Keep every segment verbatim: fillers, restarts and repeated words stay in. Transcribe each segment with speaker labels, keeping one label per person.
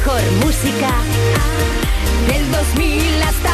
Speaker 1: mejor música del dos mil hasta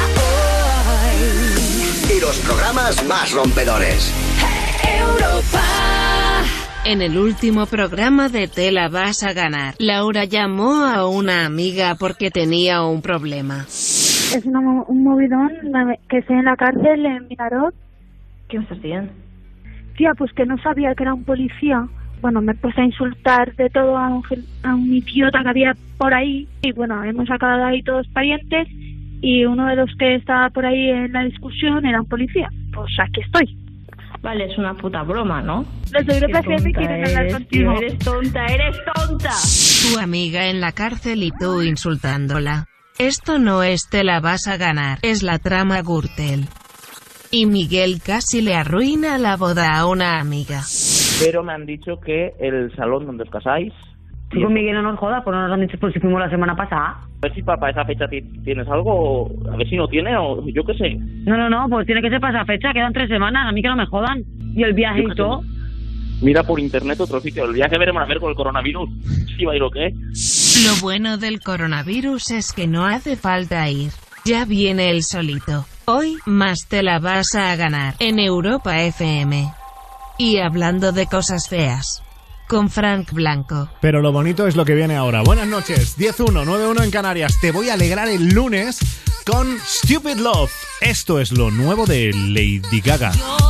Speaker 1: hoy.
Speaker 2: Y los programas más rompedores.
Speaker 1: Europa.
Speaker 3: En el último programa de Te la vas a ganar, Laura llamó a una amiga porque tenía un problema.
Speaker 4: Es una, un movidón que estoy en la cárcel en Vinaròs.
Speaker 5: ¿Qué me estás diciendo?
Speaker 4: Tía, pues que no sabía que era un policía. Bueno, me puse a insultar de todo a un, a un idiota que había por ahí. Y bueno, hemos sacado ahí todos parientes. Y uno de los que estaba por ahí en la discusión era un policía. Pues aquí estoy.
Speaker 5: Vale, es una puta broma, ¿no?
Speaker 4: Los de Europa F M quieren hablar contigo.
Speaker 5: Tío, eres tonta, eres tonta.
Speaker 3: Tu amiga en la cárcel y tú insultándola. Esto no es Te la vas a ganar, es la trama Gürtel. Y Miguel casi le arruina la boda a una amiga.
Speaker 6: Pero me han dicho que el salón donde os casáis...
Speaker 7: Sí, con Miguel no nos jodas, pues no nos han dicho por si fuimos la semana pasada.
Speaker 6: A ver si para esa fecha tienes algo, a ver si no tiene, o yo qué sé.
Speaker 7: No, no, no, pues tiene que ser para esa fecha, quedan tres semanas, a mí que no me jodan. Y el viaje y todo.
Speaker 6: Mira por internet otro sitio, el viaje veremos a ver con el coronavirus, si va a ir o qué.
Speaker 3: Lo bueno del coronavirus es que no hace falta ir, ya viene el solito. Hoy, más te la vas a ganar, en Europa F M. Y hablando de cosas feas, con Frank Blanco.
Speaker 8: Pero lo bonito es lo que viene ahora. Buenas noches, diez uno, nueve uno en Canarias. Te voy a alegrar el lunes con Stupid Love. Esto es lo nuevo de Lady Gaga.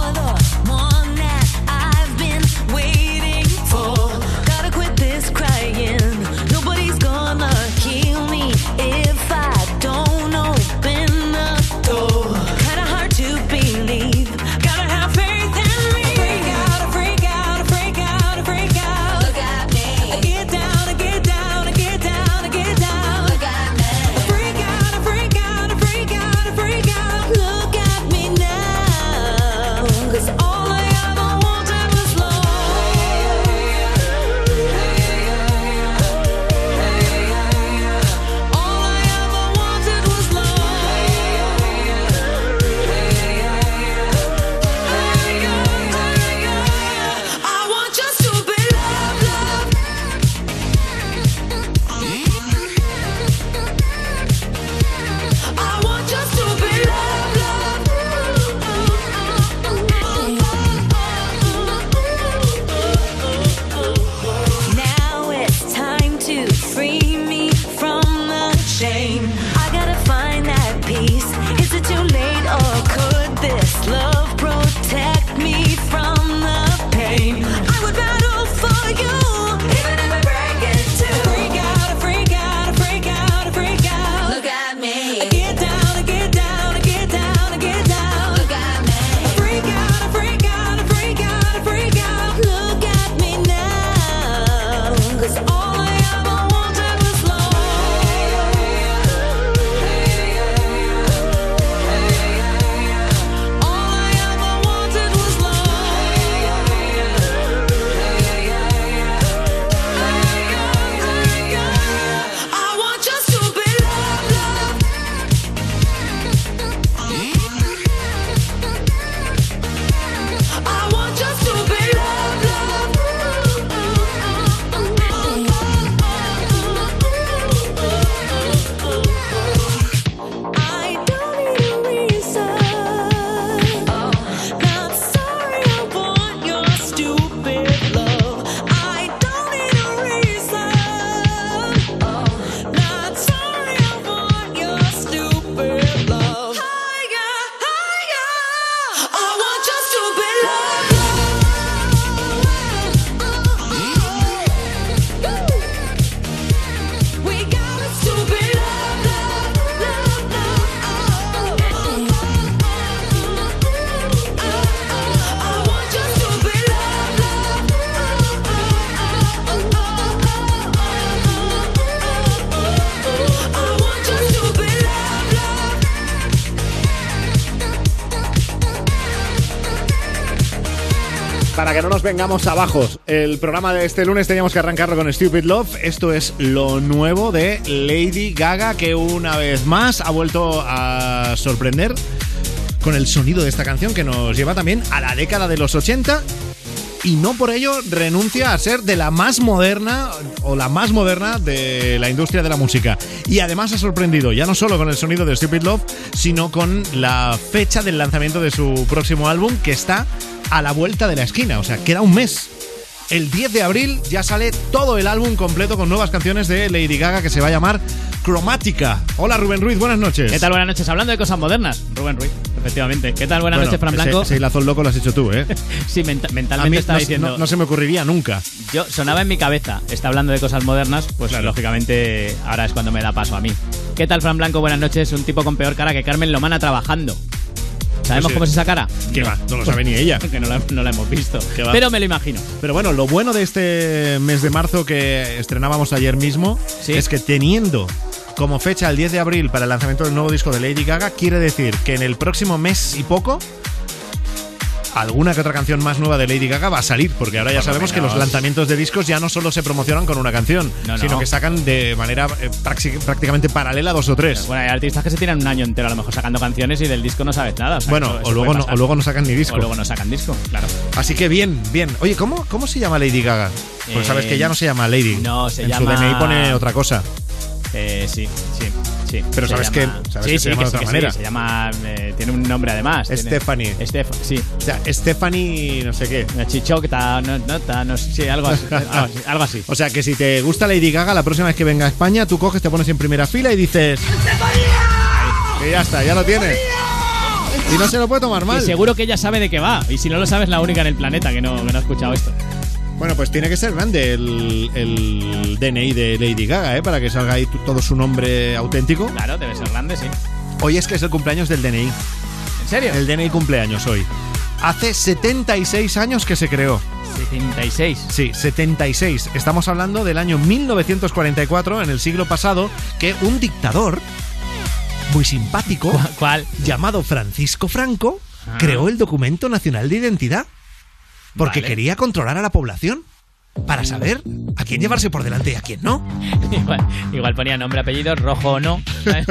Speaker 8: Para que no nos vengamos abajo, el programa de este lunes teníamos que arrancarlo con Stupid Love. Esto es lo nuevo de Lady Gaga, que una vez más ha vuelto a sorprender con el sonido de esta canción, que nos lleva también a la década de los ochenta y no por ello renuncia a ser de la más moderna o la más moderna de la industria de la música. Y además ha sorprendido, ya no solo con el sonido de Stupid Love, sino con la fecha del lanzamiento de su próximo álbum, que está a la vuelta de la esquina, o sea, queda un mes. El diez de abril ya sale todo el álbum completo con nuevas canciones de Lady Gaga, que se va a llamar Cromática. Hola, Rubén Ruiz, buenas noches.
Speaker 9: ¿Qué tal? Buenas noches. Hablando de cosas modernas, Rubén Ruiz, efectivamente. ¿Qué tal? Buenas bueno, noches, Fran Blanco.
Speaker 8: Ese, ese hilazo loco lo has hecho tú, ¿eh?
Speaker 9: Sí, menta- mentalmente estaba
Speaker 8: no,
Speaker 9: diciendo...
Speaker 8: No, no se me ocurriría nunca.
Speaker 9: Yo, sonaba en mi cabeza, está hablando de cosas modernas, pues claro, lógicamente ahora es cuando me da paso a mí. ¿Qué tal, Fran Blanco? Buenas noches. Un tipo con peor cara que Carmen Lomana trabajando. ¿Sabemos pues sí. cómo es esa cara?
Speaker 8: ¿Qué
Speaker 9: no.
Speaker 8: va? No lo sabe ni ella.
Speaker 9: Que no la, no la hemos visto. Pero me lo imagino.
Speaker 8: Pero bueno, lo bueno de este mes de marzo que estrenábamos ayer mismo ¿Sí? es que teniendo como fecha el diez de abril para el lanzamiento del nuevo disco de Lady Gaga, quiere decir que en el próximo mes y poco alguna que otra canción más nueva de Lady Gaga va a salir, porque ahora ya sabemos que los lanzamientos de discos ya no solo se promocionan con una canción, no, no. sino que sacan de manera eh, prácticamente paralela dos o tres.
Speaker 9: Bueno, hay artistas que se tiran un año entero a lo mejor sacando canciones y del disco no sabes nada. O sea,
Speaker 8: bueno,
Speaker 9: eso,
Speaker 8: o, luego no, o luego no sacan ni disco.
Speaker 9: O luego no sacan disco, claro.
Speaker 8: Así que bien, bien. Oye, ¿cómo, cómo se llama Lady Gaga? Pues eh, sabes que ya no se llama Lady.
Speaker 9: No, se
Speaker 8: en
Speaker 9: llama...
Speaker 8: En su D N I pone otra cosa.
Speaker 9: Eh, sí, sí. Sí,
Speaker 8: pero sabes
Speaker 9: llama...
Speaker 8: que, sabes
Speaker 9: sí,
Speaker 8: que
Speaker 9: sí,
Speaker 8: se llama
Speaker 9: que
Speaker 8: de otra
Speaker 9: sí,
Speaker 8: manera.
Speaker 9: Sí, se llama. Eh, tiene un nombre además.
Speaker 8: Stephanie.
Speaker 9: Estef sí.
Speaker 8: O sea, Stephanie, no sé qué.
Speaker 9: Chichocta, no, no, no, sí, algo así, algo así.
Speaker 8: O sea, que si te gusta Lady Gaga, la próxima vez que venga a España, tú coges, te pones en primera fila y dices. ¡Stephanie! Y ya está, ya lo tienes. Y no se lo puede tomar mal.
Speaker 9: Y seguro que ella sabe de qué va. Y si no lo sabes, la única en el planeta que no, que no ha escuchado esto.
Speaker 8: Bueno, pues tiene que ser grande el, el D N I de Lady Gaga, ¿eh? Para que salga ahí todo su nombre auténtico.
Speaker 9: Claro, debe ser grande, sí.
Speaker 8: Hoy es que es el cumpleaños del D N I.
Speaker 9: ¿En serio?
Speaker 8: El D N I cumpleaños hoy. Hace setenta y seis años que se creó.
Speaker 9: ¿setenta y seis?
Speaker 8: Sí, setenta y seis. Estamos hablando del año mil novecientos cuarenta y cuatro, en el siglo pasado, que un dictador muy simpático,
Speaker 9: ¿cuál?
Speaker 8: Llamado Francisco Franco, ah. creó el Documento Nacional de Identidad. Porque vale. quería controlar a la población para saber a quién llevarse por delante y a quién no.
Speaker 9: Igual, igual ponía nombre, apellido, rojo o no.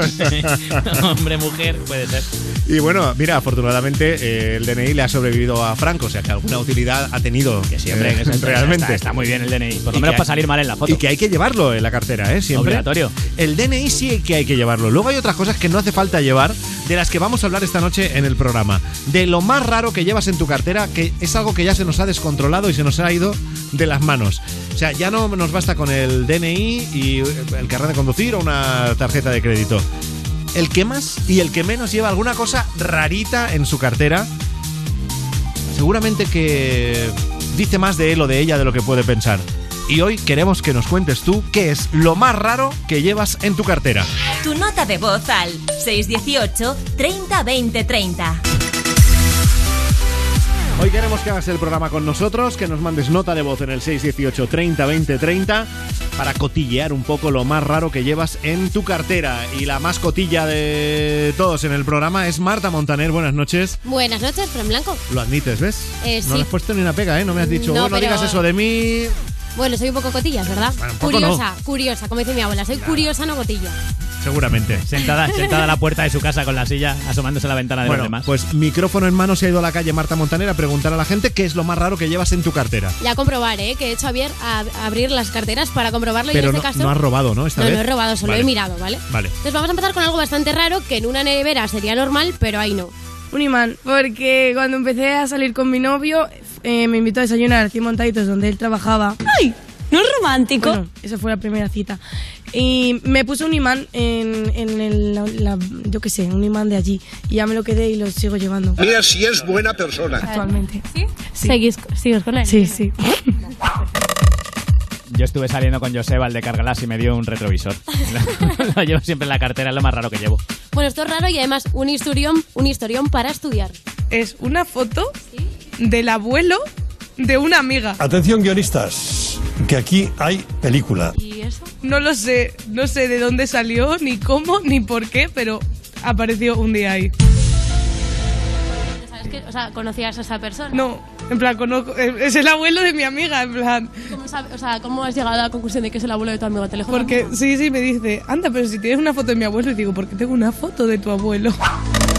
Speaker 9: Hombre, mujer, puede ser.
Speaker 8: Y bueno, mira, afortunadamente eh, el D N I le ha sobrevivido a Franco, o sea que alguna utilidad ha tenido.
Speaker 9: Que siempre,
Speaker 8: eh,
Speaker 9: que es
Speaker 8: realmente.
Speaker 9: Está, está muy bien el D N I, por lo menos para salir mal en la foto.
Speaker 8: Y que hay que llevarlo en la cartera, ¿eh? Siempre.
Speaker 9: Obligatorio.
Speaker 8: El D N I sí que hay que llevarlo. Luego hay otras cosas que no hace falta llevar, de las que vamos a hablar esta noche en el programa. De lo más raro que llevas en tu cartera, que es algo que ya se nos ha descontrolado y se nos ha ido de las manos. O sea, ya no nos basta con el D N I y el carnet de conducir o una tarjeta de crédito. El que más y el que menos lleva alguna cosa rarita en su cartera, seguramente que dice más de él o de ella de lo que puede pensar. Y hoy queremos que nos cuentes tú qué es lo más raro que llevas en tu cartera.
Speaker 1: Tu nota de voz al seis uno ocho, treinta, veinte, treinta.
Speaker 8: Hoy queremos que hagas el programa con nosotros, que nos mandes nota de voz en el seis uno ocho, treinta, veinte, treinta para cotillear un poco lo más raro que llevas en tu cartera. Y la más cotilla de todos en el programa es Marta Montaner. Buenas noches.
Speaker 10: Buenas noches, Fran Blanco.
Speaker 8: Lo admites, ¿ves?
Speaker 10: Eh,
Speaker 8: no
Speaker 10: sí.
Speaker 8: le has puesto ni una pega, ¿eh? No me has dicho, no, oh, no pero... digas eso de mí.
Speaker 10: Bueno, soy un poco cotillas, ¿verdad?
Speaker 8: Bueno, un poco
Speaker 10: curiosa,
Speaker 8: no.
Speaker 10: curiosa, como dice mi abuela. Soy claro. curiosa, no cotilla.
Speaker 8: Seguramente.
Speaker 9: Sentada, sentada a la puerta de su casa con la silla, asomándose a la ventana de
Speaker 8: bueno,
Speaker 9: los demás.
Speaker 8: Pues micrófono en mano se ha ido a la calle Marta Montaner a preguntar a la gente qué es lo más raro que llevas en tu cartera.
Speaker 10: Ya a comprobar, ¿eh? Que he hecho a, ver, a, a abrir las carteras para comprobarlo.
Speaker 8: Pero
Speaker 10: y en
Speaker 8: no,
Speaker 10: este caso,
Speaker 8: no has robado, ¿no? Esta
Speaker 10: no,
Speaker 8: vez.
Speaker 10: no he robado, solo
Speaker 8: vale.
Speaker 10: he mirado, ¿vale?
Speaker 8: Vale.
Speaker 10: Entonces vamos a empezar con algo bastante raro que en una nevera sería normal, pero ahí no.
Speaker 11: Un imán, porque cuando empecé a salir con mi novio, eh, me invitó a desayunar cien montaditos donde él trabajaba.
Speaker 12: ¡Ay! ¿No es romántico?
Speaker 11: Bueno, esa fue la primera cita. Y me puso un imán en, en el, la, la, yo qué sé, un imán de allí. Y ya me lo quedé y lo sigo llevando.
Speaker 2: Mira si es buena persona.
Speaker 11: Actualmente.
Speaker 10: ¿Sí?
Speaker 11: Sí.
Speaker 10: ¿Seguís, ¿Sigues con él?
Speaker 11: Sí, sí.
Speaker 9: Yo estuve saliendo con Joseba, el de Cargalas, y me dio un retrovisor. Lo llevo siempre en la cartera, es lo más raro que llevo.
Speaker 10: Bueno, esto es raro y además un historión, un historión para estudiar.
Speaker 11: Es una foto ¿Sí? del abuelo de una amiga.
Speaker 13: Atención, guionistas, que aquí hay película.
Speaker 10: ¿Y eso?
Speaker 11: No lo sé, no sé de dónde salió, ni cómo, ni por qué, pero apareció un día ahí.
Speaker 10: ¿Sabes qué? O sea, ¿conocías a esa persona?
Speaker 11: No, en plan, conozco, es el abuelo de mi amiga, en plan.
Speaker 10: ¿Cómo, sabe, o sea, ¿cómo has llegado a la conclusión de que es el abuelo de tu amigo? ¿Te lejos?
Speaker 11: Porque sí, sí, me dice, anda, pero si tienes una foto de mi abuelo, y digo, ¿por qué tengo una foto de tu abuelo?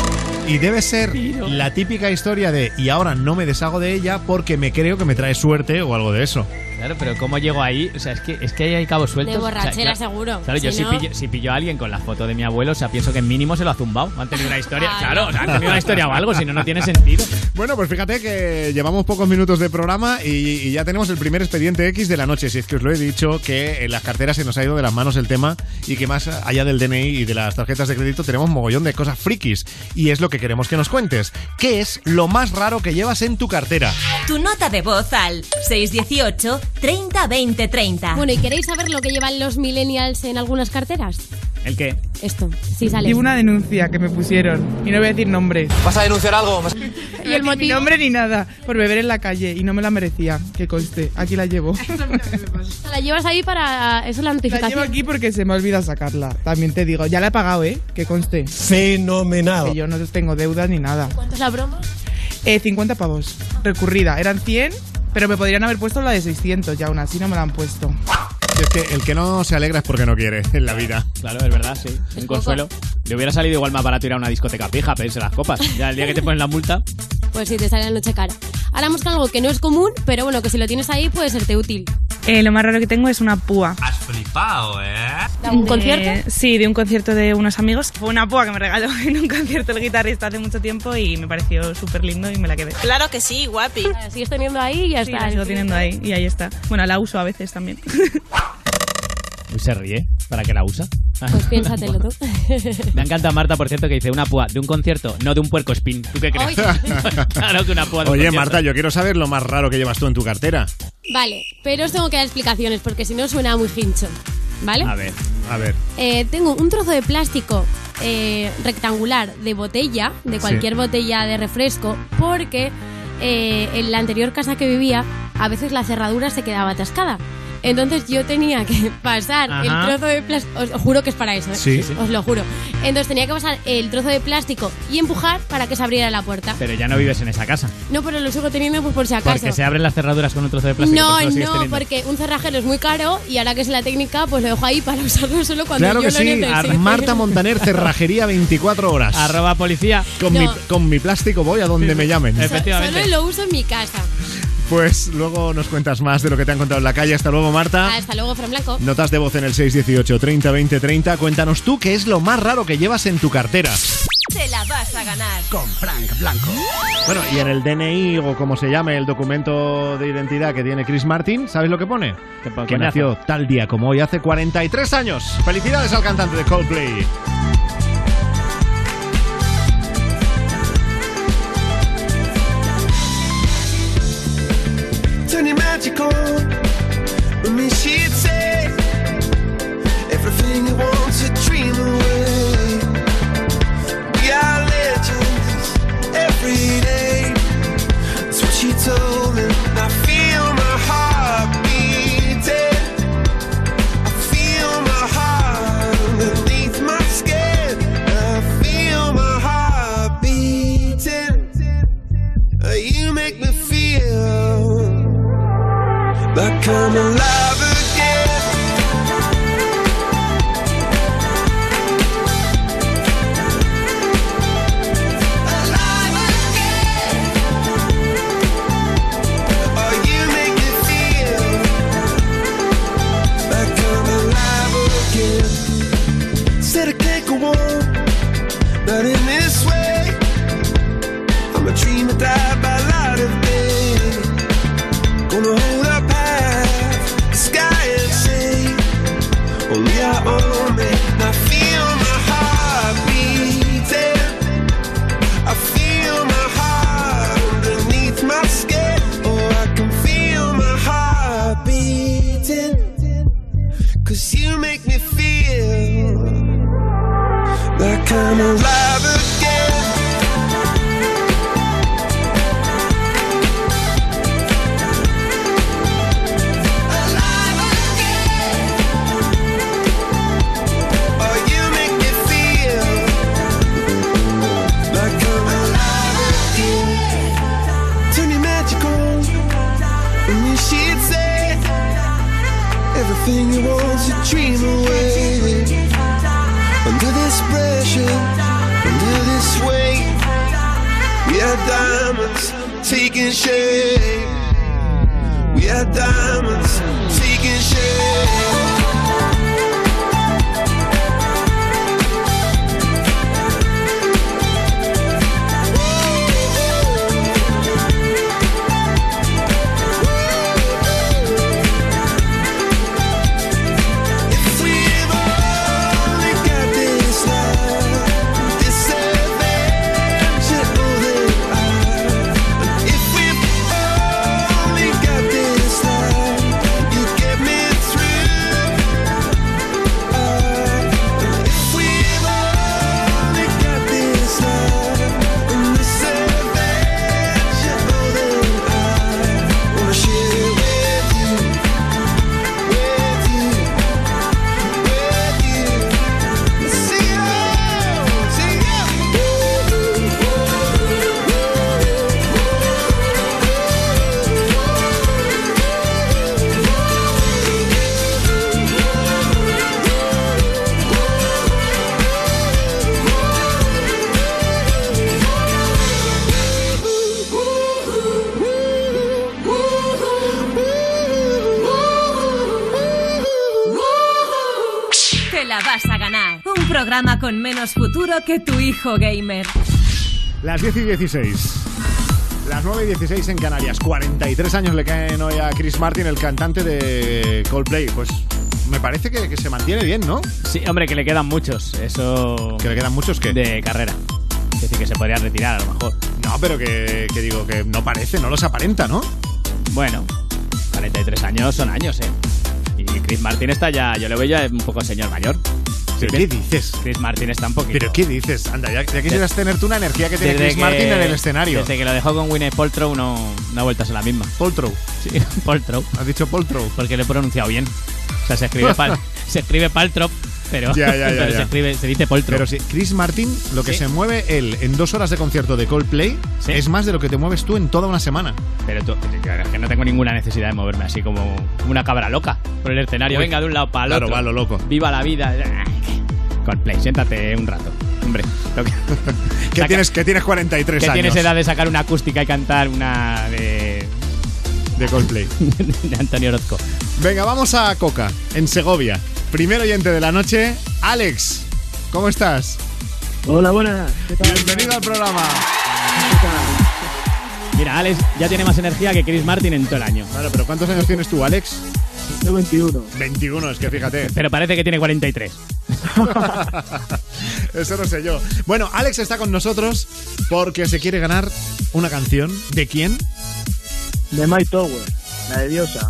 Speaker 8: Y debe ser la típica historia de y ahora no me deshago de ella porque me creo que me trae suerte o algo de eso.
Speaker 9: Claro, pero ¿cómo llego ahí? O sea, es que, es que ahí hay cabos sueltos.
Speaker 10: De borrachera,
Speaker 9: o sea, claro,
Speaker 10: seguro.
Speaker 9: Claro, yo
Speaker 10: si
Speaker 9: si,
Speaker 10: no...
Speaker 9: pillo, si pillo a alguien con la foto de mi abuelo, o sea, pienso que mínimo se lo ha zumbado. Han tenido una historia,
Speaker 10: Ay,
Speaker 9: claro,
Speaker 10: no.
Speaker 9: o sea, han tenido una historia o algo, si no, no tiene sentido.
Speaker 8: Bueno, pues fíjate que llevamos pocos minutos de programa y, y ya tenemos el primer expediente X de la noche. Si es que os lo he dicho, que en las carteras se nos ha ido de las manos el tema y que más allá del D N I y de las tarjetas de crédito tenemos mogollón de cosas frikis. Y es lo que queremos que nos cuentes. ¿Qué es lo más raro que llevas en tu cartera?
Speaker 1: Tu nota de voz al seis uno ocho, treinta, veinte, treinta.
Speaker 10: Bueno, ¿y queréis saber lo que llevan los millennials en algunas carteras?
Speaker 9: ¿El qué?
Speaker 10: Esto, sí sale.
Speaker 14: Y una denuncia que me pusieron, y no voy a decir nombres.
Speaker 15: ¿Vas a denunciar algo?
Speaker 14: ¿Y el motivo? Ni nombre ni nada, por beber en la calle, y no me la merecía, que conste, aquí la llevo.
Speaker 10: La llevas ahí para... Eso es la
Speaker 14: La
Speaker 10: notificación.
Speaker 14: llevo aquí porque se me olvida sacarla, también te digo, ya la he pagado, ¿eh? Que conste.
Speaker 13: Fenomenal.
Speaker 14: Que yo no tengo deudas ni nada.
Speaker 10: ¿Cuánto es la broma?
Speaker 14: Eh, cincuenta pavos, recurrida, eran cien, pero me podrían haber puesto la de seiscientos, y aún así no me la han puesto.
Speaker 8: Es que el que no se alegra es porque no quiere en la vida.
Speaker 9: Claro, es verdad, sí. Es un consuelo. Le hubiera salido igual más barato ir a una discoteca pija a pedirse las copas. Ya el día que te ponen la multa...
Speaker 10: Pues sí, te sale la noche cara. Ahora vamos con algo que no es común, pero bueno, que si lo tienes ahí puede serte útil.
Speaker 16: Eh, lo más raro que tengo es una púa.
Speaker 15: Has flipado, ¿eh?
Speaker 10: ¿De un
Speaker 16: De-
Speaker 10: concierto?
Speaker 16: Sí, de un concierto de unos amigos. Fue una púa que me regaló en un concierto el guitarrista hace mucho tiempo y me pareció súper lindo y me la quedé.
Speaker 12: Claro que sí, guapi.
Speaker 10: La sigues teniendo ahí y ya
Speaker 16: Sí,
Speaker 10: está.
Speaker 16: la sigo teniendo ahí y ahí está. Bueno, la uso a veces también.
Speaker 9: Uy, se ríe. ¿Para qué la usa?
Speaker 10: Pues piénsatelo tú.
Speaker 9: Me encanta Marta, por cierto, que dice una púa de un concierto, no de un puerco espín. ¿Tú qué crees? Claro que una púa de un
Speaker 8: Oye,
Speaker 9: concierto.
Speaker 8: Marta, yo quiero saber lo más raro que llevas tú en tu cartera.
Speaker 10: Vale, pero os tengo que dar explicaciones porque si no suena muy hincho. ¿Vale?
Speaker 8: A ver, a ver.
Speaker 10: Eh, tengo un trozo de plástico eh, rectangular de botella, de cualquier
Speaker 8: Sí.
Speaker 10: botella de refresco, porque eh, en la anterior casa que vivía a veces la cerradura se quedaba atascada. Entonces yo tenía que pasar
Speaker 9: Ajá.
Speaker 10: el trozo de plástico, os juro que es para eso, ¿eh?
Speaker 8: Sí, sí.
Speaker 10: Os lo juro. Entonces tenía que pasar el trozo de plástico y empujar para que se abriera la puerta.
Speaker 9: Pero ya no vives en esa casa.
Speaker 10: No, pero lo sigo teniendo pues por si acaso.
Speaker 9: Porque se abren las cerraduras con un trozo de plástico.
Speaker 10: No,
Speaker 9: pues lo sigues
Speaker 10: no,
Speaker 9: teniendo.
Speaker 10: porque un cerrajero es muy caro y ahora que es la técnica, pues lo dejo ahí para usarlo solo cuando
Speaker 8: Claro
Speaker 10: yo
Speaker 8: que
Speaker 10: lo
Speaker 8: sí,
Speaker 10: necesite.
Speaker 8: a Marta Montaner, cerrajería veinticuatro horas.
Speaker 9: Arroba policía.
Speaker 8: Con,
Speaker 10: No.
Speaker 8: mi, con mi plástico voy a donde me llamen.
Speaker 9: Efectivamente.
Speaker 10: Solo lo uso en mi casa.
Speaker 8: Pues luego nos cuentas más de lo que te han contado en la calle. Hasta luego, Marta.
Speaker 10: Hasta luego, Fran Blanco.
Speaker 8: Notas de voz en el seis uno ocho, treinta, veinte, treinta. Cuéntanos tú qué es lo más raro que llevas en tu cartera.
Speaker 1: Te la vas a ganar
Speaker 2: con Frank Blanco.
Speaker 8: Bueno, y en el D N I o como se llame el documento de identidad que tiene Chris Martin, ¿sabes lo que pone?
Speaker 9: ¿Qué po-
Speaker 8: Que
Speaker 9: coñazo?
Speaker 8: nació tal día como hoy hace cuarenta y tres años. Felicidades al cantante de Coldplay.
Speaker 17: Turn your magic on. With me, she'd say everything you want to dream away. We are legends every day. That's what she told me. I feel my heart beating. I feel my heart underneath my skin. I feel my heart beating. You make me feel like I'm alive again. Alive again. Oh, you make me feel like I'm alive again. Said I can't go on, not in this way. I'm a dream that died by light of day. Gonna hold up half the sky and say, only I own me. I feel my heart beating. I feel my heart underneath my skin. Oh, I can feel my heart beating. Cause you make me feel like I'm alive again. She'd say everything you want to dream away. Under this pressure, had diamonds taking shape. We had diamonds taking shape.
Speaker 1: Programa con menos futuro que tu hijo gamer.
Speaker 8: Las diez y dieciséis. Las nueve y dieciséis en Canarias. cuarenta y tres años le caen hoy a Chris Martin, el cantante de Coldplay. Pues me parece que, que se mantiene bien, ¿no?
Speaker 9: Sí, hombre, que le quedan muchos. Eso...
Speaker 8: ¿Que le quedan muchos qué?
Speaker 9: De carrera. Es decir, que se podría retirar a lo mejor.
Speaker 8: No, pero que, que digo que no parece, no los aparenta, ¿no?
Speaker 9: Bueno, cuarenta y tres años son años, ¿eh? Y Chris Martin está ya... Yo le veo ya un poco señor mayor.
Speaker 8: ¿Pero qué dices?
Speaker 9: Chris Martin está un poquito.
Speaker 8: ¿Pero qué dices? Anda, ya, ya quisieras
Speaker 9: Des...
Speaker 8: tener tú una energía que tiene
Speaker 9: desde
Speaker 8: Chris
Speaker 9: que,
Speaker 8: Martin en el escenario.
Speaker 9: Desde que lo dejó con Gwyneth Paltrow no, no ha vuelto a ser la misma.
Speaker 8: ¿Paltrow?
Speaker 9: Sí, Paltrow.
Speaker 8: ¿Has dicho Paltrow?
Speaker 9: Porque lo he pronunciado bien. O sea, se escribe, pal, se escribe Paltrow, pero,
Speaker 8: ya, ya, ya,
Speaker 9: pero
Speaker 8: ya.
Speaker 9: Se, escribe, se dice Paltrow.
Speaker 8: Pero sí, Chris Martin, lo que
Speaker 9: ¿Sí?
Speaker 8: se mueve él en dos horas de concierto de Coldplay, ¿sí? Es más de lo que te mueves tú en toda una semana.
Speaker 9: Pero tú, es que no tengo ninguna necesidad de moverme así como una cabra loca por el escenario. Uy, venga de un lado para el
Speaker 8: claro,
Speaker 9: otro.
Speaker 8: Claro, va lo loco.
Speaker 9: Viva la vida. Coldplay, siéntate un rato. Hombre, lo que,
Speaker 8: ¿Qué, saca, tienes, que tienes cuarenta y tres
Speaker 9: que
Speaker 8: años.
Speaker 9: Tienes edad de sacar una acústica y cantar una de...
Speaker 8: De Coldplay.
Speaker 9: De Antonio Orozco.
Speaker 8: Venga, vamos a Coca, en Segovia. Primer oyente de la noche, Alex. ¿Cómo estás?
Speaker 18: Hola, buenas. ¿Qué tal?
Speaker 8: Bienvenido al programa.
Speaker 18: ¿Qué tal?
Speaker 9: Mira, Alex ya tiene más energía que Chris Martin en todo el año.
Speaker 8: Claro, pero ¿cuántos años tienes tú, Alex?
Speaker 18: Yo veintiuno.
Speaker 8: veintiuno, es que fíjate.
Speaker 9: Pero parece que tiene cuarenta y tres.
Speaker 8: Eso no sé yo. Bueno, Alex está con nosotros porque se quiere ganar una canción. ¿De quién?
Speaker 18: De Mike Tower, la de Diosa.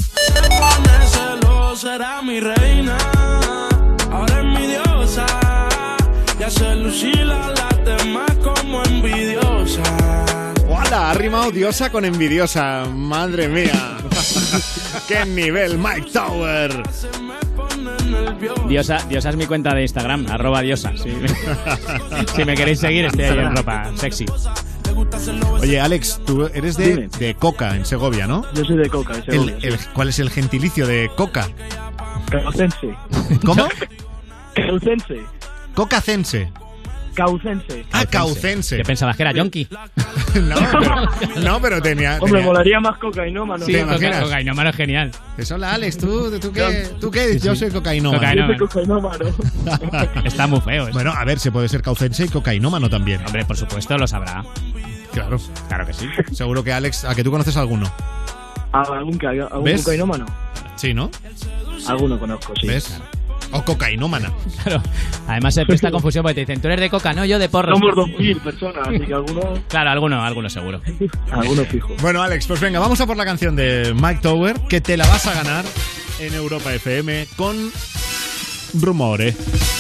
Speaker 17: Será mi reina, ahora es mi diosa. Ya se lucila las demás como envidiosa.
Speaker 8: ¡Hola! Ha rimado diosa con envidiosa. Madre mía. ¡Qué nivel, Mike Tower!
Speaker 9: Diosa, Diosa es mi cuenta de Instagram, arroba Diosa. Si, si me queréis seguir, estoy ahí en ropa sexy.
Speaker 8: Oye, Alex, tú eres de, de Coca, en Segovia, ¿no?
Speaker 18: Yo soy de Coca, en Segovia.
Speaker 8: El, el, ¿Cuál es el gentilicio de Coca?
Speaker 18: Caucense.
Speaker 8: ¿Cómo?
Speaker 18: Caucense.
Speaker 8: Cocacense.
Speaker 18: Caucense.
Speaker 8: Ah, caucense.
Speaker 9: ¿Qué pensabas que era yonki?
Speaker 8: no, pero, no, pero tenía...
Speaker 18: Hombre,
Speaker 8: tenía...
Speaker 18: molaría más cocainómano.
Speaker 9: Sí,
Speaker 8: ¿Te imaginas?
Speaker 9: Cocainómano es genial.
Speaker 8: Pues hola, Alex, ¿tú, tú qué? ¿Tú qué? Sí, sí. Yo soy cocainómano.
Speaker 9: cocainómano.
Speaker 18: Yo soy cocainómano.
Speaker 9: Está muy feo.
Speaker 8: Bueno, a ver, se puede ser caucense y cocainómano también.
Speaker 9: Hombre, por supuesto, lo sabrá.
Speaker 8: Claro. Claro que sí. Seguro que Alex, ¿a que tú conoces alguno?
Speaker 18: ¿Algún, algún cocainómano?
Speaker 8: Sí, ¿no?
Speaker 18: Alguno conozco, sí.
Speaker 8: ¿Ves? Claro. O cocainómana.
Speaker 9: Claro. Además se presta confusión porque te dicen, tú eres de coca, no, yo de porro.
Speaker 18: Somos dos mil personas, así que algunos...
Speaker 9: Claro, algunos, algunos seguro.
Speaker 18: Algunos fijo.
Speaker 8: Bueno, Alex, pues venga, vamos a por la canción de Mike Tower, que te la vas a ganar en Europa F M con Rumore.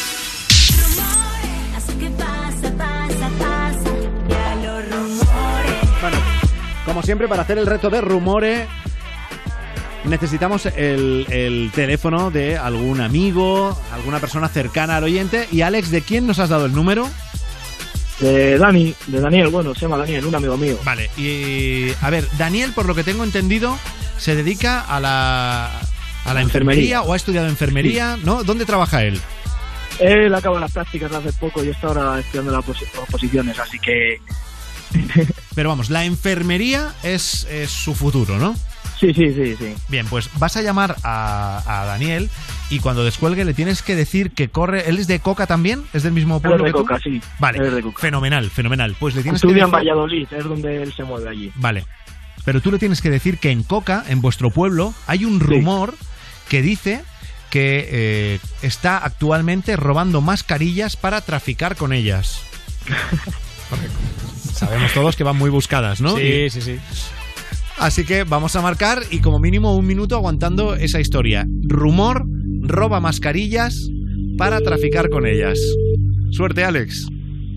Speaker 8: Bueno, como siempre, para hacer el reto de Rumore necesitamos el, el teléfono de algún amigo, alguna persona cercana al oyente. Y Alex, ¿de quién nos has dado el número?
Speaker 18: De Dani, de Daniel, bueno, se llama Daniel, un amigo mío.
Speaker 8: Vale, y a ver, Daniel, por lo que tengo entendido, se dedica a la, a la enfermería, enfermería o ha estudiado enfermería, sí. ¿No? ¿Dónde trabaja él?
Speaker 18: Él acaba las prácticas hace poco y está ahora estudiando las oposiciones, así que
Speaker 8: Pero vamos, la enfermería es, es su futuro, ¿no?
Speaker 18: Sí, sí, sí, sí.
Speaker 8: Bien, pues vas a llamar a, a Daniel y cuando descuelgue le tienes que decir que corre... ¿Él es de Coca también? ¿Es del mismo pueblo
Speaker 18: Es de
Speaker 8: que
Speaker 18: Coca,
Speaker 8: tú?
Speaker 18: sí.
Speaker 8: Vale,
Speaker 18: Es de Coca.
Speaker 8: fenomenal, fenomenal. Pues le tienes que
Speaker 18: Estudia
Speaker 8: decir...
Speaker 18: en Valladolid, es donde él se mueve allí.
Speaker 8: Vale, pero tú le tienes que decir que en Coca, en vuestro pueblo, hay un rumor que dice que eh, está actualmente robando mascarillas para traficar con ellas. Porque sabemos todos que van muy buscadas, ¿no?
Speaker 9: Sí,
Speaker 8: Y-
Speaker 9: sí, sí.
Speaker 8: Así que vamos a marcar y como mínimo un minuto aguantando esa historia. Rumor, roba mascarillas para traficar con ellas. Suerte, Alex.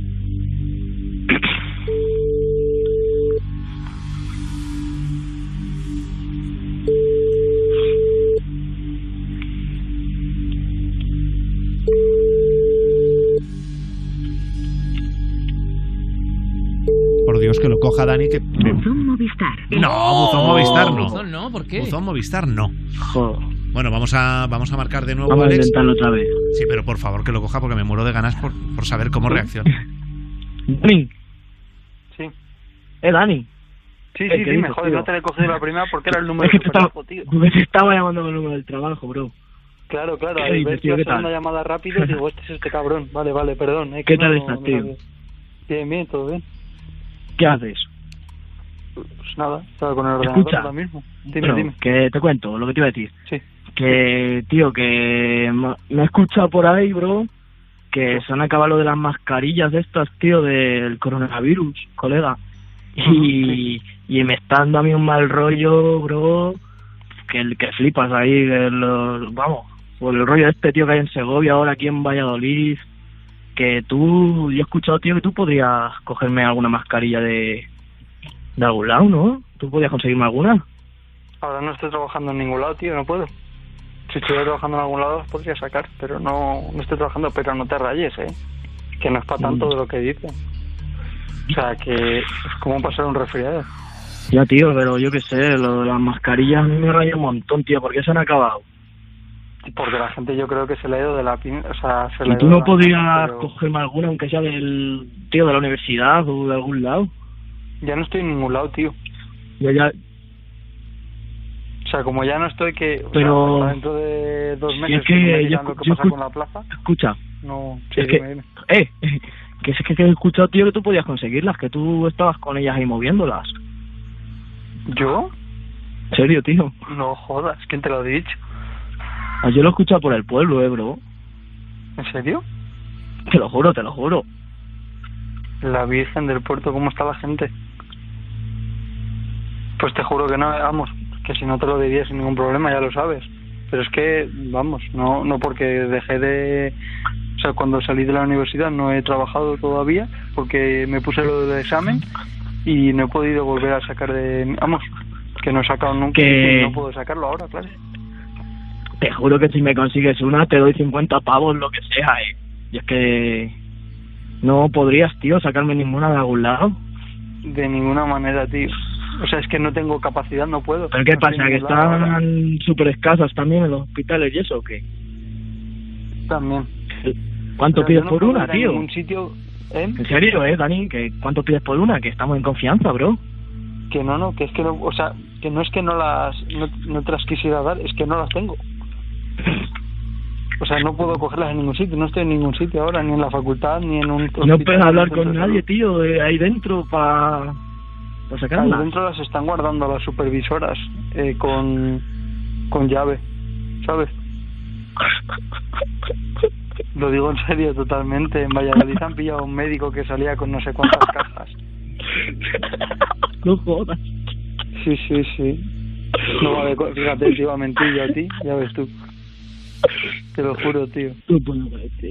Speaker 8: Por Dios, que lo coja Dani. Que...
Speaker 19: Buzón Movistar.
Speaker 8: No, Buzón Movistar no.
Speaker 9: Buzón no, ¿por qué?
Speaker 8: Buzón Movistar no.
Speaker 18: Joder.
Speaker 8: Bueno, vamos a, vamos a marcar de nuevo,
Speaker 18: Vamos a
Speaker 8: Alex.
Speaker 18: intentarlo otra vez.
Speaker 8: Sí, pero por favor que lo coja porque me muero de ganas por, por saber cómo reacciona.
Speaker 18: Dani.
Speaker 20: Sí.
Speaker 18: Eh, Dani.
Speaker 20: Sí,
Speaker 18: Eh,
Speaker 20: sí,
Speaker 18: ¿qué
Speaker 20: dime,
Speaker 18: dices,
Speaker 20: joder,
Speaker 18: tío?
Speaker 20: no te le he cogido la primera porque era el número
Speaker 18: Es que te
Speaker 20: super
Speaker 18: estaba,
Speaker 20: bajo, tío.
Speaker 18: te estaba llamando con el número del trabajo, bro.
Speaker 20: Claro, claro,
Speaker 18: ¿Qué
Speaker 20: al
Speaker 18: dices,
Speaker 20: ver
Speaker 18: tío?
Speaker 20: que
Speaker 18: ¿Qué
Speaker 20: iba a hacer
Speaker 18: tal?
Speaker 20: una llamada rápida, digo, este es este cabrón. Vale, vale, perdón. Eh, que
Speaker 18: ¿Qué tal
Speaker 20: no-
Speaker 18: estás,
Speaker 20: no
Speaker 18: tío?
Speaker 20: sabía. Bien, bien, todo bien.
Speaker 18: ¿Qué haces?
Speaker 20: Pues nada, estaba con el ordenador
Speaker 18: Escucha.
Speaker 20: ahora mismo. Dime,
Speaker 18: Bueno,
Speaker 20: dime.
Speaker 18: que te cuento lo que te iba a decir.
Speaker 20: Sí.
Speaker 18: Que, tío, que me me he escuchado por ahí, bro, que se han acabado lo de las mascarillas estas, tío, del coronavirus, colega. Y, y me está dando a mí un mal rollo, bro, que, que flipas ahí, de los- vamos, por el rollo este, tío, que hay en Segovia, ahora aquí en Valladolid, que tú, yo he escuchado, tío, que tú podrías cogerme alguna mascarilla de, de algún lado, ¿no? ¿Tú podrías conseguirme alguna?
Speaker 20: Ahora no estoy trabajando en ningún lado, tío, no puedo. Si estuviera trabajando en algún lado, los podría sacar, pero no, no estoy trabajando, pero no te rayes, ¿eh? Que no es para tanto de lo que dicen. O sea, que es como pasar un resfriado.
Speaker 18: Ya, tío, pero yo qué sé, lo de las mascarillas a mí me raya un montón, tío, ¿por qué se han acabado?
Speaker 20: Porque la gente yo creo que se le ha ido de la pin... O sea, se le ha
Speaker 18: ¿Y tú
Speaker 20: ido
Speaker 18: no
Speaker 20: de la
Speaker 18: podrías
Speaker 20: mano, pero
Speaker 18: cogerme alguna, aunque sea del tío de la universidad o de algún lado?
Speaker 20: ya no estoy en ningún lado, tío.
Speaker 18: Ya, ya,
Speaker 20: O sea, como ya no estoy que... o
Speaker 18: Pero-
Speaker 20: sea, dentro de dos
Speaker 18: si
Speaker 20: meses
Speaker 18: es que
Speaker 20: que me
Speaker 18: yo
Speaker 20: digan
Speaker 18: escu-
Speaker 20: lo que
Speaker 18: yo
Speaker 20: pasa
Speaker 18: escu-
Speaker 20: con la plaza,
Speaker 18: escucha,
Speaker 20: no... Sí,
Speaker 18: es
Speaker 20: dime,
Speaker 18: que,
Speaker 20: dime.
Speaker 18: eh, que es que, que he escuchado, tío, que tú podías conseguirlas, que tú estabas con ellas ahí moviéndolas.
Speaker 20: ¿Yo?
Speaker 18: ¿En serio, tío?
Speaker 20: No jodas, ¿quién te lo ha dicho?
Speaker 18: Ah, yo lo he escuchado por el pueblo, eh, bro.
Speaker 20: ¿En serio?
Speaker 18: Te lo juro, te lo juro.
Speaker 20: La Virgen del Puerto, ¿cómo está la gente? Pues te juro que no, vamos, que si no te lo diría sin ningún problema, ya lo sabes. Pero es que, vamos, no no porque dejé de... O sea, cuando salí de la universidad no he trabajado todavía porque me puse lo del examen y no he podido volver a sacar de... Vamos, que no he sacado nunca
Speaker 18: Que-
Speaker 20: y no puedo sacarlo ahora, claro.
Speaker 18: Te juro que si me consigues una, te doy cincuenta pavos, lo que sea, eh. Y es que no podrías, tío, sacarme ninguna de algún lado.
Speaker 20: De ninguna manera, tío. O sea, es que no tengo capacidad, no puedo.
Speaker 18: ¿Pero qué
Speaker 20: No estoy
Speaker 18: pasa?
Speaker 20: en
Speaker 18: ¿Que
Speaker 20: ningún lado ahora.
Speaker 18: están súper escasas también en los hospitales y eso o qué?
Speaker 20: También.
Speaker 18: ¿Cuánto
Speaker 20: Pero
Speaker 18: pides
Speaker 20: yo no
Speaker 18: por
Speaker 20: puedo
Speaker 18: una,
Speaker 20: ir a
Speaker 18: tío?
Speaker 20: ningún sitio, ¿eh?
Speaker 18: En serio, eh, Dani, que ¿cuánto pides por una? Que estamos en confianza, bro.
Speaker 20: Que no, no, que es que no, o sea, que no es que no las, no, no te las quisiera dar, es que no las tengo. O sea, no puedo cogerlas en ningún sitio, no estoy en ningún sitio ahora, ni en la facultad, ni en un hospital,
Speaker 18: No puedes
Speaker 20: ni
Speaker 18: hablar
Speaker 20: en un
Speaker 18: con
Speaker 20: centro de
Speaker 18: nadie,
Speaker 20: salud.
Speaker 18: tío, eh, ahí dentro para pa
Speaker 20: Ahí
Speaker 18: sacarlas.
Speaker 20: dentro las están guardando las supervisoras eh, con, con llave, ¿sabes? Lo digo en serio totalmente. En Valladolid han pillado a un médico que salía con no sé cuántas cajas.
Speaker 18: No jodas.
Speaker 20: Sí, sí, sí. No vale, fíjate, te iba a mentir yo a ti, ya ves tú. Te lo juro, tío.
Speaker 18: No puedo, tío.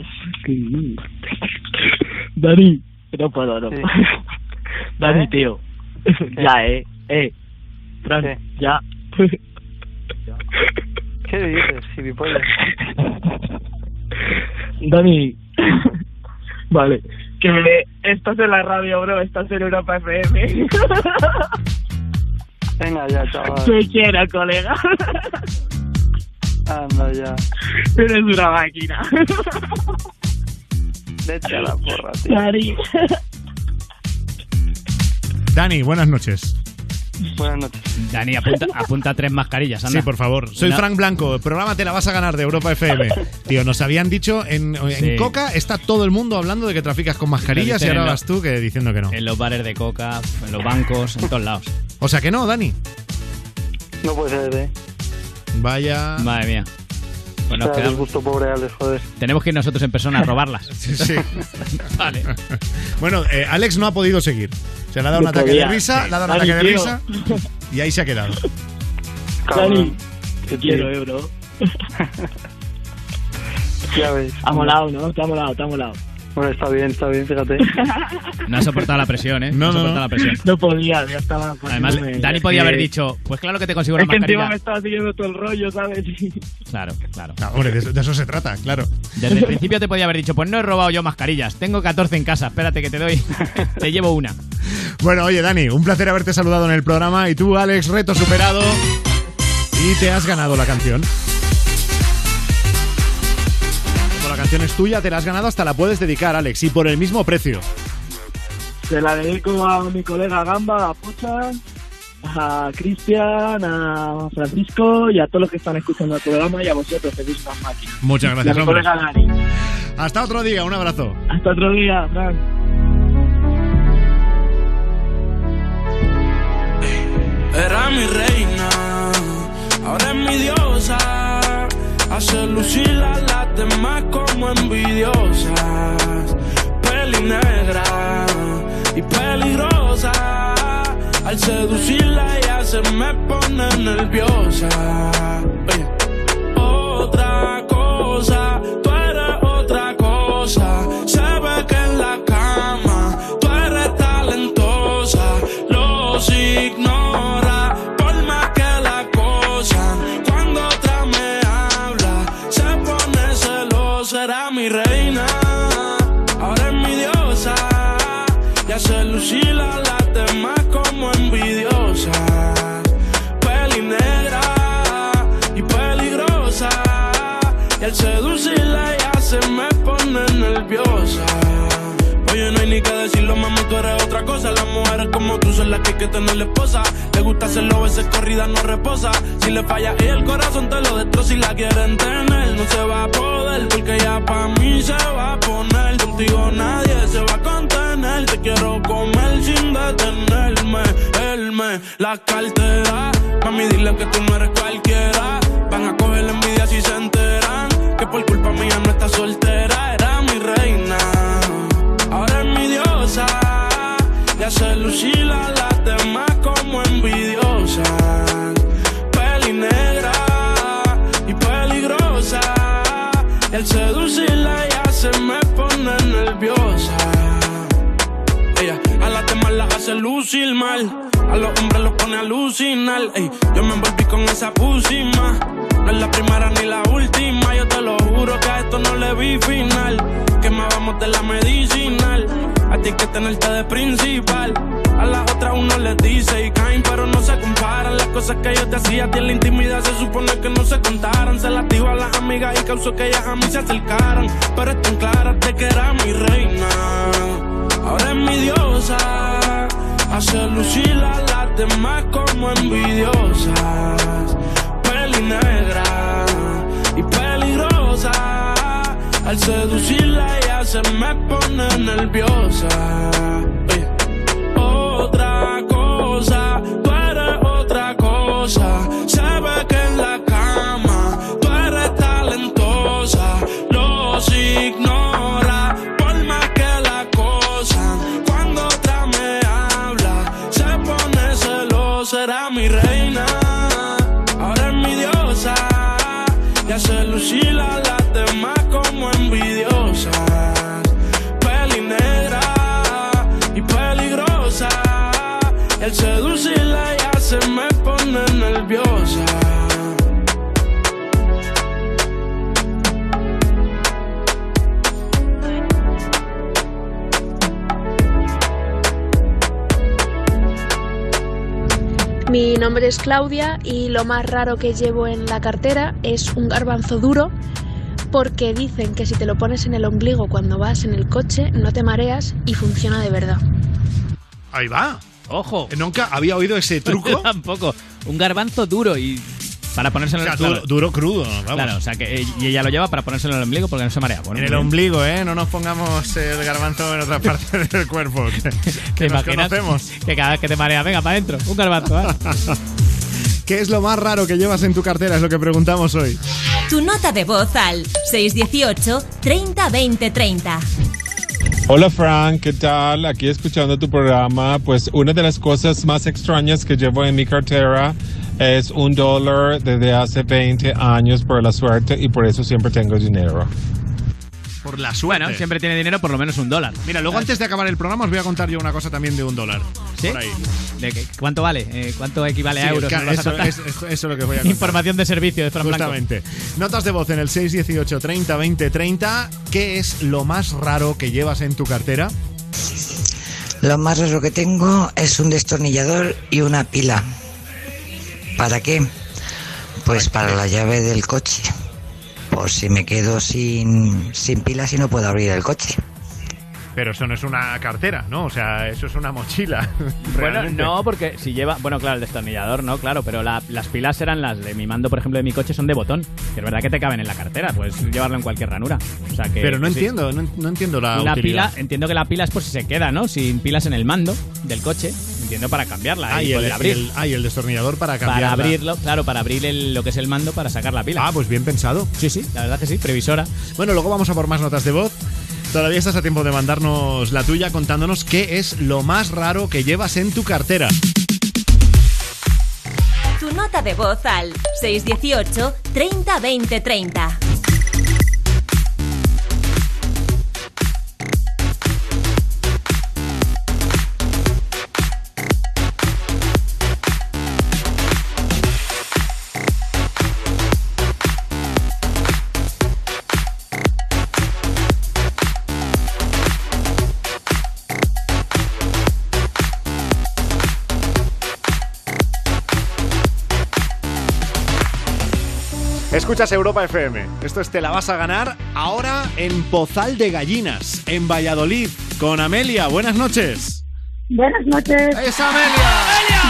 Speaker 18: Dani, no puedo, no
Speaker 20: Sí.
Speaker 18: puedo. Dani,
Speaker 20: ¿Eh?
Speaker 18: tío. Ya, eh. Eh. Fran,
Speaker 20: ¿Qué?
Speaker 18: ya.
Speaker 20: ¿Qué dices, gilipollas?
Speaker 18: Dani. Vale. Que estás en la radio, bro. Estás en Europa F M.
Speaker 20: Venga ya, chaval.
Speaker 18: Te quiero, colega.
Speaker 20: Anda ya.
Speaker 18: Eres una máquina.
Speaker 20: Vete a la porra, tío.
Speaker 18: Dani.
Speaker 8: Dani, buenas noches.
Speaker 20: Buenas noches.
Speaker 9: Dani, apunta, apunta tres mascarillas, anda.
Speaker 8: Sí, por favor. Soy
Speaker 9: Una-
Speaker 8: Frank Blanco. El programa Te la vas a ganar de Europa F M. Tío, nos habían dicho en, en
Speaker 9: Sí.
Speaker 8: Coca está todo el mundo hablando de que traficas con mascarillas y
Speaker 9: Lo dicen
Speaker 8: ahora
Speaker 9: en
Speaker 8: vas
Speaker 9: lo-
Speaker 8: tú que diciendo que no.
Speaker 9: En los bares de coca, en los bancos, en todos lados.
Speaker 8: O sea que no, Dani.
Speaker 20: No puede ser, ¿eh?
Speaker 8: Vaya.
Speaker 9: Madre mía. Pues nos
Speaker 20: O sea,
Speaker 9: quedamos-
Speaker 20: disgusto pobre Alex, joder.
Speaker 9: Tenemos que ir nosotros en persona a robarlas.
Speaker 8: Sí, sí.
Speaker 9: Vale.
Speaker 8: Bueno, eh, Alex no ha podido seguir. Se le ha dado
Speaker 18: No
Speaker 8: un ataque
Speaker 18: podía.
Speaker 8: de risa, le ha dado un
Speaker 18: Dani,
Speaker 8: ataque de
Speaker 18: tío.
Speaker 8: risa y ahí se ha quedado.
Speaker 18: Dani, te quiero, eh, bro.
Speaker 20: Ya veis.
Speaker 18: Ha molado, ¿no? Te ha molado, te ha molado.
Speaker 20: Bueno, está bien, está bien, fíjate.
Speaker 9: No ha soportado la presión, ¿eh?
Speaker 8: No,
Speaker 9: ha
Speaker 8: no,
Speaker 9: soportado
Speaker 8: no.
Speaker 9: la presión.
Speaker 18: No podía, ya estaba.
Speaker 9: Además, Dani podía haber dicho, pues claro que te consigo una
Speaker 18: Es que encima
Speaker 9: mascarilla.
Speaker 18: me estaba siguiendo todo el rollo, ¿sabes?
Speaker 9: Claro, claro.
Speaker 8: No, hombre, de eso, de eso se trata, claro.
Speaker 9: Desde el principio te podía haber dicho, pues no he robado yo mascarillas, tengo catorce en casa, espérate que te doy, te llevo una.
Speaker 8: Bueno, oye, Dani, un placer haberte saludado en el programa. Y tú, Alex, reto superado. Y te has ganado la canción. Como la canción es tuya, te la has ganado, hasta la puedes dedicar, Alex. Y por el mismo precio.
Speaker 18: Se la dedico a mi colega Gamba, a Pocha, a Cristian, a Francisco y a todos los que están escuchando el programa y a vosotros, que sois unas máquinas.
Speaker 8: Muchas gracias,
Speaker 18: y a mi
Speaker 8: hombre.
Speaker 18: colega Dani.
Speaker 8: Hasta otro día, un abrazo.
Speaker 18: Hasta otro día, Frank.
Speaker 17: Era mi reina, ahora es mi diosa. Hace lucir a las demás como envidiosas. Peli negra y peligrosa. Al seducirla ella se me pone nerviosa. Oye. Otra cosa, tú eres otra cosa. Se ve que en la cama tú eres talentosa. Los ignora por más que la cosa. Cuando otra me habla se pone celosa. Era mi reina, ahora es mi diosa. Y hace lucir a las demás como envidiosas. Peli negra y peligrosa. Y al seducirla ella se me pone nerviosa. Oye, no hay ni que decirlo, mami, tú eres otra cosa. Las mujeres como tú son las que hay que tener esposa. Le gusta hacerlo, veces corrida no reposa. Si le falla ella el corazón te lo destroza. Si la quieren tener no se va a poder, porque ya pa' mí se va a poner. Contigo nadie se va a contener. Te quiero comer sin detenerme. Él me la cartera. Mami, dile que tú no eres cualquiera. Van a coger la envidia si se enteran que por culpa mía no está soltera. Era mi reina, ahora es mi diosa. Y hace lucir a las demás como envidiosas. Peli negra y peligrosa. Y al seducirla ella se me pone nerviosa. Ella a las demás las hace lucir mal. A los hombres los pone a alucinar. Ey, yo me envolví con esa pusima. No es la primera ni la última. Yo te lo juro que a esto no le vi final. Quemábamos de la medicinal. A ti hay que tenerte de principal. A las otras uno les dice y caen, pero no se comparan. Las cosas que yo te hacía a ti en la intimidad se supone que no se contaran. Se las digo a las amigas y causó que ellas a mí se acercaran. Pero están claras de que era mi reina, ahora es mi diosa. Hace lucir a las demás como envidiosas. Peli negra y peligrosa. Al seducirla ella se me pone nerviosa. Oye. Otra cosa, tú eres otra cosa. Se ve que en la cama tú eres talentosa. Los ignora por más que la cosa. Cuando otra me habla se pone celosa. Era mi reina, ahora es mi diosa. Y hace lucir a las demás como envidiosas. Peli negra y peligrosa. Y al seducirla ella se me pone nerviosa.
Speaker 19: Mi nombre es Claudia y lo más raro que llevo en la cartera es un garbanzo duro, porque dicen que si te lo pones en el ombligo cuando vas en el coche no te mareas y funciona de verdad.
Speaker 8: Ahí va.
Speaker 9: Ojo.
Speaker 8: Nunca había oído ese truco.
Speaker 9: Yo tampoco. Un garbanzo duro y para ponérselo
Speaker 8: O sea,
Speaker 9: en el
Speaker 8: duro, duro crudo, vamos.
Speaker 9: Claro, o sea, que y ella lo lleva para ponérselo en el ombligo porque no se marea. Bueno,
Speaker 8: en el ombligo, ¿eh? No nos pongamos el garbanzo en otra parte del cuerpo. Que, que nos conocemos.
Speaker 9: Que cada vez que te marea, venga, para adentro. Un garbanzo, ¿eh?
Speaker 8: ¿Qué es lo más raro que llevas en tu cartera? Es lo que preguntamos hoy.
Speaker 1: Tu nota de voz al seis uno ocho, treinta, veinte, treinta.
Speaker 21: Hola Frank, ¿qué tal? Aquí escuchando tu programa. Pues una de las cosas más extrañas que llevo en mi cartera es un dólar desde hace veinte años por la suerte y por eso siempre tengo dinero.
Speaker 8: Por la suerte.
Speaker 9: Bueno, siempre tiene dinero por lo menos un dólar.
Speaker 8: Mira, luego antes de acabar el programa os voy a contar yo una cosa también de un dólar.
Speaker 9: ¿Sí?
Speaker 8: Por ahí.
Speaker 9: ¿De qué? ¿Cuánto vale? Eh, ¿Cuánto equivale
Speaker 8: Sí,
Speaker 9: a euros?
Speaker 8: ca-
Speaker 9: ¿Me lo vas a
Speaker 8: eso,
Speaker 9: contar?
Speaker 8: es, eso es lo que voy a contar.
Speaker 9: Información de servicio de Fran Blanco.
Speaker 8: Justamente. Notas de voz en el seis uno ocho, treinta, veinte, treinta. ¿Qué es lo más raro que llevas en tu cartera?
Speaker 22: Lo más raro que tengo es un destornillador y una pila. ¿Para qué? Pues para la llave del coche. Por si me quedo sin, sin pilas y no puedo abrir el coche.
Speaker 8: Pero eso no es una cartera, ¿no? O sea, eso es una mochila.
Speaker 9: Bueno,
Speaker 8: realmente.
Speaker 9: no, porque si lleva... Bueno, claro, el destornillador, no, claro, pero la- las pilas eran las de mi mando, por ejemplo, de mi coche, son de botón. Que es verdad que te caben en la cartera, puedes llevarlo en cualquier ranura. O sea que...
Speaker 8: Pero no
Speaker 9: sí.
Speaker 8: entiendo, no, no entiendo la
Speaker 9: Una
Speaker 8: utilidad.
Speaker 9: pila, entiendo que la pila es por si se queda, ¿no? Sin pilas en el mando del coche, entiendo para cambiarla
Speaker 8: Ah,
Speaker 9: y
Speaker 8: y el,
Speaker 9: poder
Speaker 8: y
Speaker 9: abrir.
Speaker 8: el- ah, y el destornillador para cambiarla.
Speaker 9: Para abrirlo, claro, para abrir el- lo que es el mando para sacar la pila.
Speaker 8: Ah, pues bien pensado.
Speaker 9: Sí, sí, la verdad que sí, previsora.
Speaker 8: Bueno, luego vamos a por más notas de voz. Todavía estás a tiempo de mandarnos la tuya contándonos qué es lo más raro que llevas en tu cartera.
Speaker 1: Tu nota de voz al seis uno ocho, treinta, veinte, treinta.
Speaker 8: Escuchas Europa F M. Esto es Te la vas a ganar ahora en Pozal de Gallinas, en Valladolid, con Amelia. Buenas noches.
Speaker 4: Buenas noches.
Speaker 8: ¡Es Amelia!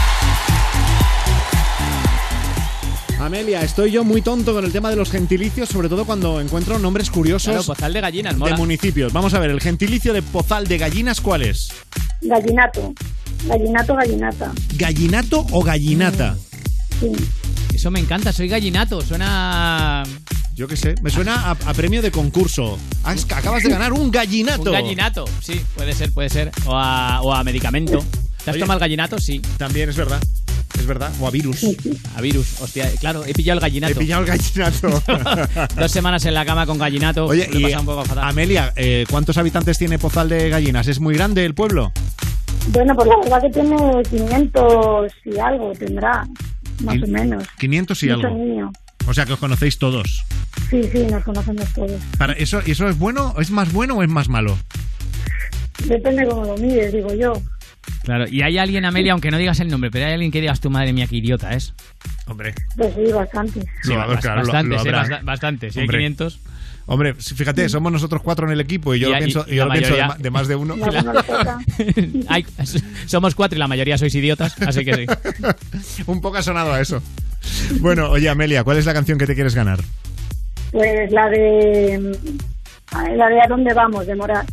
Speaker 8: Amelia, estoy yo muy tonto con el tema de los gentilicios, sobre todo cuando encuentro nombres curiosos.
Speaker 9: Claro, Pozal de Gallinas,
Speaker 8: de
Speaker 9: mola.
Speaker 8: municipios. Vamos a ver, el gentilicio de Pozal de Gallinas, ¿cuál es?
Speaker 4: Gallinato. Gallinato, gallinata.
Speaker 8: ¿Gallinato o gallinata?
Speaker 4: Sí.
Speaker 9: Eso me encanta, soy gallinato, suena...
Speaker 8: Yo qué sé, me suena a, a premio de concurso. Ah, es que acabas de ganar un gallinato.
Speaker 9: Un gallinato, sí, puede ser, puede ser. O a, o a medicamento. ¿Te has
Speaker 8: Oye,
Speaker 9: tomado el gallinato? Sí.
Speaker 8: También es verdad. Es verdad. O a virus.
Speaker 9: A virus, hostia, claro, he pillado el gallinato.
Speaker 8: He pillado el gallinato.
Speaker 9: Dos semanas en la cama con gallinato.
Speaker 8: Oye,
Speaker 9: lo he
Speaker 8: y
Speaker 9: pasado un poco fatal.
Speaker 8: Amelia, eh, ¿cuántos habitantes tiene Pozal de Gallinas? ¿Es muy grande el pueblo?
Speaker 4: Bueno, pues la verdad que tiene quinientos y algo, tendrá, más
Speaker 8: Quin-
Speaker 4: o menos.
Speaker 8: quinientos y
Speaker 4: Mucho
Speaker 8: algo.
Speaker 4: niño.
Speaker 8: O sea que os conocéis todos.
Speaker 4: Sí, sí, nos conocemos todos.
Speaker 8: Para eso, ¿y eso es bueno? ¿Es más bueno o es más malo?
Speaker 4: Depende cómo lo mires, digo yo.
Speaker 9: Claro, y hay alguien, Amelia, aunque no digas el nombre, pero hay alguien que digas tu madre mía, qué idiota es.
Speaker 8: Hombre.
Speaker 4: Pues sí, bastante.
Speaker 9: Sí,
Speaker 8: Lo-
Speaker 9: bast-
Speaker 8: claro, lo-
Speaker 9: bastante,
Speaker 8: lo
Speaker 9: sí,
Speaker 8: habrá.
Speaker 9: bast- bastante. Si hay
Speaker 8: Hombre.
Speaker 9: quinientos.
Speaker 8: Hombre, fíjate, somos nosotros cuatro en el equipo y yo
Speaker 9: Y-
Speaker 8: lo
Speaker 9: y-
Speaker 8: pienso,
Speaker 9: y
Speaker 8: y yo
Speaker 9: la
Speaker 8: lo pienso de,
Speaker 9: mayoría-
Speaker 8: ma- de más de uno.
Speaker 4: Y alguno le toca.
Speaker 9: Hay- somos cuatro y la mayoría sois idiotas, así que sí.
Speaker 8: Un poco ha sonado a eso. Bueno, oye, Amelia, ¿cuál es la canción que te quieres ganar?
Speaker 4: Pues la de... La de ¿A dónde vamos? De Morat.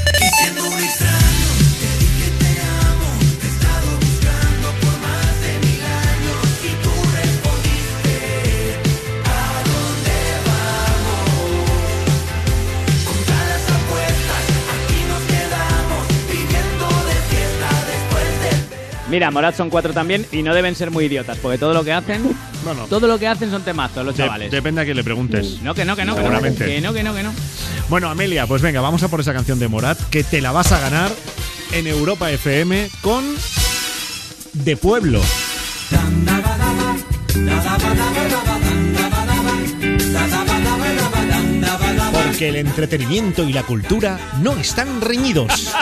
Speaker 9: Mira, Morat son cuatro también y no deben ser muy idiotas, porque todo lo que hacen,
Speaker 8: Bueno.
Speaker 9: todo lo que hacen son temazos los
Speaker 8: De-
Speaker 9: chavales.
Speaker 8: depende a quién le preguntes.
Speaker 9: No, que no, que no, que no,
Speaker 8: Seguramente.
Speaker 9: que no, que no, que no.
Speaker 8: Bueno, Amelia, pues venga, vamos a por esa canción de Morat, que te la vas a ganar en Europa F M con De Pueblo. Porque el entretenimiento y la cultura no están reñidos.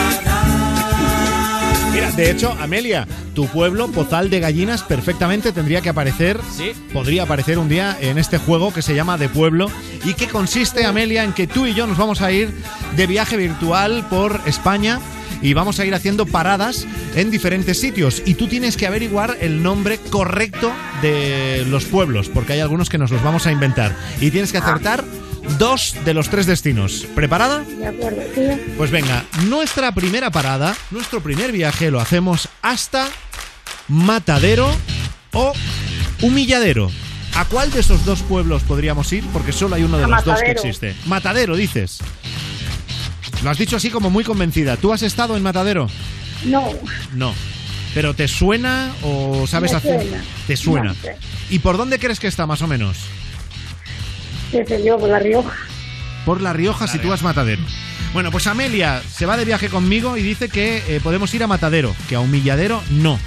Speaker 8: Mira, de hecho, Amelia, tu pueblo, Pozal de Gallinas, perfectamente tendría que aparecer,
Speaker 9: Sí.
Speaker 8: podría aparecer un día en este juego que se llama De Pueblo y que consiste, Amelia, en que tú y yo nos vamos a ir de viaje virtual por España y vamos a ir haciendo paradas en diferentes sitios y tú tienes que averiguar el nombre correcto de los pueblos, porque hay algunos que nos los vamos a inventar y tienes que acertar dos de los tres destinos. ¿Preparada?
Speaker 4: De acuerdo, sí.
Speaker 8: Pues venga, nuestra primera parada, nuestro primer viaje lo hacemos hasta Matadero o Humilladero. ¿A cuál de esos dos pueblos podríamos ir? Porque solo hay uno de
Speaker 4: A
Speaker 8: los
Speaker 4: Matadero.
Speaker 8: dos que existe. Matadero, dices. Lo has dicho así como muy convencida. ¿Tú has estado en Matadero?
Speaker 4: No,
Speaker 8: No. ¿Pero te suena o sabes
Speaker 4: Me
Speaker 8: hacer?
Speaker 4: suena.
Speaker 8: ¿Te suena?
Speaker 4: No sé.
Speaker 8: ¿Y por dónde crees que está más o menos?
Speaker 4: qué sé yo, por La Rioja.
Speaker 8: Por La Rioja, si tú vas Matadero. Bueno, pues Amelia se va de viaje conmigo y dice que eh, podemos ir a Matadero, que a Humilladero no.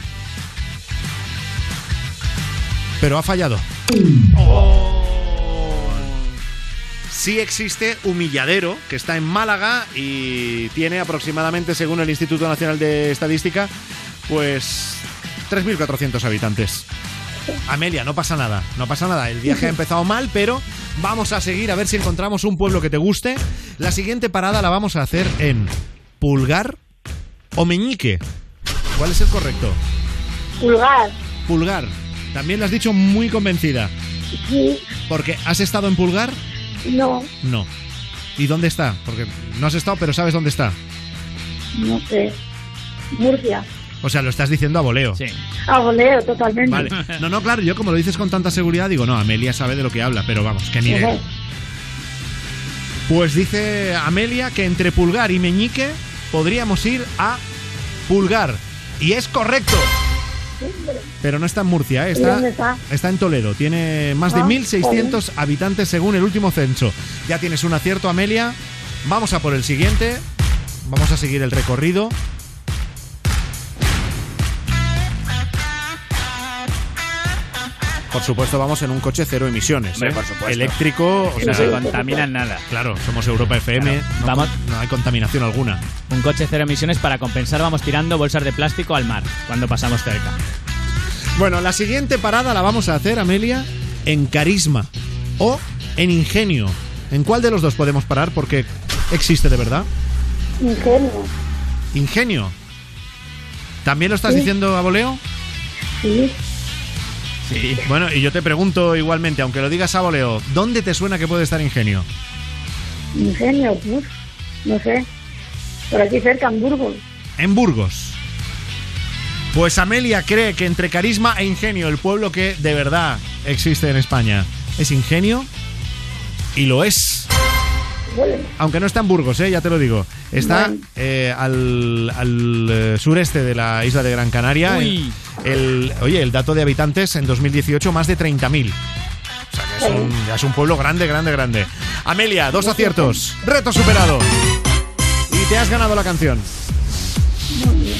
Speaker 8: Pero ha fallado. Oh. Sí existe Humilladero, que está en Málaga y tiene aproximadamente, según el Instituto Nacional de Estadística, pues tres mil cuatrocientos habitantes. Amelia, no pasa nada, no pasa nada. El viaje ha empezado mal, pero vamos a seguir a ver si encontramos un pueblo que te guste. La siguiente parada la vamos a hacer en Pulgar o Meñique. ¿Cuál es el correcto?
Speaker 4: Pulgar.
Speaker 8: Pulgar. También lo has dicho muy convencida.
Speaker 4: Sí.
Speaker 8: Porque ¿has estado en Pulgar?
Speaker 4: No,
Speaker 8: No. ¿Y dónde está? Porque no has estado, pero sabes dónde está.
Speaker 4: no sé. Murcia.
Speaker 8: O sea, lo estás diciendo a voleo. Sí.
Speaker 4: A voleo, totalmente.
Speaker 8: Vale. No, no, claro, yo como lo dices con tanta seguridad, digo, no, Amelia sabe de lo que habla, pero vamos, que ni idea.
Speaker 4: Ujú.
Speaker 8: Pues dice Amelia que entre Pulgar y Meñique podríamos ir a Pulgar. Y es correcto. Pero no está en Murcia, ¿eh?
Speaker 4: ¿Y
Speaker 8: está,
Speaker 4: dónde está?
Speaker 8: está en Toledo. Tiene más de
Speaker 4: Ah,
Speaker 8: mil seiscientos habitantes según el último censo. Ya tienes un acierto, Amelia. Vamos a por el siguiente. Vamos a seguir el recorrido. Por supuesto, vamos en un coche cero emisiones.
Speaker 9: Hombre,
Speaker 8: ¿eh?
Speaker 9: por supuesto.
Speaker 8: Eléctrico.
Speaker 9: Que no se contaminan nada.
Speaker 8: Claro, somos Europa F M.
Speaker 9: Claro.
Speaker 8: No,
Speaker 9: Vamos.
Speaker 8: no hay contaminación alguna.
Speaker 9: Un coche cero emisiones, para compensar vamos tirando bolsas de plástico al mar cuando pasamos cerca.
Speaker 8: Bueno, la siguiente parada la vamos a hacer, Amelia, en Carisma o en Ingenio. ¿En cuál de los dos podemos parar? Porque existe de verdad.
Speaker 4: Ingenio.
Speaker 8: Ingenio. ¿También lo estás
Speaker 4: Sí.
Speaker 8: diciendo a voleo?
Speaker 4: Sí.
Speaker 8: Sí. Bueno, y yo te pregunto igualmente, aunque lo digas a voleo, ¿dónde te suena que puede estar Ingenio?
Speaker 4: Ingenio, pues, no sé. Por aquí cerca, en Burgos.
Speaker 8: En Burgos. Pues Amelia cree que entre Carisma e Ingenio, el pueblo que de verdad existe en España, es Ingenio. Y lo es. Aunque no está en Burgos, ¿eh? Ya te lo digo. Está eh, al, al eh, sureste de la isla de Gran Canaria.
Speaker 9: Uy.
Speaker 8: El, oye, el dato de habitantes en dos mil dieciocho, más de treinta mil. O sea que es un, ya es un pueblo grande, grande, grande. Amelia, dos aciertos. Reto superado. Y te has ganado la canción.
Speaker 4: Muy bien.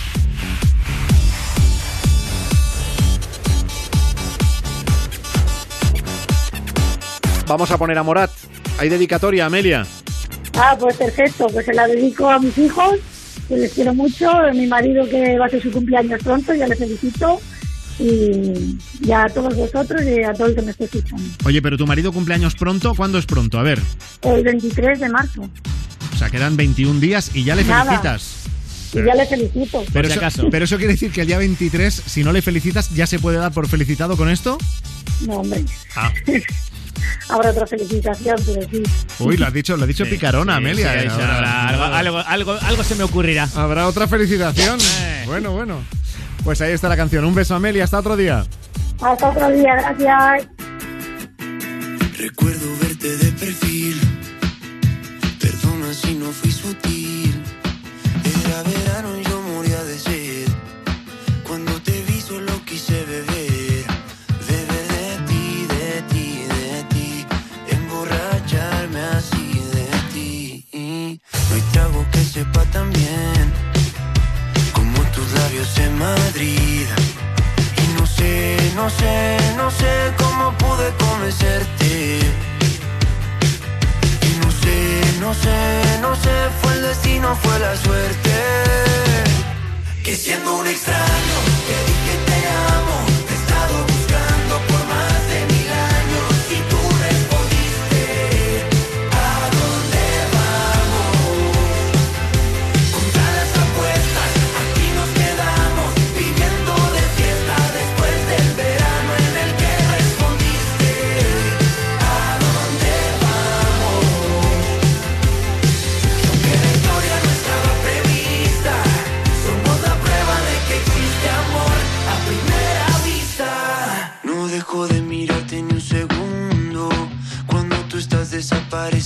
Speaker 8: Vamos a poner a Morat. Hay dedicatoria, Amelia.
Speaker 4: Ah, pues perfecto. Pues se la dedico a mis hijos, que les quiero mucho. A mi marido, que va a ser su cumpleaños pronto, ya le felicito. Y, y a todos vosotros y a todo el que me esté escuchando.
Speaker 8: Oye, pero tu marido cumpleaños pronto. ¿Cuándo es pronto? A ver.
Speaker 4: El veintitrés de marzo.
Speaker 8: O sea, quedan veintiún días y ya le
Speaker 4: Nada.
Speaker 8: felicitas.
Speaker 4: Y ya le felicito.
Speaker 8: Pero eso, pero eso quiere decir que el día veintitrés, si no le felicitas, ¿ya se puede dar por felicitado con esto?
Speaker 4: No, hombre.
Speaker 8: Ah.
Speaker 4: Habrá otra felicitación, pero sí.
Speaker 8: Uy, lo has dicho, lo has dicho picarona, Amelia.
Speaker 9: sí,
Speaker 8: eh,
Speaker 9: sí,
Speaker 8: ahora.
Speaker 9: habrá algo, algo, algo, algo se me ocurrirá.
Speaker 8: Habrá otra felicitación.
Speaker 9: Eh.
Speaker 8: Bueno, bueno. Pues ahí está la canción. Un beso, Amelia. Hasta otro día.
Speaker 4: Hasta otro día, gracias.
Speaker 17: Recuerdo verte de perfil. Perdona si no fui sutil. Era verano y yo moría de sed. Cuando te vi solo quise beber. Beber de ti, de ti, de ti. Emborracharme así de ti. No hay trago que sepa tan bien como tus labios en Madrid. Y no sé, no sé, no sé cómo pude convencerte. Y no sé, no sé, no sé, fue el destino, fue la suerte. Que siendo un extraño te dije te amo. Te he estado buscando por más de mil años y tú respondiste. ¿A dónde vamos? Con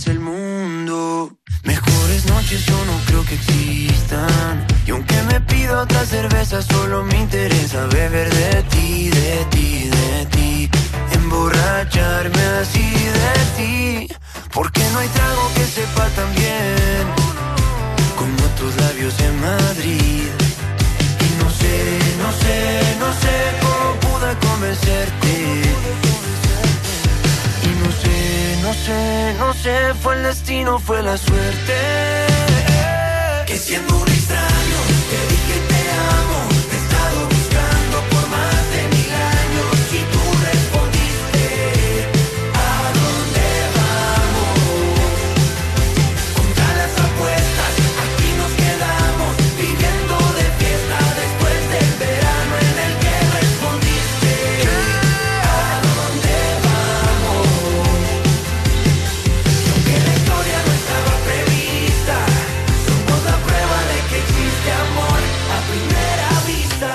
Speaker 17: el mundo. Mejores noches yo no creo que existan. Y aunque me pido otra cerveza, solo me interesa beber de ti, de ti, de ti. Emborracharme así de ti. Porque no hay trago que sepa tan bien como tus labios en Madrid. Y no sé, no sé, no sé cómo pude convencerte. Y no sé, no sé, no sé, fue el destino, fue la suerte. Que siendo un extraño te dije te amo. Te he estado buscando por más de mil años y tú respondiste: ¿a dónde vamos? Contra las apuestas aquí nos quedamos, viviendo de fiesta después del verano en el que respondiste: ¿a dónde vamos? Y aunque la historia no estaba prevista, somos la prueba de que existe amor a primera vista.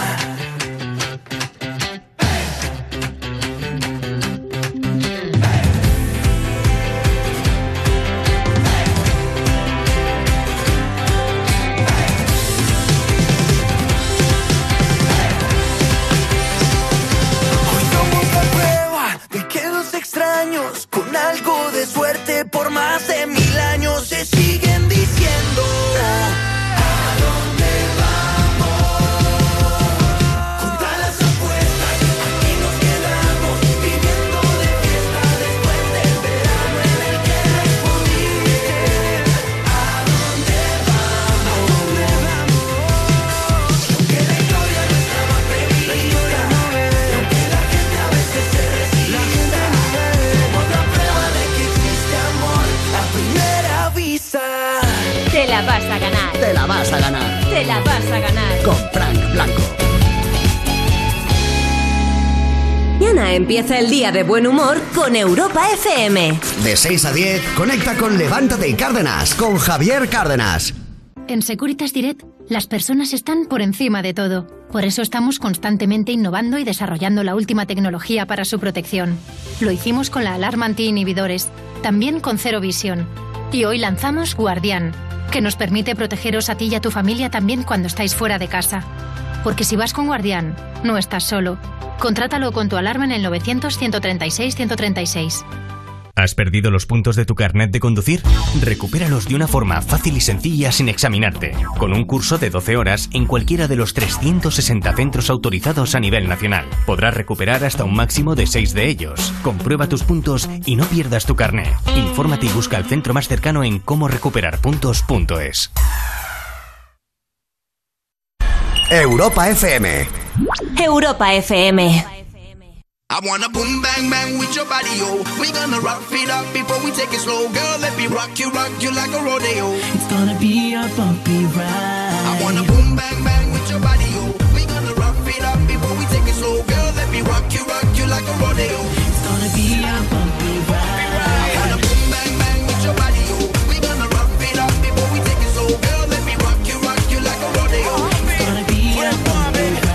Speaker 17: Hoy somos la prueba de que dos extraños con algo de suerte por más de mil años se siguen diciendo: ¿a dónde vamos? Contra las apuestas aquí nos quedamos, viviendo de fiesta después del verano en el que respondiste: ¿a dónde vamos? Y aunque la historia no estaba prevista, y aunque la gente a veces se resiste, somos la prueba de que existe amor a primera vista.
Speaker 1: Te la vas a ganar.
Speaker 5: Te la vas a ganar.
Speaker 1: Te la vas a ganar.
Speaker 5: Con Frank Blanco.
Speaker 1: Mañana empieza el día de buen humor con Europa F M.
Speaker 5: De seis a diez, conecta con Levántate y Cárdenas, con Javier Cárdenas.
Speaker 7: En Securitas Direct, las personas están por encima de todo. Por eso estamos constantemente innovando y desarrollando la última tecnología para su protección. Lo hicimos con la alarma anti-inhibidores, también con Zero Vision. Y hoy lanzamos Guardián, que nos permite protegeros a ti y a tu familia también cuando estáis fuera de casa. Porque si vas con Guardián, no estás solo. Contrátalo con tu alarma en el novecientos, ciento treinta y seis, ciento treinta y seis.
Speaker 23: ¿Has perdido los puntos de tu carnet de conducir? Recupéralos de una forma fácil y sencilla sin examinarte, con un curso de doce horas en cualquiera de los trescientos sesenta centros autorizados a nivel nacional. Podrás recuperar hasta un máximo de seis de ellos. Comprueba tus puntos y no pierdas tu carnet. Infórmate y busca el centro más cercano en cómo recuperar puntos punto es.
Speaker 5: Europa F M.
Speaker 1: Europa F M.
Speaker 17: I wanna boom bang bang with your body, yo. We gonna rock it up before we take it slow. Girl, let me rock you, rock you like a rodeo. It's gonna be a bumpy ride. I wanna boom bang bang with your body, yo. We gonna rock it up before we take it slow. Girl, let me rock you, rock you like a rodeo. It's gonna be a bumpy ride. I wanna boom bang bang with your body, yo. We gonna rock it up before we take it slow. Girl, let me rock you, rock you like a rodeo. It's gonna be a bumpy ride.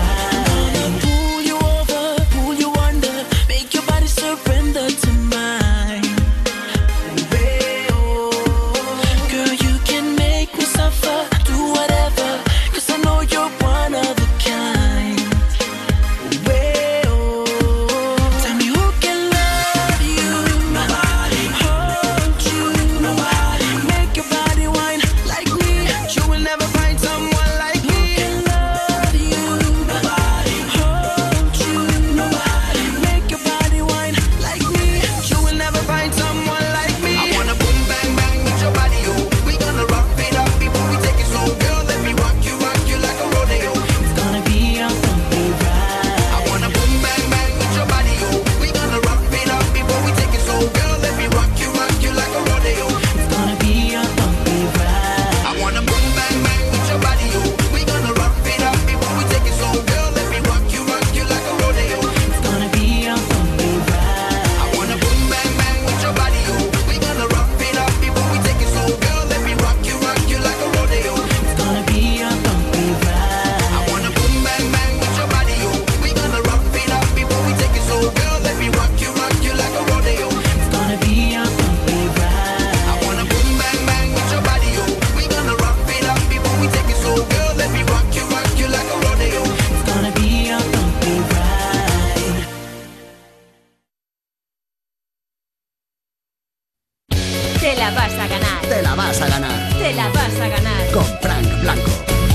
Speaker 17: Surrender to mine. Girl, you can make me suffer, do whatever, 'cause I know you're one of a kind. Tell me who can love you
Speaker 1: vas a ganar.
Speaker 5: Te la vas a ganar.
Speaker 1: Te la vas a ganar.
Speaker 5: Con Frank Blanco.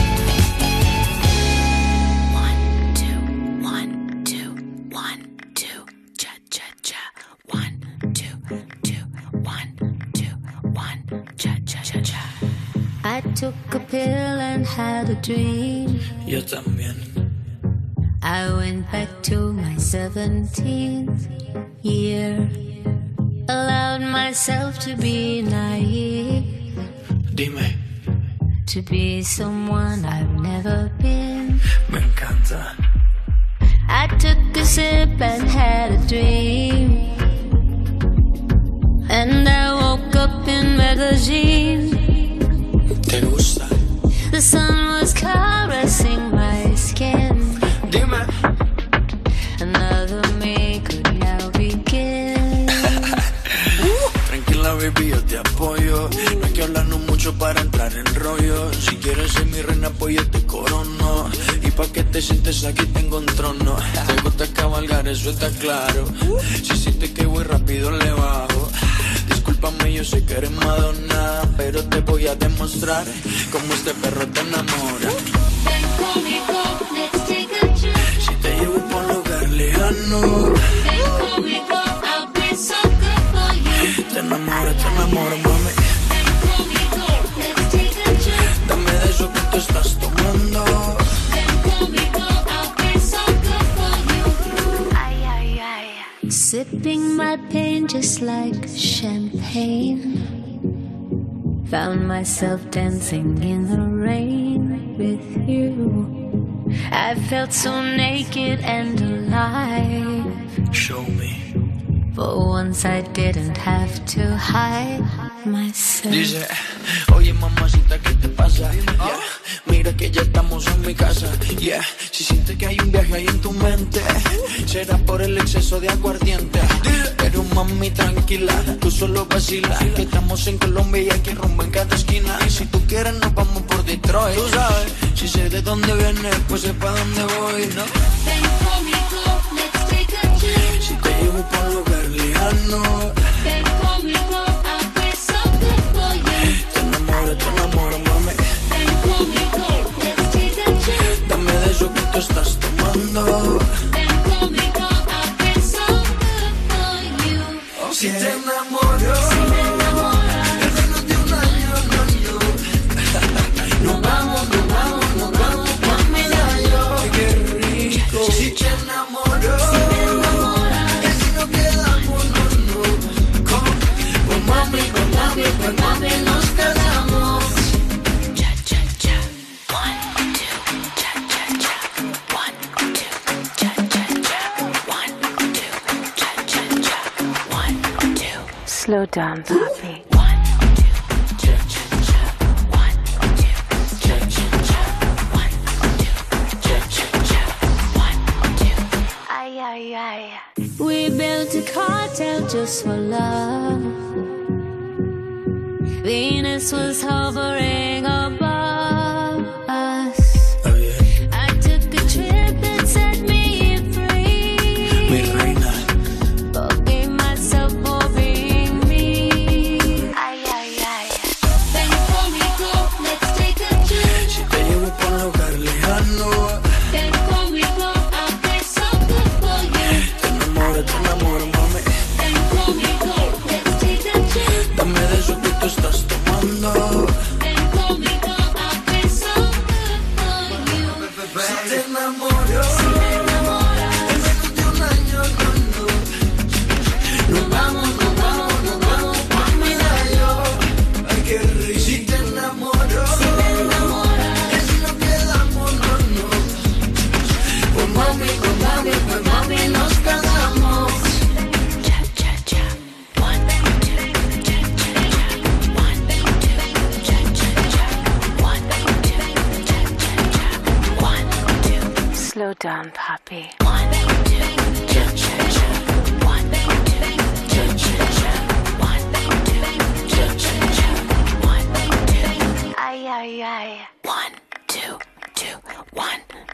Speaker 3: I took a pill and had a dream.
Speaker 17: Yo también.
Speaker 3: I went back to my seventeenth year. Allowed myself to be naive.
Speaker 17: Dime.
Speaker 3: To be someone I've never been.
Speaker 17: Me encanta.
Speaker 3: I took a sip and had a dream. And I woke up in Medellin.
Speaker 17: ¿Te gusta?
Speaker 3: The sun was caressing my skin.
Speaker 17: Dime.
Speaker 3: Another me could now begin.
Speaker 17: Tranquila, baby, yo te apoyo. No hay que hablarnos mucho para entrar en rollo. Si quieres ser mi reina, pues yo te corono. Y pa' que te sientes aquí tengo un trono. Te gusta cabalgar, eso está claro. Si sientes que voy rápido, le bajo. Discúlpame, yo sé que eres Madonna, pero te voy a demostrar cómo este perro te enamora.
Speaker 3: Ven conmigo, let's take a trip.
Speaker 17: Si te llevo por un lugar lejano.
Speaker 3: Ven conmigo, I'll be so good for you.
Speaker 17: Te enamora, te enamora, mami.
Speaker 3: Ven conmigo, let's take a trip.
Speaker 17: Dame de eso que tú estás tomando.
Speaker 3: Ven conmigo, I'll be so good for you. Ay, ay, ay. Sipping my pain just like champagne. Found myself dancing in the rain with you. I felt so naked and alive.
Speaker 17: Show me.
Speaker 3: For once I didn't have to hide myself.
Speaker 17: Dice, oye mamacita, ¿qué te pasa? Yeah. Mira que ya estamos en mi casa. Yeah. Si sientes que hay un viaje ahí en tu mente, será por el exceso de aguardiente. Pero mami, tranquila, tú solo vacila. Que estamos en Colombia y hay que rumbo en cada esquina. Y si tú quieres nos vamos por Detroit. Tú sabes, si sé de dónde vienes, pues sé pa' dónde voy, ¿no?
Speaker 3: Ven conmigo, let's take a trip.
Speaker 17: Si te llevo por un lugar lejano.
Speaker 3: Ven conmigo, I'll be so good for you.
Speaker 17: Te enamoro, te enamoro, mami.
Speaker 3: Ven conmigo, let's take a trip.
Speaker 17: Dame de eso que tú estás tomando.
Speaker 3: Ven conmigo, I'll be so good for you.
Speaker 17: Oh, si te enamoro,
Speaker 3: si me enamora,
Speaker 17: en menos de un año, no, no. Nos vamos, nos vamos, nos vamos pa' Medallo. Qué rico. Si te enamoro,
Speaker 3: si me enamora,
Speaker 17: y si nos quedamos, no, no. Pues mami, pues mami, pues mami, nos quedamos.
Speaker 3: cha cha cha. One, two, cha cha cha. One, two, cha cha cha. One, two, cha cha cha. One, two. Slow down, papi. One, two, cha cha cha. One, two, cha cha cha. One, two, cha cha cha. One, two. Ay, ay, ay. We built a cartel just for love. Venus was hovering above us. I took a trip and set me free.
Speaker 17: Mi reina.
Speaker 3: Forgave myself for being me. Ay, ay, ay. Ven conmigo, let's take a trip.
Speaker 17: Si te llevo por un lugar lejano.
Speaker 3: Ven conmigo, I'll be so good for you.
Speaker 17: Te enamoro, te enamoro, mami.
Speaker 3: Ven conmigo, let's take a trip.
Speaker 17: Dame de eso que tú estás tomando.
Speaker 3: Ven conmigo, I'll be so good for you.
Speaker 17: Si te enamoro,
Speaker 3: Si me enamora,
Speaker 17: en menos de un año, no, no. Nos vamos, nos vamos, nos vamos pa' Medallo. Ay, qué rico. Si te enamoro,
Speaker 3: si me enamora,
Speaker 17: y si nos quedamos, no, no. Pues mami, pues mami, pues mami, nos casamos.
Speaker 3: cha cha cha. One, two, cha cha cha. One, two, cha cha cha. One, two, cha cha cha. One, two. Slow down, papi. One, two, cha cha cha. One, two, cha cha cha. One, two, cha cha cha. One, two. Ay, ay, ay. One, two, two, one, one.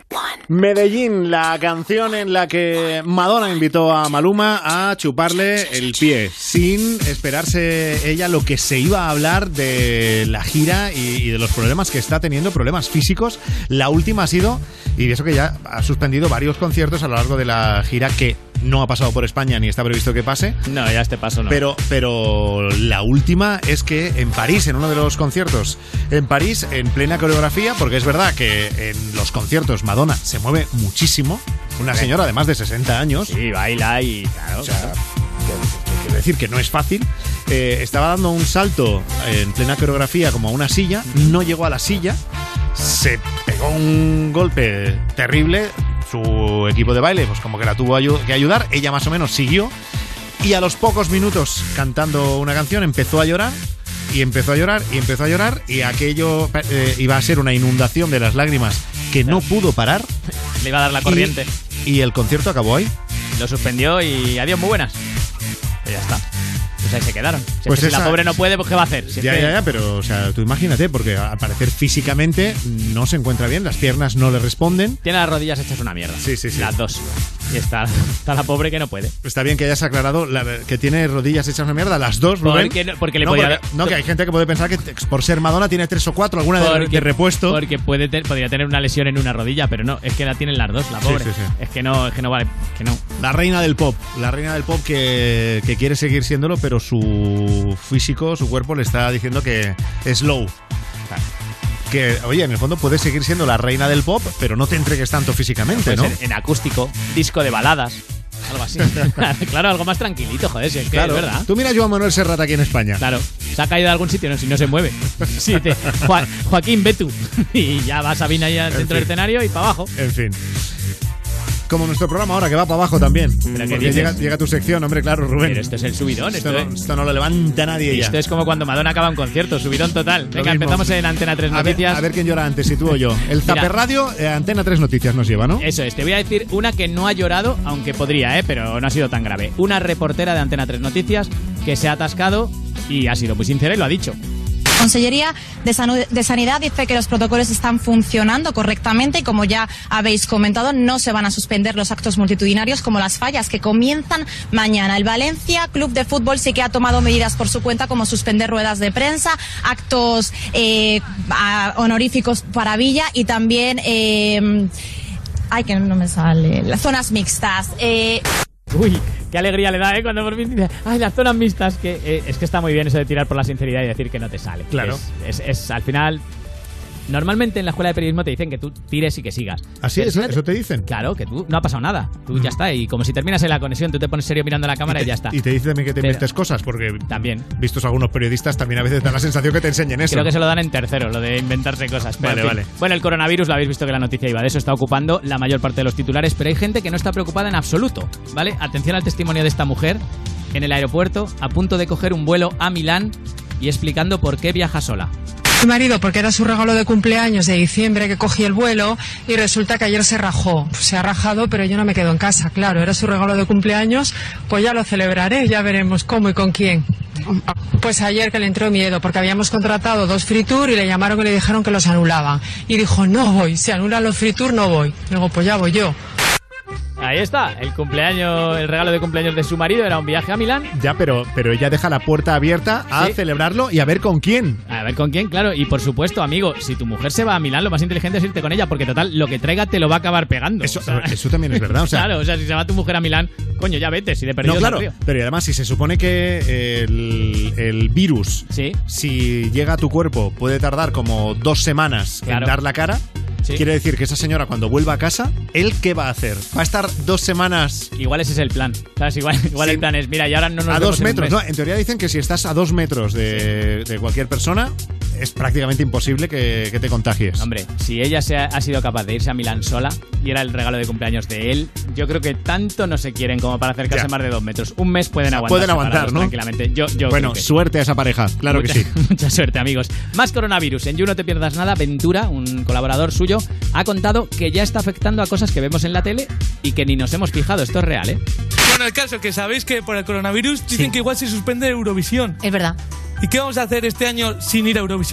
Speaker 8: Medellín, la canción en la que Madonna invitó a Maluma a chuparle el pie, sin esperarse ella lo que se iba a hablar de la gira y, y de los problemas que está teniendo, problemas físicos. La última ha sido, y eso que ya ha suspendido varios conciertos a lo largo de la gira, que no ha pasado por España ni está previsto que pase.
Speaker 9: No, ya este paso no.
Speaker 8: Pero, pero la última es que en París, en uno de los conciertos, en París, en plena coreografía, porque es verdad que en los conciertos Madonna se mueve muchísimo, una señora de más de sesenta años.
Speaker 9: Sí, baila y claro.
Speaker 8: O sea, quiero decir que no es fácil. Eh, estaba dando un salto en plena coreografía como a una silla, no llegó a la silla, se pegó un golpe terrible. Su equipo de baile, pues como que la tuvo que ayudar. Ella más o menos siguió y a los pocos minutos, cantando una canción, empezó a llorar y empezó a llorar y empezó a llorar y aquello eh, iba a ser una inundación de las lágrimas que no pudo parar.
Speaker 9: Le iba a dar la corriente.
Speaker 8: Y, y el concierto acabó ahí.
Speaker 9: Lo suspendió y adiós, muy buenas. Pues ya está. Pues ahí se quedaron. Si,
Speaker 8: pues
Speaker 9: es que
Speaker 8: esa...
Speaker 9: si la pobre no puede, pues ¿qué va a hacer? Si
Speaker 8: ya,
Speaker 9: es que...
Speaker 8: ya, ya, pero o sea, tú imagínate, porque al parecer físicamente no se encuentra bien, las piernas no le responden.
Speaker 9: Tiene las rodillas hechas una mierda.
Speaker 8: Sí, sí, sí.
Speaker 9: Las dos. Y está, está la pobre que no puede.
Speaker 8: Está bien que hayas aclarado la, que tiene rodillas hechas una mierda, las dos, Rubén.
Speaker 9: Porque, no, porque le
Speaker 8: no,
Speaker 9: podía...
Speaker 8: porque, no, que hay gente que puede pensar que por ser Madonna tiene tres o cuatro, alguna porque, de, de repuesto.
Speaker 9: Porque puede te, podría tener una lesión en una rodilla, pero no, es que la tienen las dos, la pobre.
Speaker 8: Sí, sí, sí.
Speaker 9: Es que no, es que no vale, que no.
Speaker 8: La reina del pop, la reina del pop que, que quiere seguir siéndolo, pero su físico, su cuerpo le está diciendo que es slow. Que, oye, en el fondo puedes seguir siendo la reina del pop, pero no te entregues tanto físicamente,
Speaker 9: ¿no?
Speaker 8: ¿no?
Speaker 9: En acústico, disco de baladas, algo así. Claro, algo más tranquilito, joder, si es que
Speaker 8: claro,
Speaker 9: es verdad.
Speaker 8: Tú mira a Joan Manuel Serrat aquí en España.
Speaker 9: Claro, se ha caído de algún sitio, no, si no se mueve. Sí, te, Jo- Joaquín Betu. Y ya va Sabina ahí dentro del escenario y para abajo.
Speaker 8: En fin. Como nuestro programa ahora, que va para abajo también.
Speaker 9: ¿Pero
Speaker 8: porque llega, llega tu sección, hombre, claro, Rubén.
Speaker 9: Pero esto es el subidón.
Speaker 8: Esto,
Speaker 9: Esto,
Speaker 8: no,
Speaker 9: es...
Speaker 8: esto no lo levanta nadie ya.
Speaker 9: Esto es como cuando Madonna acaba un concierto, subidón total. Venga, empezamos en Antena tres Noticias.
Speaker 8: A ver, a ver quién llora antes, si tú o yo. El Zaper Radio, eh, Antena tres Noticias nos lleva, ¿no?
Speaker 9: Eso es, te voy a decir una que no ha llorado, aunque podría, ¿eh? Pero no ha sido tan grave. Una reportera de Antena tres Noticias que se ha atascado y ha sido muy sincera y lo ha dicho.
Speaker 6: Consellería de, Sanu- de Sanidad dice que los protocolos están funcionando correctamente y, como ya habéis comentado, no se van a suspender los actos multitudinarios como las fallas que comienzan mañana. El Valencia Club de Fútbol sí que ha tomado medidas por su cuenta, como suspender ruedas de prensa, actos eh, a- honoríficos para Villa y también... Eh, ay, que no me sale... Las zonas mixtas. Eh,
Speaker 9: Uy, qué alegría le da, ¿eh? Cuando por fin dice, ay, las zonas mixtas, que eh, es que está muy bien eso de tirar por la sinceridad y decir que no te sale.
Speaker 8: Claro.
Speaker 9: Es, es, es al final... Normalmente en la escuela de periodismo te dicen que tú tires y que sigas.
Speaker 8: ¿Así?
Speaker 9: Pero
Speaker 8: ¿Eso,
Speaker 9: si no te-
Speaker 8: eso te dicen?
Speaker 9: Claro, que tú no ha pasado nada. Tú ya está. Y como si terminas en la conexión, tú te pones serio mirando la cámara y,
Speaker 8: te,
Speaker 9: ya está.
Speaker 8: Y te dicen también que te
Speaker 9: Pero-
Speaker 8: inventes cosas, porque
Speaker 9: también.
Speaker 8: vistos algunos periodistas también a veces da la sensación que te enseñen eso.
Speaker 9: Creo que se lo dan en tercero, lo de inventarse cosas. Pero,
Speaker 8: Vale,
Speaker 9: en fin.
Speaker 8: vale.
Speaker 9: Bueno, el coronavirus, lo habéis visto que la noticia iba de eso, está ocupando la mayor parte de los titulares, pero hay gente que no está preocupada en absoluto, ¿vale? Atención al testimonio de esta mujer en el aeropuerto, a punto de coger un vuelo a Milán y explicando por qué viaja sola.
Speaker 11: Mi marido, porque era su regalo de cumpleaños de diciembre, que cogí el vuelo y resulta que ayer se rajó. Se ha rajado, pero yo no me quedo en casa, claro, era su regalo de cumpleaños, pues ya lo celebraré, ya veremos cómo y con quién. Pues ayer que le entró miedo, porque habíamos contratado dos free tour y le llamaron y le dijeron que los anulaban. Y dijo, no voy, si anulan los free tour no voy. Digo, pues ya voy yo.
Speaker 9: Ahí está, el cumpleaños, el regalo de cumpleaños de su marido era un viaje a Milán.
Speaker 8: Ya, pero, pero ella deja la puerta abierta a
Speaker 9: Sí.
Speaker 8: celebrarlo y a ver con quién.
Speaker 9: A ver con quién, claro. Y por supuesto, amigo, si tu mujer se va a Milán, lo más inteligente es irte con ella, porque total, lo que traiga te lo va a acabar pegando.
Speaker 8: Eso,
Speaker 9: O sea,
Speaker 8: eso también es verdad. O sea,
Speaker 9: claro, o sea, si se va tu mujer a Milán, coño, ya vete, si de perdido
Speaker 8: no, claro,
Speaker 9: se río.
Speaker 8: pero y además, si se supone que el, el virus,
Speaker 9: Sí.
Speaker 8: si llega a tu cuerpo, puede tardar como dos semanas
Speaker 9: Claro.
Speaker 8: en dar la cara.
Speaker 9: Sí.
Speaker 8: Quiere decir que esa señora, cuando vuelva a casa, ¿él qué va a hacer? ¿Va a estar dos semanas
Speaker 9: Igual ese es el plan, ¿sabes? Igual, igual
Speaker 8: Sí.
Speaker 9: el plan es, mira, y ahora no nos
Speaker 8: a
Speaker 9: vemos
Speaker 8: dos
Speaker 9: en un
Speaker 8: metros?
Speaker 9: mes.
Speaker 8: No, en teoría dicen que si estás a dos metros de, de cualquier persona, es prácticamente imposible que, que te contagies.
Speaker 9: Hombre, si ella se ha, ha sido capaz de irse a Milán sola y era el regalo de cumpleaños de él, yo creo que tanto no se quieren como para acercarse
Speaker 8: Ya.
Speaker 9: más de dos metros. Un mes pueden
Speaker 8: O sea,
Speaker 9: aguantar.
Speaker 8: pueden aguantar,
Speaker 9: separados
Speaker 8: ¿no?
Speaker 9: Tranquilamente. Yo, yo
Speaker 8: Bueno,
Speaker 9: creo que sí.
Speaker 8: suerte a esa pareja, claro
Speaker 9: mucha,
Speaker 8: que sí.
Speaker 9: Mucha suerte, amigos. Más coronavirus. En You No Te Pierdas Nada, Ventura, un colaborador suyo, ha contado que ya está afectando a cosas que vemos en la tele y que ni nos hemos fijado. Esto es real, ¿eh?
Speaker 13: Bueno, el caso que sabéis que por el coronavirus dicen que igual se suspende Eurovisión.
Speaker 7: Es verdad.
Speaker 13: ¿Y qué vamos a hacer este año sin ir a Eurovisión?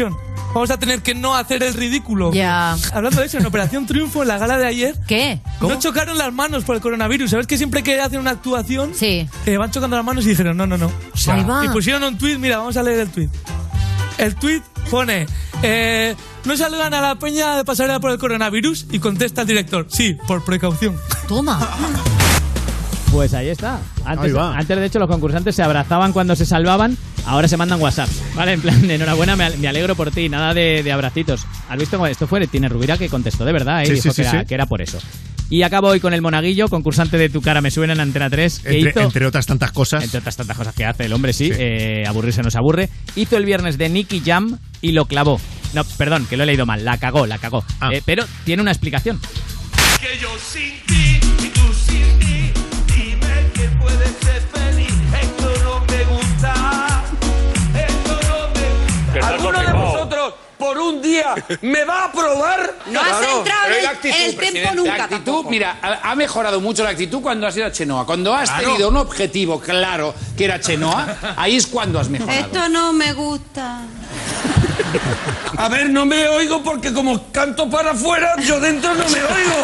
Speaker 13: vamos a tener que no hacer el ridículo.
Speaker 12: Ya.
Speaker 13: Hablando de eso, en Operación Triunfo, en la gala de ayer...
Speaker 12: ¿Qué?
Speaker 13: No chocaron las manos por el coronavirus. ¿Sabes que siempre que hacen una actuación...
Speaker 12: Sí.
Speaker 13: Eh, van chocando las manos y dijeron, no, no, no. O sea,
Speaker 12: Ahí va.
Speaker 13: y pusieron un tuit, mira, vamos a leer el tuit. El tuit pone... Eh, no saludan a la peña de pasarela por el coronavirus y contesta el director, sí, por precaución.
Speaker 12: Toma.
Speaker 9: Pues ahí está. Antes,
Speaker 8: Ahí va.
Speaker 9: antes, de hecho, los concursantes se abrazaban cuando se salvaban, ahora se mandan WhatsApps. Vale, en plan, enhorabuena, me, me alegro por ti, nada de, de abracitos. ¿Has visto cómo esto fue? Tiene Rubira que contestó de verdad, ¿eh?
Speaker 8: Sí,
Speaker 9: Dijo
Speaker 8: sí,
Speaker 9: que,
Speaker 8: sí,
Speaker 9: era,
Speaker 8: sí.
Speaker 9: que era por eso. Y acabo hoy con el Monaguillo, concursante de Tu cara me suena en Antena tres. Que
Speaker 8: Entre,
Speaker 9: hizo,
Speaker 8: entre otras tantas cosas.
Speaker 9: Entre otras tantas cosas que hace el hombre, sí. sí. Eh, aburrirse no se aburre. Hizo el viernes de Nicky Jam y lo clavó. No, perdón, que lo he leído mal. La cagó, la cagó.
Speaker 8: Ah.
Speaker 9: Eh, pero tiene una explicación.
Speaker 17: Que yo sin ti y tú sin mí, dime que puedes ser feliz. Esto no me gusta, esto no me gusta. ¿Alguno de vosotros por un día me va a probar?
Speaker 14: No has entrado
Speaker 17: en
Speaker 14: en
Speaker 17: el-
Speaker 14: actitud,
Speaker 17: el
Speaker 14: presidente.
Speaker 17: tiempo nunca.
Speaker 14: La actitud,
Speaker 17: tampoco.
Speaker 14: mira, ha, ha mejorado mucho la actitud cuando has ido a Chenoa. Cuando has
Speaker 17: Claro.
Speaker 14: tenido un objetivo claro que era Chenoa, ahí es cuando has mejorado. Esto no me gusta.
Speaker 17: A ver, no me oigo porque como canto para afuera, yo dentro no me oigo.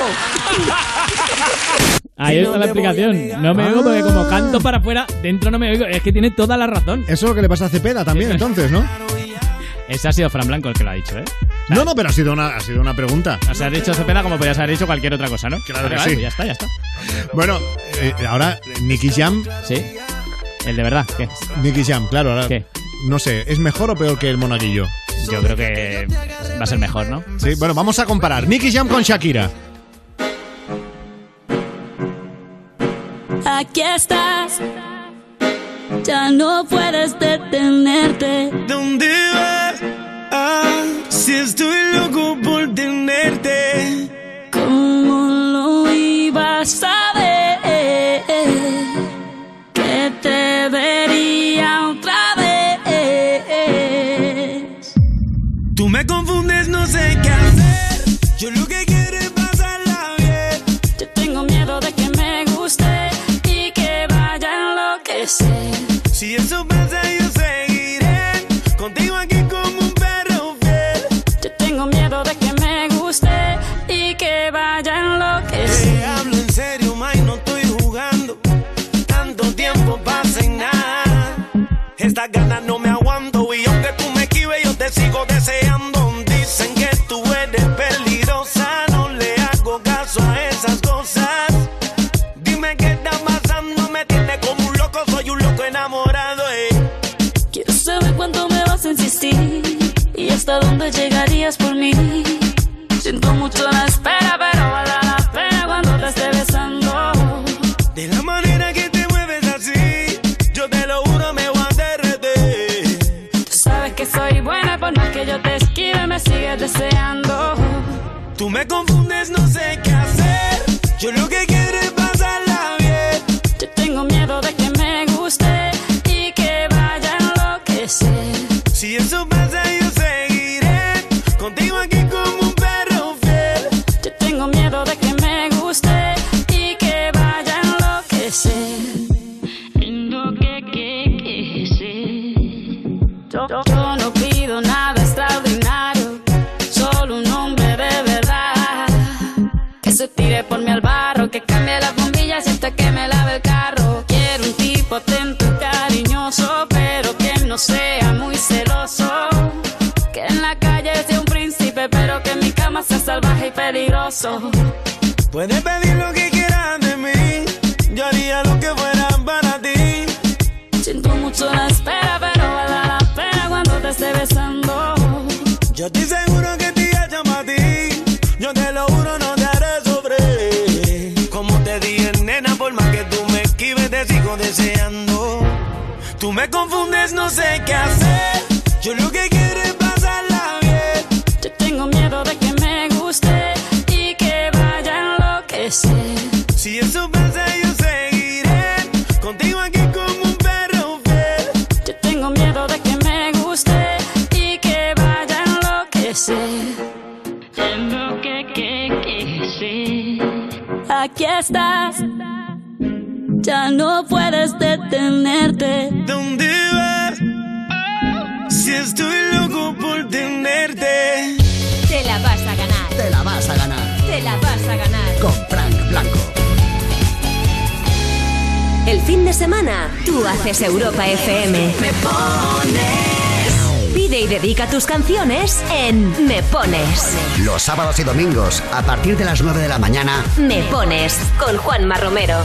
Speaker 9: Ahí está la explicación. No me oigo porque como canto para afuera, dentro no me oigo. Es que tiene toda la razón.
Speaker 8: Eso es lo que le pasa a Cepeda también, entonces, ¿no?
Speaker 9: Ese ha sido Fran Blanco el que lo ha dicho, ¿eh?
Speaker 8: No, no, pero ha sido una, ha sido una pregunta.
Speaker 9: O sea, has dicho Cepeda como podías haber dicho cualquier otra cosa, ¿no?
Speaker 8: Claro
Speaker 9: Vale,
Speaker 8: que
Speaker 9: vale,
Speaker 8: sí.
Speaker 9: pues ya está, ya está.
Speaker 8: Bueno, eh, ahora Nicky Jam.
Speaker 9: Sí. El de verdad, ¿qué?
Speaker 8: Nicky Jam, claro. Ahora,
Speaker 9: ¿Qué?
Speaker 8: No sé, ¿es mejor o peor que el Monaguillo?
Speaker 9: Yo creo que va a ser mejor, ¿no?
Speaker 8: Sí, bueno, vamos a comparar. Nicky Jam con Shakira.
Speaker 3: Aquí estás, ya no puedes detenerte.
Speaker 17: ¿Dónde vas? Ah, si estoy loco por tenerte.
Speaker 3: ¿Cómo lo ibas a ver? Que te vería otra vez.
Speaker 17: Tú me confundes, no sé qué hacer. Yo lo que quiero es pasarla bien.
Speaker 3: Yo tengo miedo de que me guste y que vaya a enloquecer.
Speaker 17: Si eso pasa, yo seguiré contigo aquí como un perro fiel.
Speaker 3: Yo tengo miedo de que me guste y que vaya a enloquecer.
Speaker 17: Te hablo en serio, May, no estoy jugando. Tanto tiempo pasa y nada. Estas ganas no me aguanto y aunque tú me esquives, yo te sigo deseando. Dicen que tú eres peligrosa, no le hago caso a esas cosas. Dime qué está pasando, me tiene como un loco, soy un loco enamorado, eh.
Speaker 3: Quiero saber cuánto me vas a insistir y hasta dónde llegarías por mí. Siento mucho la espera, pero vale la pena cuando te esté besando.
Speaker 17: De la manera que te mueves así, yo te lo juro, me voy a derretir.
Speaker 3: Tú sabes que soy buena y por más que yo te esquive me sigues deseando.
Speaker 17: Tú me confundes, no sé qué hacer. Yo lo que quiero es pasarla bien.
Speaker 3: Yo tengo miedo de que me guste y que vaya a enloquecer.
Speaker 17: Si eso pasa, yo seguiré contigo aquí como un perro fiel.
Speaker 3: Yo tengo miedo de que me guste y que vaya a enloquecer. Yo, yo, yo no pido nada extraordinario, solo un hombre de verdad. Que se tire por mí al barro, que cambie las bombillas y hasta que me lave el carro. Quiero un tipo atento y cariñoso, pero que no sea muy celoso. Que en la calle sea un príncipe, pero que en mi cama sea salvaje y peligroso.
Speaker 17: Puedes pedir lo que quieras de mí, yo haría lo que fuera para ti.
Speaker 3: Siento mucho la espera, pero vale la pena cuando te esté besando.
Speaker 17: Yo estoy seguro que te llama a ti, yo te lo juro, no te haré sufrir. Como te dije, nena, por más que tú me esquives, te sigo deseando. Tú me confundes, no sé qué hacer. Yo lo que quiero es pasarla bien.
Speaker 3: Yo tengo miedo de que me guste y que vaya a enloquecer.
Speaker 17: Si eso pasa, yo seguiré contigo aquí como un perro fiel.
Speaker 3: Yo tengo miedo de que me guste y que vaya a enloquecer. Enloquecer. Aquí estás, ya no puedes detenerte.
Speaker 17: ¿Dónde vas? Si que estoy loco por tenerte.
Speaker 1: Te la vas a ganar.
Speaker 5: Te la vas a ganar.
Speaker 1: Te la vas a ganar.
Speaker 5: Con Frank Blanco.
Speaker 1: El fin de semana, tú haces Europa F M. Me pones. Pide y dedica tus canciones en Me Pones.
Speaker 5: Los sábados y domingos, a partir de las nueve de la mañana,
Speaker 1: Me Pones, con Juanma Romero.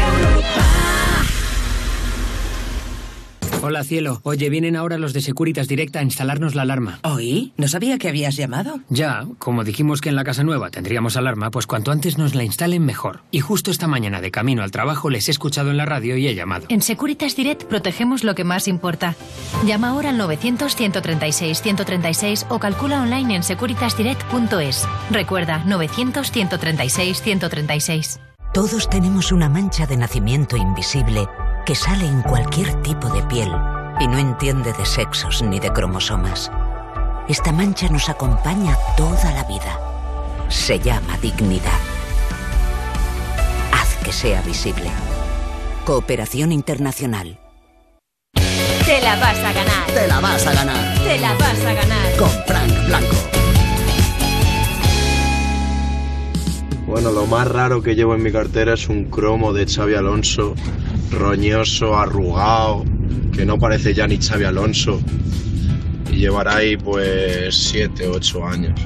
Speaker 12: Hola, cielo. Oye, vienen ahora los de Securitas Direct a instalarnos la alarma.
Speaker 15: ¿Oí? No sabía que habías llamado.
Speaker 12: Ya, como dijimos que en la casa nueva tendríamos alarma, pues cuanto antes nos la instalen mejor. Y justo esta mañana, de camino al trabajo, les he escuchado en la radio y he llamado.
Speaker 7: En Securitas Direct protegemos lo que más importa. Llama ahora al novecientos, ciento treinta y seis, ciento treinta y seis o calcula online en securitas direct punto es. Recuerda, novecientos, ciento treinta y seis, ciento treinta y seis.
Speaker 16: Todos tenemos una mancha de nacimiento invisible que sale en cualquier tipo de piel y no entiende de sexos ni de cromosomas. Esta mancha nos acompaña toda la vida. Se llama dignidad. Haz que sea visible. Cooperación Internacional.
Speaker 1: Te la vas a ganar.
Speaker 5: Te la vas a ganar.
Speaker 1: Te la vas a ganar.
Speaker 5: Con Frank Blanco.
Speaker 24: Bueno, lo más raro que llevo en mi cartera es un cromo de Xabi Alonso, roñoso, arrugado, que no parece ya ni Xabi Alonso, y llevará ahí pues siete, ocho años.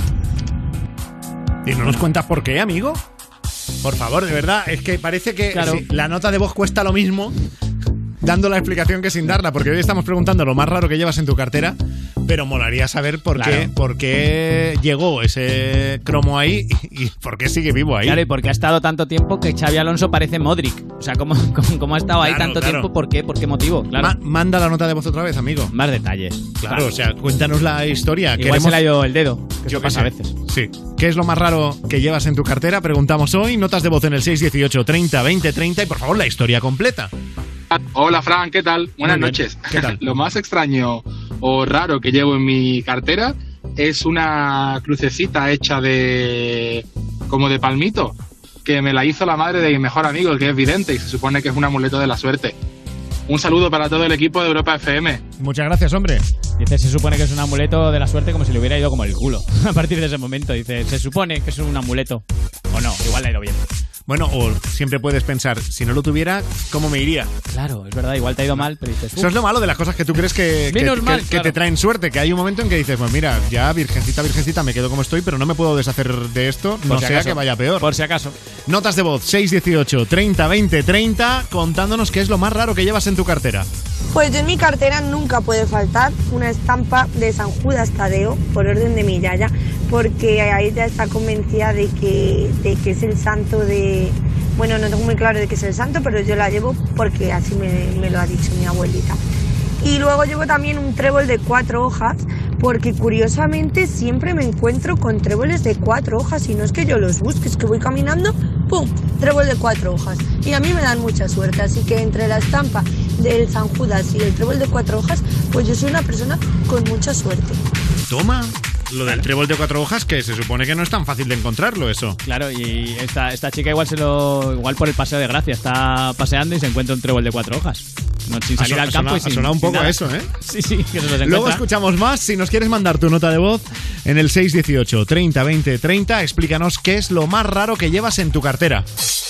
Speaker 8: ¿Y no nos cuentas por qué, amigo? Por favor, de verdad, es que parece que
Speaker 9: Claro.
Speaker 8: sí, la nota de voz cuesta lo mismo dando la explicación que sin darla, porque hoy estamos preguntando lo más raro que llevas en tu cartera, pero molaría saber por
Speaker 9: Claro.
Speaker 8: qué por qué llegó ese cromo ahí y, y por qué sigue vivo ahí.
Speaker 9: Claro, y porque ha estado tanto tiempo que Xabi Alonso parece Modric. O sea, ¿cómo, cómo, cómo ha estado ahí
Speaker 8: Claro,
Speaker 9: tanto
Speaker 8: claro.
Speaker 9: tiempo? ¿Por qué? ¿Por qué motivo? Claro.
Speaker 8: Ma- manda la nota de voz otra vez, amigo.
Speaker 9: Más detalles.
Speaker 8: Claro, o sea, cuéntanos la historia.
Speaker 9: Igual
Speaker 8: Queremos-
Speaker 9: se le ha ido el dedo, que
Speaker 8: Yo
Speaker 9: eso
Speaker 8: qué
Speaker 9: pasa
Speaker 8: sé.
Speaker 9: a veces.
Speaker 8: Sí. ¿Qué es lo más raro que llevas en tu cartera? Preguntamos hoy. Notas de voz en el seis dieciocho, treinta, veinte, treinta y por favor la historia completa.
Speaker 25: Hola Fran, ¿qué tal? Buenas
Speaker 8: Muy bien.
Speaker 25: noches.
Speaker 8: ¿Qué tal?
Speaker 25: Lo más extraño o raro que llevo en mi cartera es una crucecita hecha de como de palmito, que me la hizo la madre de mi mejor amigo, el que es vidente, y se supone que es un amuleto de la suerte. Un saludo para todo el equipo de Europa F M.
Speaker 8: Muchas gracias, hombre.
Speaker 9: Dice, se supone que es un amuleto de la suerte, como si le hubiera ido como el culo. A partir de ese momento, dice, se supone que es un amuleto. O no, igual le ha ido bien.
Speaker 8: Bueno, o siempre puedes pensar, si no lo tuviera, ¿cómo me iría?
Speaker 9: Claro, es verdad, igual te ha ido mal, pero dices...
Speaker 8: Eso es lo malo de las cosas que tú crees que, que,
Speaker 9: Menos
Speaker 8: que-
Speaker 9: mal,
Speaker 8: que
Speaker 9: claro.
Speaker 8: te traen suerte, que hay un momento en que dices, pues mira, ya virgencita, virgencita, me quedo como estoy, pero no me puedo deshacer de esto, no
Speaker 9: Por si
Speaker 8: sea
Speaker 9: acaso.
Speaker 8: que vaya peor.
Speaker 9: Por si acaso.
Speaker 8: Notas de voz seis dieciocho, treinta, veinte, treinta, contándonos qué es lo más raro que llevas en tu cartera.
Speaker 26: Pues yo en mi cartera nunca puede faltar una estampa de San Judas Tadeo, por orden de mi yaya, porque ahí ya está convencida de que, de que es el santo de... Bueno, no tengo muy claro de que es el santo, pero yo la llevo porque así me, me lo ha dicho mi abuelita. Y luego llevo también un trébol de cuatro hojas, porque curiosamente siempre me encuentro con tréboles de cuatro hojas, y no es que yo los busque, es que voy caminando, ¡pum!, trébol de cuatro hojas. Y a mí me dan mucha suerte, así que entre la estampa del San Judas y el trébol de cuatro hojas, pues yo soy una persona con mucha suerte.
Speaker 8: Toma, lo del trébol de cuatro hojas, que se supone que no es tan fácil de encontrarlo, eso.
Speaker 9: Claro, y esta, esta chica igual se lo igual por el paseo de gracia está paseando y se encuentra un trébol de cuatro hojas. No, sin
Speaker 8: Ha
Speaker 9: salir
Speaker 8: son-
Speaker 9: al
Speaker 8: ha
Speaker 9: campo
Speaker 8: sonado-
Speaker 9: y sin,
Speaker 8: ha sonado un
Speaker 9: sin
Speaker 8: poco
Speaker 9: nada.
Speaker 8: eso, ¿eh?
Speaker 9: Sí, sí, que se los encuentra.
Speaker 8: Luego escuchamos más. Si nos quieres mandar tu nota de voz en el seis dieciocho, treinta, veinte, treinta, explícanos qué es lo más raro que llevas en tu cartera.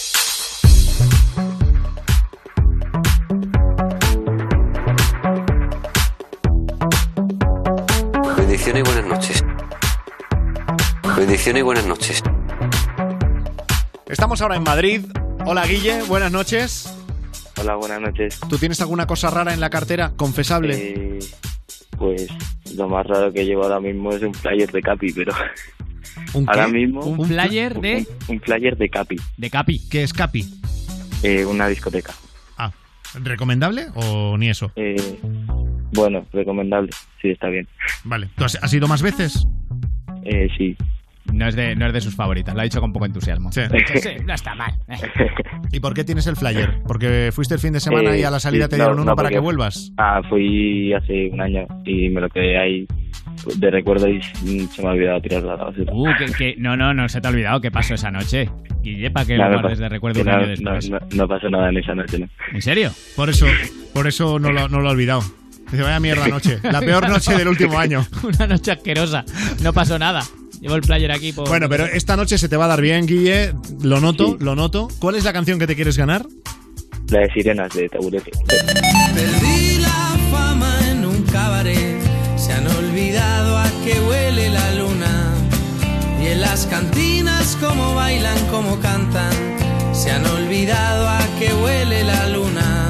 Speaker 27: Bendiciones y buenas noches. Bendiciones y buenas noches.
Speaker 8: Estamos ahora en Madrid. Hola, Guille, buenas noches.
Speaker 28: Hola, buenas noches.
Speaker 8: ¿Tú tienes alguna cosa rara en la cartera? Confesable.
Speaker 28: Eh, pues lo más raro que llevo ahora mismo es un flyer de Capi, pero
Speaker 8: ¿Un
Speaker 28: ahora
Speaker 8: qué?
Speaker 28: mismo
Speaker 8: ¿Un flyer de?
Speaker 28: un, un flyer de Capi,
Speaker 9: De Capi.
Speaker 8: ¿Qué es Capi?
Speaker 28: eh, una discoteca.
Speaker 8: Ah, ¿recomendable o ni eso?
Speaker 28: Eh, bueno, recomendable, sí, está bien.
Speaker 8: Vale. ¿Tú has, has ido más veces?
Speaker 28: Eh, sí.
Speaker 9: No es, de, no es de sus favoritas, lo ha dicho con poco entusiasmo.
Speaker 8: Sí.
Speaker 9: Sí, no está mal. Eh.
Speaker 8: ¿Y por qué tienes el flyer? ¿Porque fuiste el fin de semana
Speaker 28: Eh,
Speaker 8: y a la salida
Speaker 28: sí,
Speaker 8: te dieron
Speaker 28: no,
Speaker 8: uno
Speaker 28: no,
Speaker 8: para
Speaker 28: porque-
Speaker 8: que vuelvas?
Speaker 28: Ah, fui hace un año y me lo quedé ahí de recuerdo y se me ha olvidado tirarlo a la basura.
Speaker 9: Uh, que, que- no, no, no se te ha olvidado qué pasó esa noche. Guille, ¿para qué lo
Speaker 28: Nada, no
Speaker 9: guardes
Speaker 28: pa-
Speaker 9: de recuerdo
Speaker 28: que
Speaker 9: un
Speaker 28: no,
Speaker 9: año
Speaker 28: no,
Speaker 9: después?
Speaker 28: no, no pasó nada en esa noche, ¿no?
Speaker 9: ¿En serio?
Speaker 8: Por eso, por eso no lo, no lo he olvidado. Dice, vaya mierda noche. La peor noche del último año.
Speaker 9: Una noche asquerosa. No pasó nada. Llevo el player aquí por...
Speaker 8: Bueno, pero esta noche se te va a dar bien, Guille. Lo noto, sí. lo noto. ¿Cuál es la canción que te quieres ganar?
Speaker 28: La de Sirenas, de Taburete.
Speaker 17: Perdí la fama en un cabaret. Se han olvidado a qué huele la luna. Y en las cantinas cómo bailan, cómo cantan. Se han olvidado a qué huele la luna.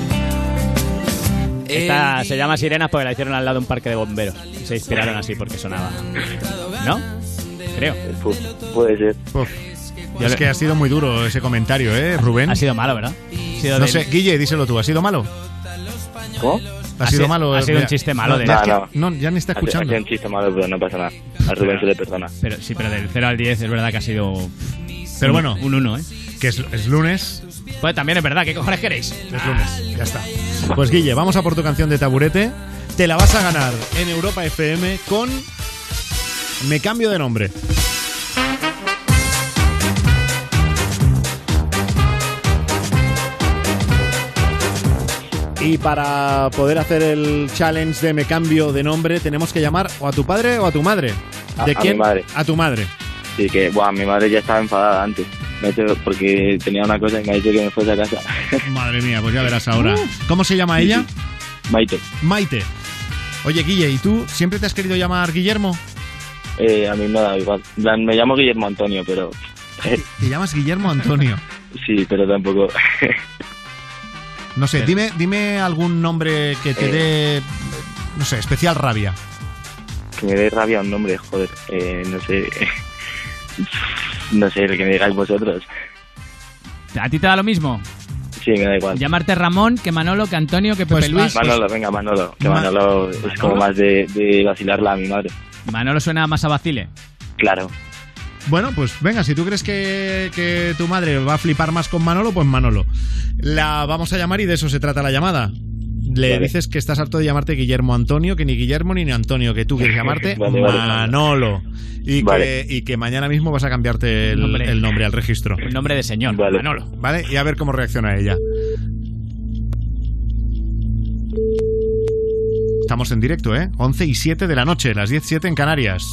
Speaker 9: Esta se llama Sirenas porque la hicieron al lado de un parque de bomberos. Y se inspiraron así porque sonaba. ¿No? Creo.
Speaker 28: Uf, puede ser.
Speaker 8: Uf. Es que ha sido muy duro ese comentario, ¿eh, Rubén?
Speaker 9: Ha sido malo, ¿verdad? Ha sido
Speaker 8: no
Speaker 9: de...
Speaker 8: sé, Guille, díselo tú. ¿Ha sido malo?
Speaker 28: ¿Cómo?
Speaker 8: Ha, ha sido malo.
Speaker 9: Ha sido un chiste malo.
Speaker 28: No,
Speaker 9: de...
Speaker 28: no,
Speaker 8: es que,
Speaker 28: no.
Speaker 8: no, ya ni está escuchando.
Speaker 28: Ha sido un chiste malo, pero no pasa nada. A Rubén se le perdona.
Speaker 9: Pero, sí, pero del cero al diez es verdad que ha sido...
Speaker 8: Pero
Speaker 9: un,
Speaker 8: bueno.
Speaker 9: Un uno, ¿eh?
Speaker 8: Que es, es lunes.
Speaker 9: Pues también es verdad. ¿Qué cojones queréis?
Speaker 8: Es lunes. Ya está. Pues Guille, vamos a por tu canción de Taburete. Te la vas a ganar en Europa F M con Me Cambio de Nombre. Y para poder hacer el challenge de Me Cambio de Nombre tenemos que llamar o a tu padre o a tu madre.
Speaker 28: A,
Speaker 8: ¿De
Speaker 28: a
Speaker 8: quién?
Speaker 28: mi madre.
Speaker 8: A tu madre.
Speaker 28: Sí, que, buah, mi madre ya estaba enfadada antes. Me ha hecho porque tenía una cosa y me ha dicho que me fuese a casa.
Speaker 8: Madre mía, pues ya verás ahora. ¿Cómo se llama ella?
Speaker 28: Maite.
Speaker 8: Maite. Oye, Guille, ¿y tú siempre te has querido llamar Guillermo?
Speaker 28: Eh, a mí me da igual. En plan, me llamo Guillermo Antonio, pero...
Speaker 8: ¿Te llamas Guillermo Antonio?
Speaker 28: Sí, pero tampoco...
Speaker 8: No sé, dime, dime algún nombre que te
Speaker 28: eh,
Speaker 8: dé, no sé, especial rabia.
Speaker 28: Que me dé rabia un nombre, joder. Eh, no sé... No sé, el que me digáis vosotros.
Speaker 9: ¿A ti te da lo mismo?
Speaker 28: Sí, me da igual.
Speaker 9: Llamarte Ramón, que Manolo, que Antonio, que Pepe
Speaker 28: pues,
Speaker 9: Luis.
Speaker 28: Manolo, venga, Manolo. Que Manolo, Manolo es como más de, de vacilarla a mi madre.
Speaker 9: Manolo suena más a vacile.
Speaker 28: Claro.
Speaker 8: Bueno, pues venga, si tú crees que, que tu madre va a flipar más con Manolo, pues Manolo. La vamos a llamar y de eso se trata la llamada. Le vale. dices que estás harto de llamarte Guillermo Antonio, que ni Guillermo ni Antonio, que tú quieres llamarte vale, Manolo. Vale. Y, vale. que, y que mañana mismo vas a cambiarte el nombre, el nombre al registro.
Speaker 9: El nombre de señor,
Speaker 28: vale.
Speaker 9: Manolo.
Speaker 8: Vale, y a ver cómo reacciona ella. Estamos en directo, ¿eh? once y siete de la noche, las diez y siete en Canarias.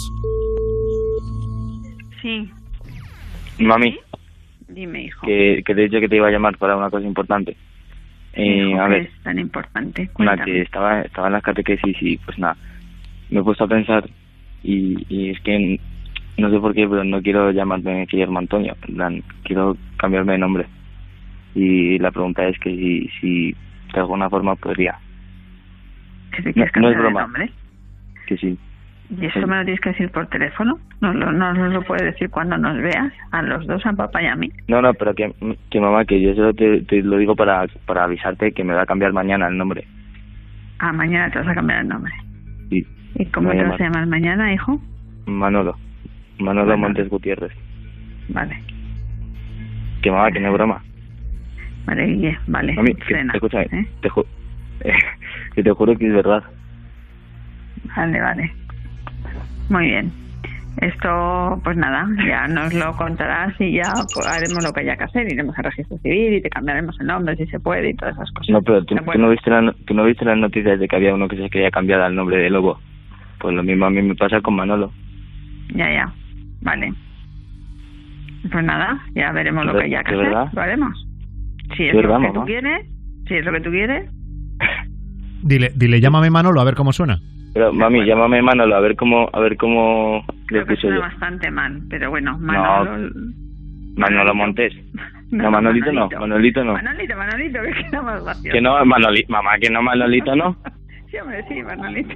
Speaker 2: Sí.
Speaker 28: Mami.
Speaker 2: ¿Sí? Dime, hijo.
Speaker 28: Que, que te he dicho que te iba a llamar para una cosa importante. Eh,
Speaker 2: hijo,
Speaker 28: a ver.
Speaker 2: Es tan importante.
Speaker 28: Una
Speaker 2: Cuéntame.
Speaker 28: que estaba, estaba en las catequesis y pues nada, me he puesto a pensar y, y es que no sé por qué, pero no quiero llamarme Guillermo Antonio, en plan, quiero cambiarme de nombre. Y la pregunta es que si, si de alguna forma podría.
Speaker 2: ¿Que te quieres
Speaker 28: no, no es
Speaker 2: cambiar de
Speaker 28: broma.
Speaker 2: nombre?
Speaker 28: Que sí.
Speaker 2: ¿Y eso me lo tienes que decir por teléfono? ¿No, no, no nos lo puedes decir cuando nos veas? A los dos, a papá y a mí.
Speaker 28: No, no, pero que, que mamá, que yo solo te, te lo digo para, para avisarte que me va a cambiar mañana el nombre.
Speaker 2: Ah, mañana te vas a cambiar el nombre.
Speaker 28: Sí.
Speaker 2: ¿Y cómo te vas a llamar mañana, hijo?
Speaker 28: Manolo. Manolo, Manolo. Montes Gutiérrez.
Speaker 2: Vale.
Speaker 28: Que mamá, que no es broma.
Speaker 2: Vale, Guille, vale.
Speaker 28: Mami, que,
Speaker 2: frena.
Speaker 28: Escúchame,
Speaker 2: ¿eh?
Speaker 28: te, ju eh, que te juro que es verdad.
Speaker 2: Vale, vale. Muy bien. Esto, pues nada, ya nos lo contarás y ya pues, haremos lo que haya que hacer. Iremos al registro civil y te cambiaremos el nombre si se puede y todas esas cosas.
Speaker 28: No, pero tú, tú, no, viste la, tú no viste las noticias de que había uno que se quería cambiar al nombre de Lobo. Pues lo mismo a mí me pasa con Manolo.
Speaker 2: Ya, ya. Vale. Pues nada, ya veremos lo que haya que
Speaker 28: ¿De
Speaker 2: hacer.
Speaker 28: verdad?
Speaker 2: Lo haremos. Si es
Speaker 28: verdad,
Speaker 2: lo que
Speaker 28: mamá?
Speaker 2: tú quieres, si es lo que tú quieres.
Speaker 8: Dile, dile, llámame Manolo a ver cómo suena.
Speaker 28: Pero mami, llámame Manolo a ver cómo, a ver cómo
Speaker 2: Creo
Speaker 28: le
Speaker 2: que
Speaker 28: escucho
Speaker 2: suena
Speaker 28: yo.
Speaker 2: bastante mal, pero bueno, Manolo.
Speaker 28: No, Manolo Montes. No, no Manolito, Manolito no, Manolito no.
Speaker 2: Manolito, Manolito, que queda más gracioso.
Speaker 28: Que no, Manolito, mamá, que no, Manolito no.
Speaker 2: Sí, hombre, sí, Manolito.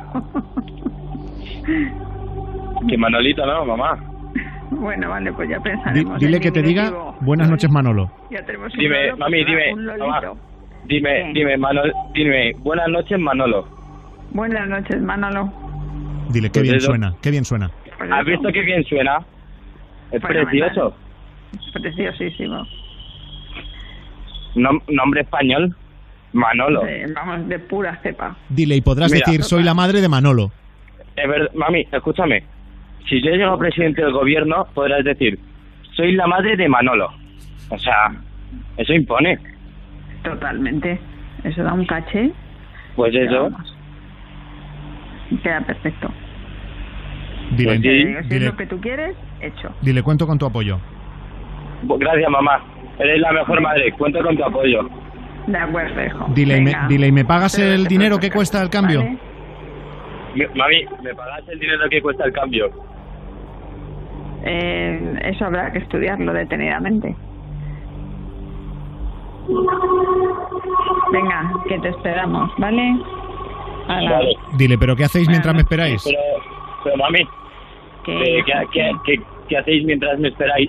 Speaker 28: Que Manolito no, mamá.
Speaker 2: Bueno, vale, pues ya
Speaker 8: Di,
Speaker 2: pensaremos.
Speaker 8: dile
Speaker 2: en
Speaker 8: que te diga
Speaker 2: diminutivo.
Speaker 8: buenas noches, Manolo.
Speaker 2: Ya tenemos un
Speaker 28: Dime,
Speaker 2: lolo,
Speaker 28: mami,
Speaker 2: pues,
Speaker 28: dime,
Speaker 2: un
Speaker 28: mamá.
Speaker 2: lolito.
Speaker 28: Dime,
Speaker 2: ¿Qué?
Speaker 28: dime, Manolo, dime, buenas noches, Manolo.
Speaker 2: Buenas noches, Manolo.
Speaker 8: Dile, qué
Speaker 28: Pues
Speaker 8: bien
Speaker 28: eso.
Speaker 8: suena, qué bien suena.
Speaker 2: Pues
Speaker 28: ¿Has
Speaker 2: eso.
Speaker 28: visto qué bien suena? Es
Speaker 2: Fenomenal.
Speaker 28: precioso.
Speaker 2: Preciosísimo.
Speaker 28: Nom- nombre español, Manolo.
Speaker 2: De- vamos, de pura cepa.
Speaker 8: Dile, y podrás
Speaker 28: Mira,
Speaker 8: decir, soy la madre de Manolo.
Speaker 28: Es verdad, mami, escúchame. Si yo llego presidente del gobierno, podrás decir, soy la madre de Manolo. O sea, eso impone.
Speaker 2: Totalmente. Eso da un caché.
Speaker 28: Pues
Speaker 2: Pero
Speaker 28: eso.
Speaker 2: vamos. Queda perfecto.
Speaker 8: Dile,
Speaker 2: Pues sí, si es
Speaker 8: dile,
Speaker 2: lo que tú quieres, hecho.
Speaker 8: dile, cuento con tu apoyo.
Speaker 4: Gracias, mamá. Eres la mejor madre. Cuento con tu apoyo.
Speaker 2: De acuerdo, hijo.
Speaker 8: Dile, y me,
Speaker 2: Venga.
Speaker 8: dile, ¿y me pagas
Speaker 2: Pero
Speaker 8: el
Speaker 2: te
Speaker 8: dinero
Speaker 2: puedes
Speaker 8: que cuesta el cambio?
Speaker 2: ¿vale?
Speaker 4: Mi- Mami, ¿me pagas el dinero que cuesta el cambio?
Speaker 2: Eh, eso habrá que estudiarlo detenidamente. Venga, que te esperamos, ¿vale? Ala.
Speaker 4: Vale.
Speaker 8: Dile, ¿pero qué hacéis mientras me esperáis?
Speaker 4: Pero, pero mami,
Speaker 2: ¿Qué?
Speaker 4: eh, ¿qué, qué, qué, qué hacéis mientras me esperáis?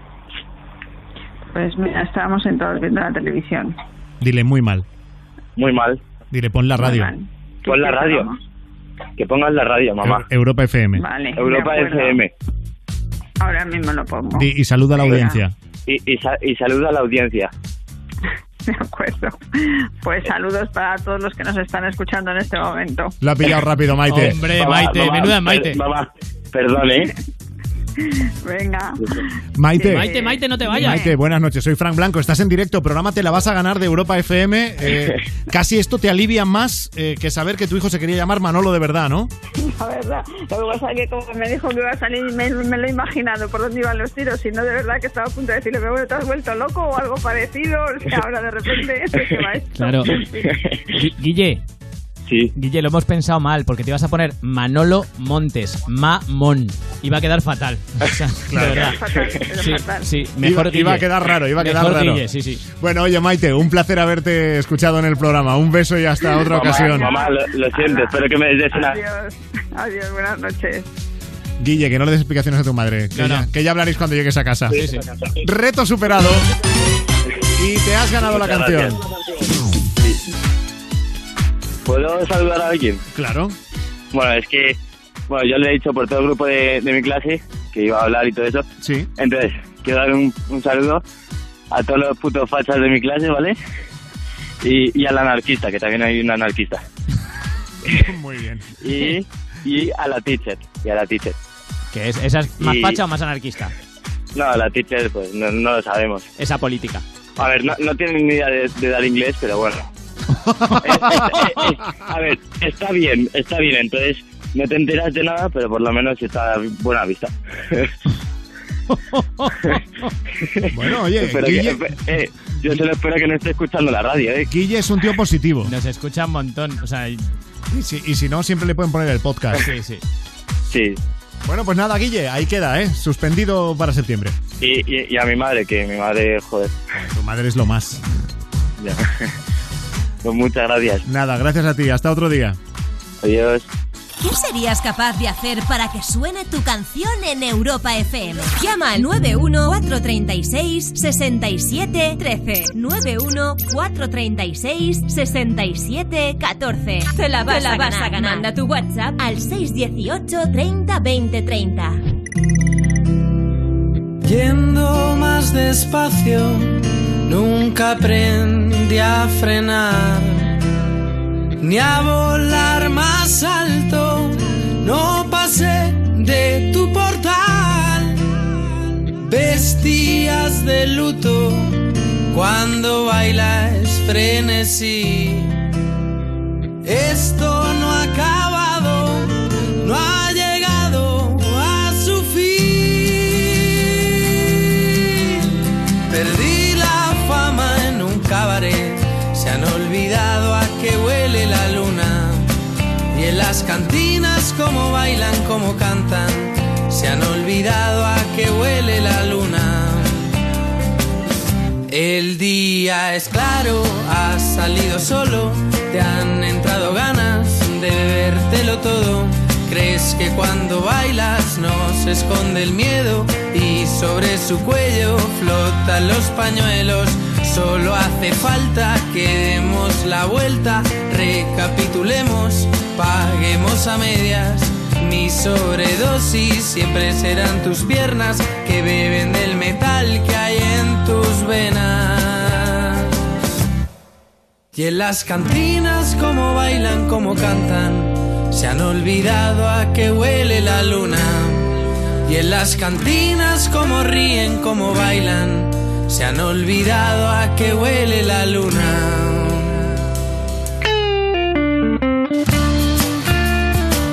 Speaker 2: Pues mira, estábamos sentados viendo la televisión.
Speaker 8: Dile, muy mal.
Speaker 4: Muy mal.
Speaker 8: Dile, pon la radio.
Speaker 2: Muy mal.
Speaker 4: Pon la
Speaker 2: ¿Qué
Speaker 4: radio.
Speaker 2: hacemos?
Speaker 4: Que pongas la radio, mamá.
Speaker 8: Eu- Europa F M.
Speaker 2: Vale.
Speaker 4: Europa
Speaker 2: de acuerdo.
Speaker 4: F M.
Speaker 2: Ahora mismo lo pongo.
Speaker 8: Di- y saluda a la
Speaker 2: Venga.
Speaker 8: audiencia.
Speaker 4: Y, y, sa- y saluda a la audiencia.
Speaker 2: De acuerdo. Pues saludos para todos los que nos están escuchando en este momento.
Speaker 8: Lo ha pillado rápido, Maite.
Speaker 9: Hombre,
Speaker 4: Mamá,
Speaker 9: Maite,
Speaker 4: mamá,
Speaker 9: menuda
Speaker 4: per-
Speaker 9: Maite.
Speaker 4: Mamá, perdón, ¿eh?
Speaker 2: Venga.
Speaker 8: Maite.
Speaker 9: Maite, Maite, no te vayas.
Speaker 8: Maite, buenas noches. Soy Frank Blanco. Estás en directo. Programa Te la vas a ganar de Europa F M. Eh, casi esto te alivia más eh, que saber que tu hijo se quería llamar Manolo de verdad, ¿no?
Speaker 2: La verdad, lo que pasa es que como me dijo que iba a salir, me, me lo he imaginado por dónde iban los tiros, y no de verdad que estaba a punto de decirle, pero bueno, te has vuelto loco o algo parecido, o sea, ahora de repente se va esto.
Speaker 9: Claro. Gui- Guille.
Speaker 4: Sí.
Speaker 9: Guille, lo hemos pensado mal, porque te ibas a poner Manolo Montes, Mamón. Iba a quedar fatal. O sea,
Speaker 8: Claro.
Speaker 9: de verdad.
Speaker 2: Fatal, era
Speaker 9: Sí,
Speaker 2: fatal.
Speaker 9: sí, mejor
Speaker 8: iba,
Speaker 9: Guille.
Speaker 8: iba a quedar raro, iba a quedar
Speaker 9: Mejor
Speaker 8: raro.
Speaker 9: Guille, sí, sí.
Speaker 8: Bueno, oye, Maite, un placer haberte escuchado en el programa. Un beso y hasta otra
Speaker 4: Mamá,
Speaker 8: ocasión.
Speaker 4: mamá, lo, lo siento, espero que me des una...
Speaker 2: Adiós, adiós, buenas noches.
Speaker 8: Guille, que no le des explicaciones a tu madre. Que,
Speaker 9: No,
Speaker 8: ya,
Speaker 9: no.
Speaker 8: que ya hablaréis cuando llegues a casa.
Speaker 9: Sí, sí.
Speaker 8: Reto superado. Y te has ganado la
Speaker 4: Muchas
Speaker 8: canción.
Speaker 4: gracias. Sí. ¿Puedo saludar a alguien?
Speaker 8: Claro.
Speaker 4: Bueno, es que... Bueno, yo le he dicho por todo el grupo de, de mi clase que iba a hablar y todo eso.
Speaker 8: Sí.
Speaker 4: Entonces, quiero dar un, un saludo a todos los putos fachas de mi clase, ¿vale? Y, y al anarquista, que también hay un anarquista.
Speaker 8: Muy bien.
Speaker 4: Y, y a la teacher. Y a la teacher.
Speaker 9: ¿Qué es? ¿Esa es más
Speaker 4: Y-
Speaker 9: facha o más anarquista?
Speaker 4: No, la teacher, pues no, no lo sabemos.
Speaker 9: Esa política.
Speaker 4: A ver, no, no tienen ni idea de, de dar inglés, pero bueno. Es- es- es- a ver, está bien, está bien. Entonces, no te enteras de nada, pero por lo menos está a buena vista.
Speaker 8: Bueno, oye,
Speaker 4: Espero
Speaker 8: Guille,
Speaker 4: que- eh, yo solo espero que no esté escuchando la radio, ¿eh?
Speaker 8: Guille es un tío positivo.
Speaker 9: Nos escucha un montón. O sea, y-
Speaker 8: Y si, y si no, siempre le pueden poner el podcast.
Speaker 9: sí, sí.
Speaker 4: Sí.
Speaker 8: Bueno, pues nada, Guille, ahí queda, ¿eh? Suspendido para septiembre.
Speaker 4: Y, y, y a mi madre, que mi madre, joder.
Speaker 8: Tu madre es lo más.
Speaker 4: Ya. Pues muchas gracias.
Speaker 8: Nada, gracias a ti. Hasta otro día.
Speaker 4: Adiós.
Speaker 1: ¿Qué serías capaz de hacer para que suene tu canción en Europa F M? Llama al nueve uno cuatro tres seis seis siete uno tres. nueve uno cuatro tres seis seis siete uno cuatro. Te la vas, Te la a, vas ganar. a ganar. Manda tu WhatsApp al seis uno ocho treinta veinte treinta.
Speaker 10: Yendo más despacio, nunca aprendí a frenar, ni a volar más alto, no pasé de tu portal. Vestías de luto cuando bailas frenesí. Esto no ha acabado, no ha llegado a su fin. Perdí la fama en un cabaret, se han olvidado a qué huele la luna. Y en las cantinas cómo bailan, cómo cantan, se han olvidado a qué huele la luna. El día es claro, has salido solo, te han entrado ganas de bebértelo todo. Crees que cuando bailas no se esconde el miedo y sobre su cuello flotan los pañuelos. Solo hace falta que demos la vuelta, recapitulemos, paguemos a medias. Mi sobredosis siempre serán tus piernas que beben del metal que hay en tus venas. Y en las cantinas como bailan, como cantan, se han olvidado a qué huele la luna. Y en las cantinas como ríen, como bailan, se han olvidado a qué huele la luna.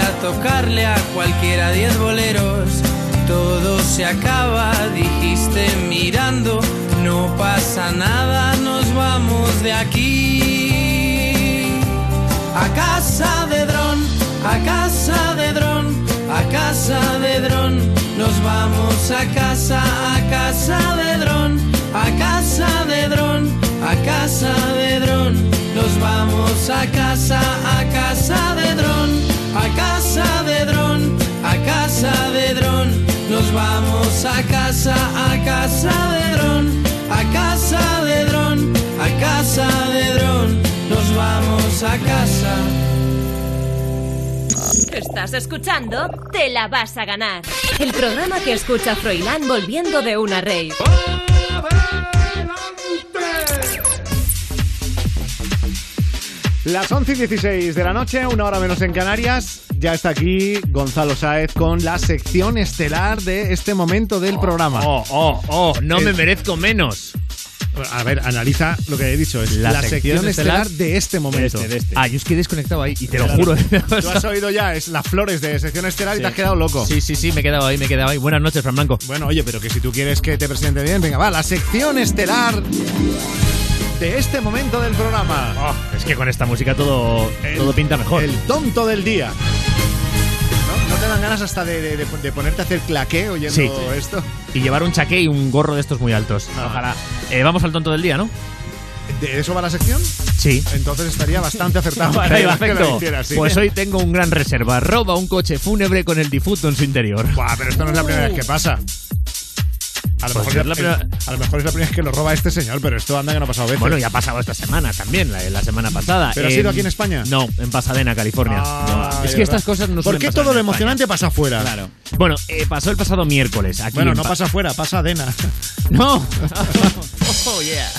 Speaker 10: tocarle a cualquiera diez boleros. Todo se acaba, dijiste mirando. No pasa nada, nos vamos de aquí. A casa de dron, a casa de dron, a casa de dron. Nos vamos a casa, a casa de dron, a casa de dron, a casa de dron. Nos vamos a casa, a casa de dron, a casa de dron, a casa de dron. Nos vamos a casa, a casa de dron, a casa de dron, a casa de dron. Nos vamos a casa.
Speaker 1: Estás escuchando Te la vas a ganar. El programa que escucha Froilán volviendo de una rave.
Speaker 8: Las once y dieciséis de la noche, una hora menos en Canarias. Ya está aquí Gonzalo Sáez con la sección estelar de este momento del
Speaker 6: oh,
Speaker 8: programa.
Speaker 6: Oh, oh, oh, no es... me merezco menos.
Speaker 8: A ver, analiza lo que he dicho. Es la, la sección, sección estelar, estelar de este momento.
Speaker 6: De este, de este. Ah, yo es que he desconectado ahí y te claro. lo juro.
Speaker 8: Tú has oído ya, es las flores de sección estelar sí. y te has quedado loco.
Speaker 6: Sí, sí, sí, me he quedado ahí, me he quedado ahí. Buenas noches, Fran Blanco.
Speaker 8: Bueno, oye, pero que si tú quieres que te presente bien, venga, va, la sección estelar de este momento del programa.
Speaker 6: Oh, es que con esta música todo, el, todo pinta mejor.
Speaker 8: El tonto del día. ¿No, ¿No te dan ganas hasta de, de, de ponerte a hacer claqué oyendo sí, sí. esto?
Speaker 6: Y llevar un chaqué y un gorro de estos muy altos. Ah. Ojalá. Eh, vamos al tonto del día, ¿no?
Speaker 8: ¿De eso va la sección?
Speaker 6: Sí.
Speaker 8: Entonces estaría bastante acertado.
Speaker 6: Vale, perfecto. Hiciera, ¿sí? Pues hoy tengo un gran reserva. Roba un coche fúnebre con el difunto en su interior.
Speaker 8: Buah, pero esto no es la primera vez que pasa. A lo, pues mejor, la primera... a lo mejor es la primera vez que lo roba este señor, pero esto anda que no ha pasado veces.
Speaker 6: Bueno, ya ha pasado esta semana también, la, la semana pasada.
Speaker 8: ¿Pero eh, ha sido aquí en España?
Speaker 6: No, en Pasadena, California. Ah, no. Es que estas cosas no suelen
Speaker 8: ¿Por qué
Speaker 6: pasar
Speaker 8: todo lo
Speaker 6: en
Speaker 8: emocionante
Speaker 6: España?
Speaker 8: pasa afuera?
Speaker 6: Claro. Bueno, eh, pasó el pasado miércoles. Aquí
Speaker 8: bueno, no
Speaker 6: pa-
Speaker 8: pasa afuera, pasa Adena.
Speaker 6: No. Oh, yeah.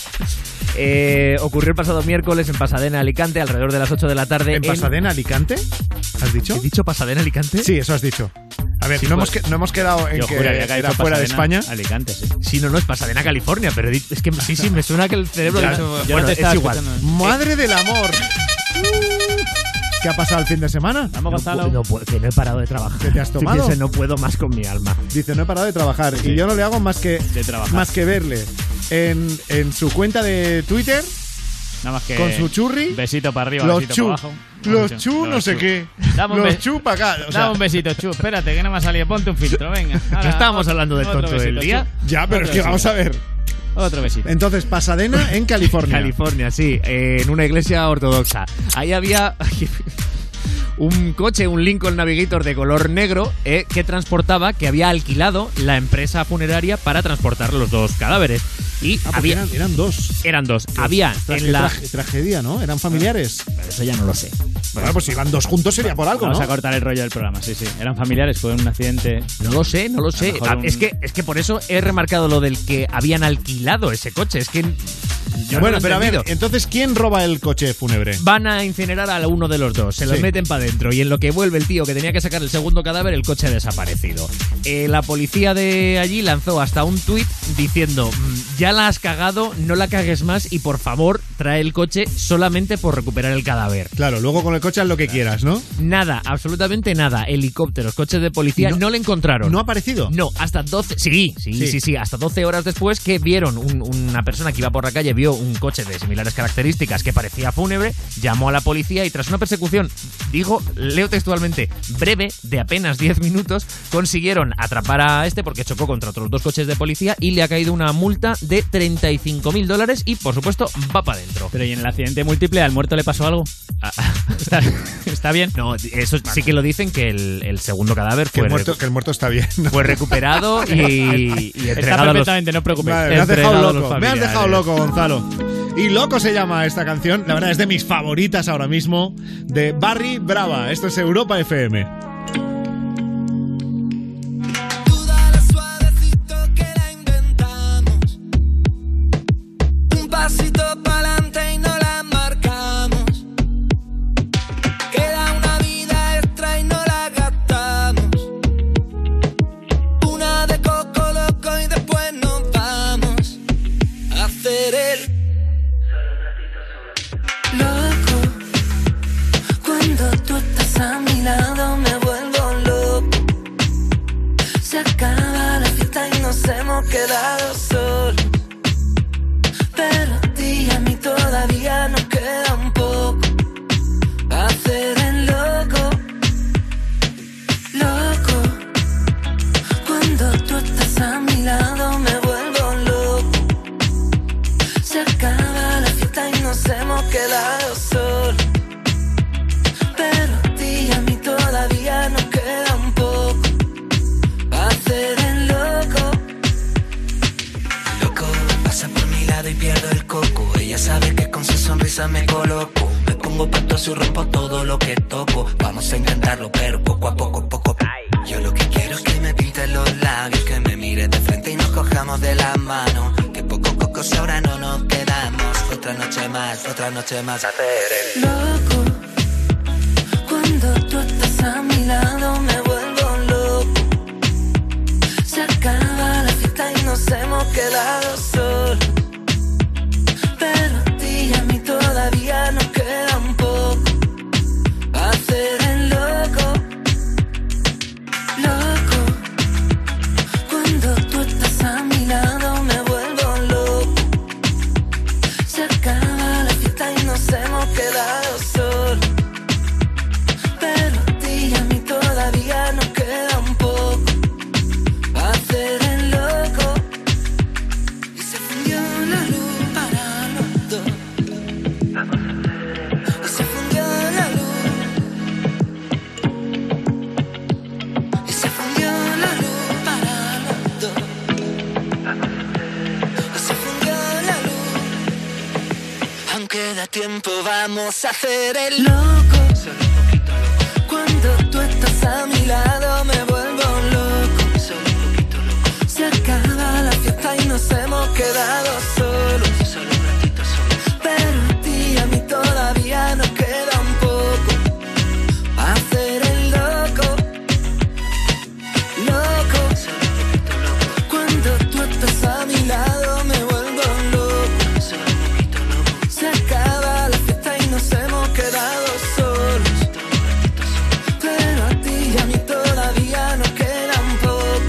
Speaker 6: Eh, ocurrió el pasado miércoles en Pasadena, Alicante, alrededor de las ocho de la tarde.
Speaker 8: ¿En, en... Pasadena, Alicante? ¿Has dicho?
Speaker 6: ¿He dicho Pasadena, Alicante?
Speaker 8: Sí, eso has dicho. A ver, sí, no, pues, hemos que, no hemos quedado en que era fuera de España.
Speaker 6: Alicante, sí. Sí, no, no, es Pasadena, California, pero es que sí, sí, me suena que el cerebro...
Speaker 8: Ya,
Speaker 6: ha dicho,
Speaker 8: bueno, no es igual. Madre del amor. ¿Qué ha pasado el fin de semana?
Speaker 6: Vamos, Gonzalo. No, no, que no he parado de trabajar.
Speaker 8: ¿Qué te has tomado?
Speaker 6: Dice, no puedo más con mi alma.
Speaker 8: Dice, no he parado de trabajar. Sí. Y yo no le hago más que, más que verle en, en su cuenta de Twitter...
Speaker 9: Nada más que
Speaker 8: con su churri.
Speaker 9: Besito para arriba,
Speaker 8: los
Speaker 9: besito
Speaker 8: chu,
Speaker 9: para abajo.
Speaker 8: Los chu, no los sé chu. qué.
Speaker 9: Dame
Speaker 8: los
Speaker 9: be-
Speaker 8: chu para acá. O sea.
Speaker 9: Dame un besito, chu. Espérate, que no me ha salido. Ponte un filtro, venga.
Speaker 6: Ahora, ¿no estábamos otro, hablando del tonto
Speaker 9: besito,
Speaker 6: del día?
Speaker 9: Chu.
Speaker 8: Ya, pero otro es que besito. Vamos a ver.
Speaker 9: Otro besito.
Speaker 8: Entonces, Pasadena, en California.
Speaker 6: California, sí. Eh, en una iglesia ortodoxa. Ahí había... un coche, un Lincoln Navigator de color negro eh, que transportaba, que había alquilado la empresa funeraria para transportar los dos cadáveres. Y
Speaker 8: ah,
Speaker 6: había,
Speaker 8: eran, eran dos.
Speaker 6: Eran dos. Pues, había
Speaker 8: traje,
Speaker 6: en la
Speaker 8: traje, tragedia, ¿no? Eran familiares.
Speaker 6: Pero eso ya no lo sé.
Speaker 8: Bueno, pues si iban dos juntos sería por algo,
Speaker 9: Vamos
Speaker 8: ¿no?
Speaker 9: a cortar el rollo del programa, sí, sí. Eran familiares, fue un accidente.
Speaker 6: No lo sé, no lo sé. Ah, un... Es que es que por eso he remarcado lo del que habían alquilado ese coche. Es que
Speaker 8: yo bueno, no pero a ver, entonces ¿quién roba el coche fúnebre?
Speaker 6: Van a incinerar a uno de los dos, se los sí. meten para adentro y en lo que vuelve el tío que tenía que sacar el segundo cadáver, el coche ha desaparecido. Eh, la policía de allí lanzó hasta un tuit diciendo, ya la has cagado, no la cagues más y por favor trae el coche solamente por recuperar el cadáver.
Speaker 8: Claro, luego con el coche haz lo que quieras, ¿no?
Speaker 6: Nada, absolutamente nada. Helicópteros, coches de policía, no, no le encontraron.
Speaker 8: ¿No ha aparecido?
Speaker 6: No, hasta doce... Sí, sí, sí, sí, sí hasta doce horas después que vieron un, una persona que iba por la calle, vio un coche de similares características que parecía fúnebre, llamó a la policía y tras una persecución, digo, leo textualmente, breve, de apenas diez minutos, consiguieron atrapar a este porque chocó contra otros dos coches de policía y le ha caído una multa de treinta y cinco mil dólares y, por supuesto, va para adentro.
Speaker 9: Pero ¿y en el accidente múltiple al muerto le pasó algo? ¿Está, ¿Está bien?
Speaker 6: No, eso sí que lo dicen, que el, el segundo cadáver
Speaker 8: que
Speaker 6: fue...
Speaker 8: El muerto, recu- que el muerto está bien, ¿no?
Speaker 6: Fue recuperado y, y entregado
Speaker 9: está perfectamente,
Speaker 6: a los,
Speaker 9: no preocupes.
Speaker 8: Vale, me has dejado loco, me has dejado loco, Gonzalo. Y Loco se llama esta canción, la verdad es de mis favoritas ahora mismo, de Barry Brava. Esto es Europa F M.
Speaker 10: Pasito pa'lante y no la marcamos. Queda una vida extra y no la gastamos. Una de coco loco y después nos vamos a hacer el loco. Cuando tú estás a mi lado
Speaker 11: sonrisa me coloco. Me pongo pastoso y rompo todo lo que toco. Vamos a intentarlo, pero poco a poco, poco. Yo lo que quiero es que me pintes los labios, que me mires de frente y nos cojamos de las manos. Que poco a poco si ahora no nos quedamos. Otra noche más, otra noche más. Hacer el
Speaker 10: loco. Cuando tú estás a mi lado me vuelvo loco. Se acaba la fiesta y nos hemos quedado solos. Pero a ti y a mí todavía nos queda un poco. Hacer el loco. Loco. Cuando tú estás a mi lado me vuelvo loco. Se acaba la fiesta y nos hemos quedado solos. Pero a ti y a mí todavía nos queda un poco. Hacer el loco. Y se fundió la luz para los dos. Y se fundió la luz. Y se fundió la luz para los dos. Y se fundió la luz. Aunque da tiempo vamos a hacer el loco. Cuando tú estás a mi lado me vuelvo loco. Solo un poquito loco. Se acaba la fiesta y nos hemos quedado solos. Solo un ratito solo. Pero a ti y a mí todavía nos queda un poco. Hacer el loco. Loco. Solo un poquito loco. Cuando tú estás a mi lado me vuelvo loco. Solo un poquito loco. Se acaba la fiesta y nos hemos quedado solos. Pero a ti y a mí todavía nos queda un poco.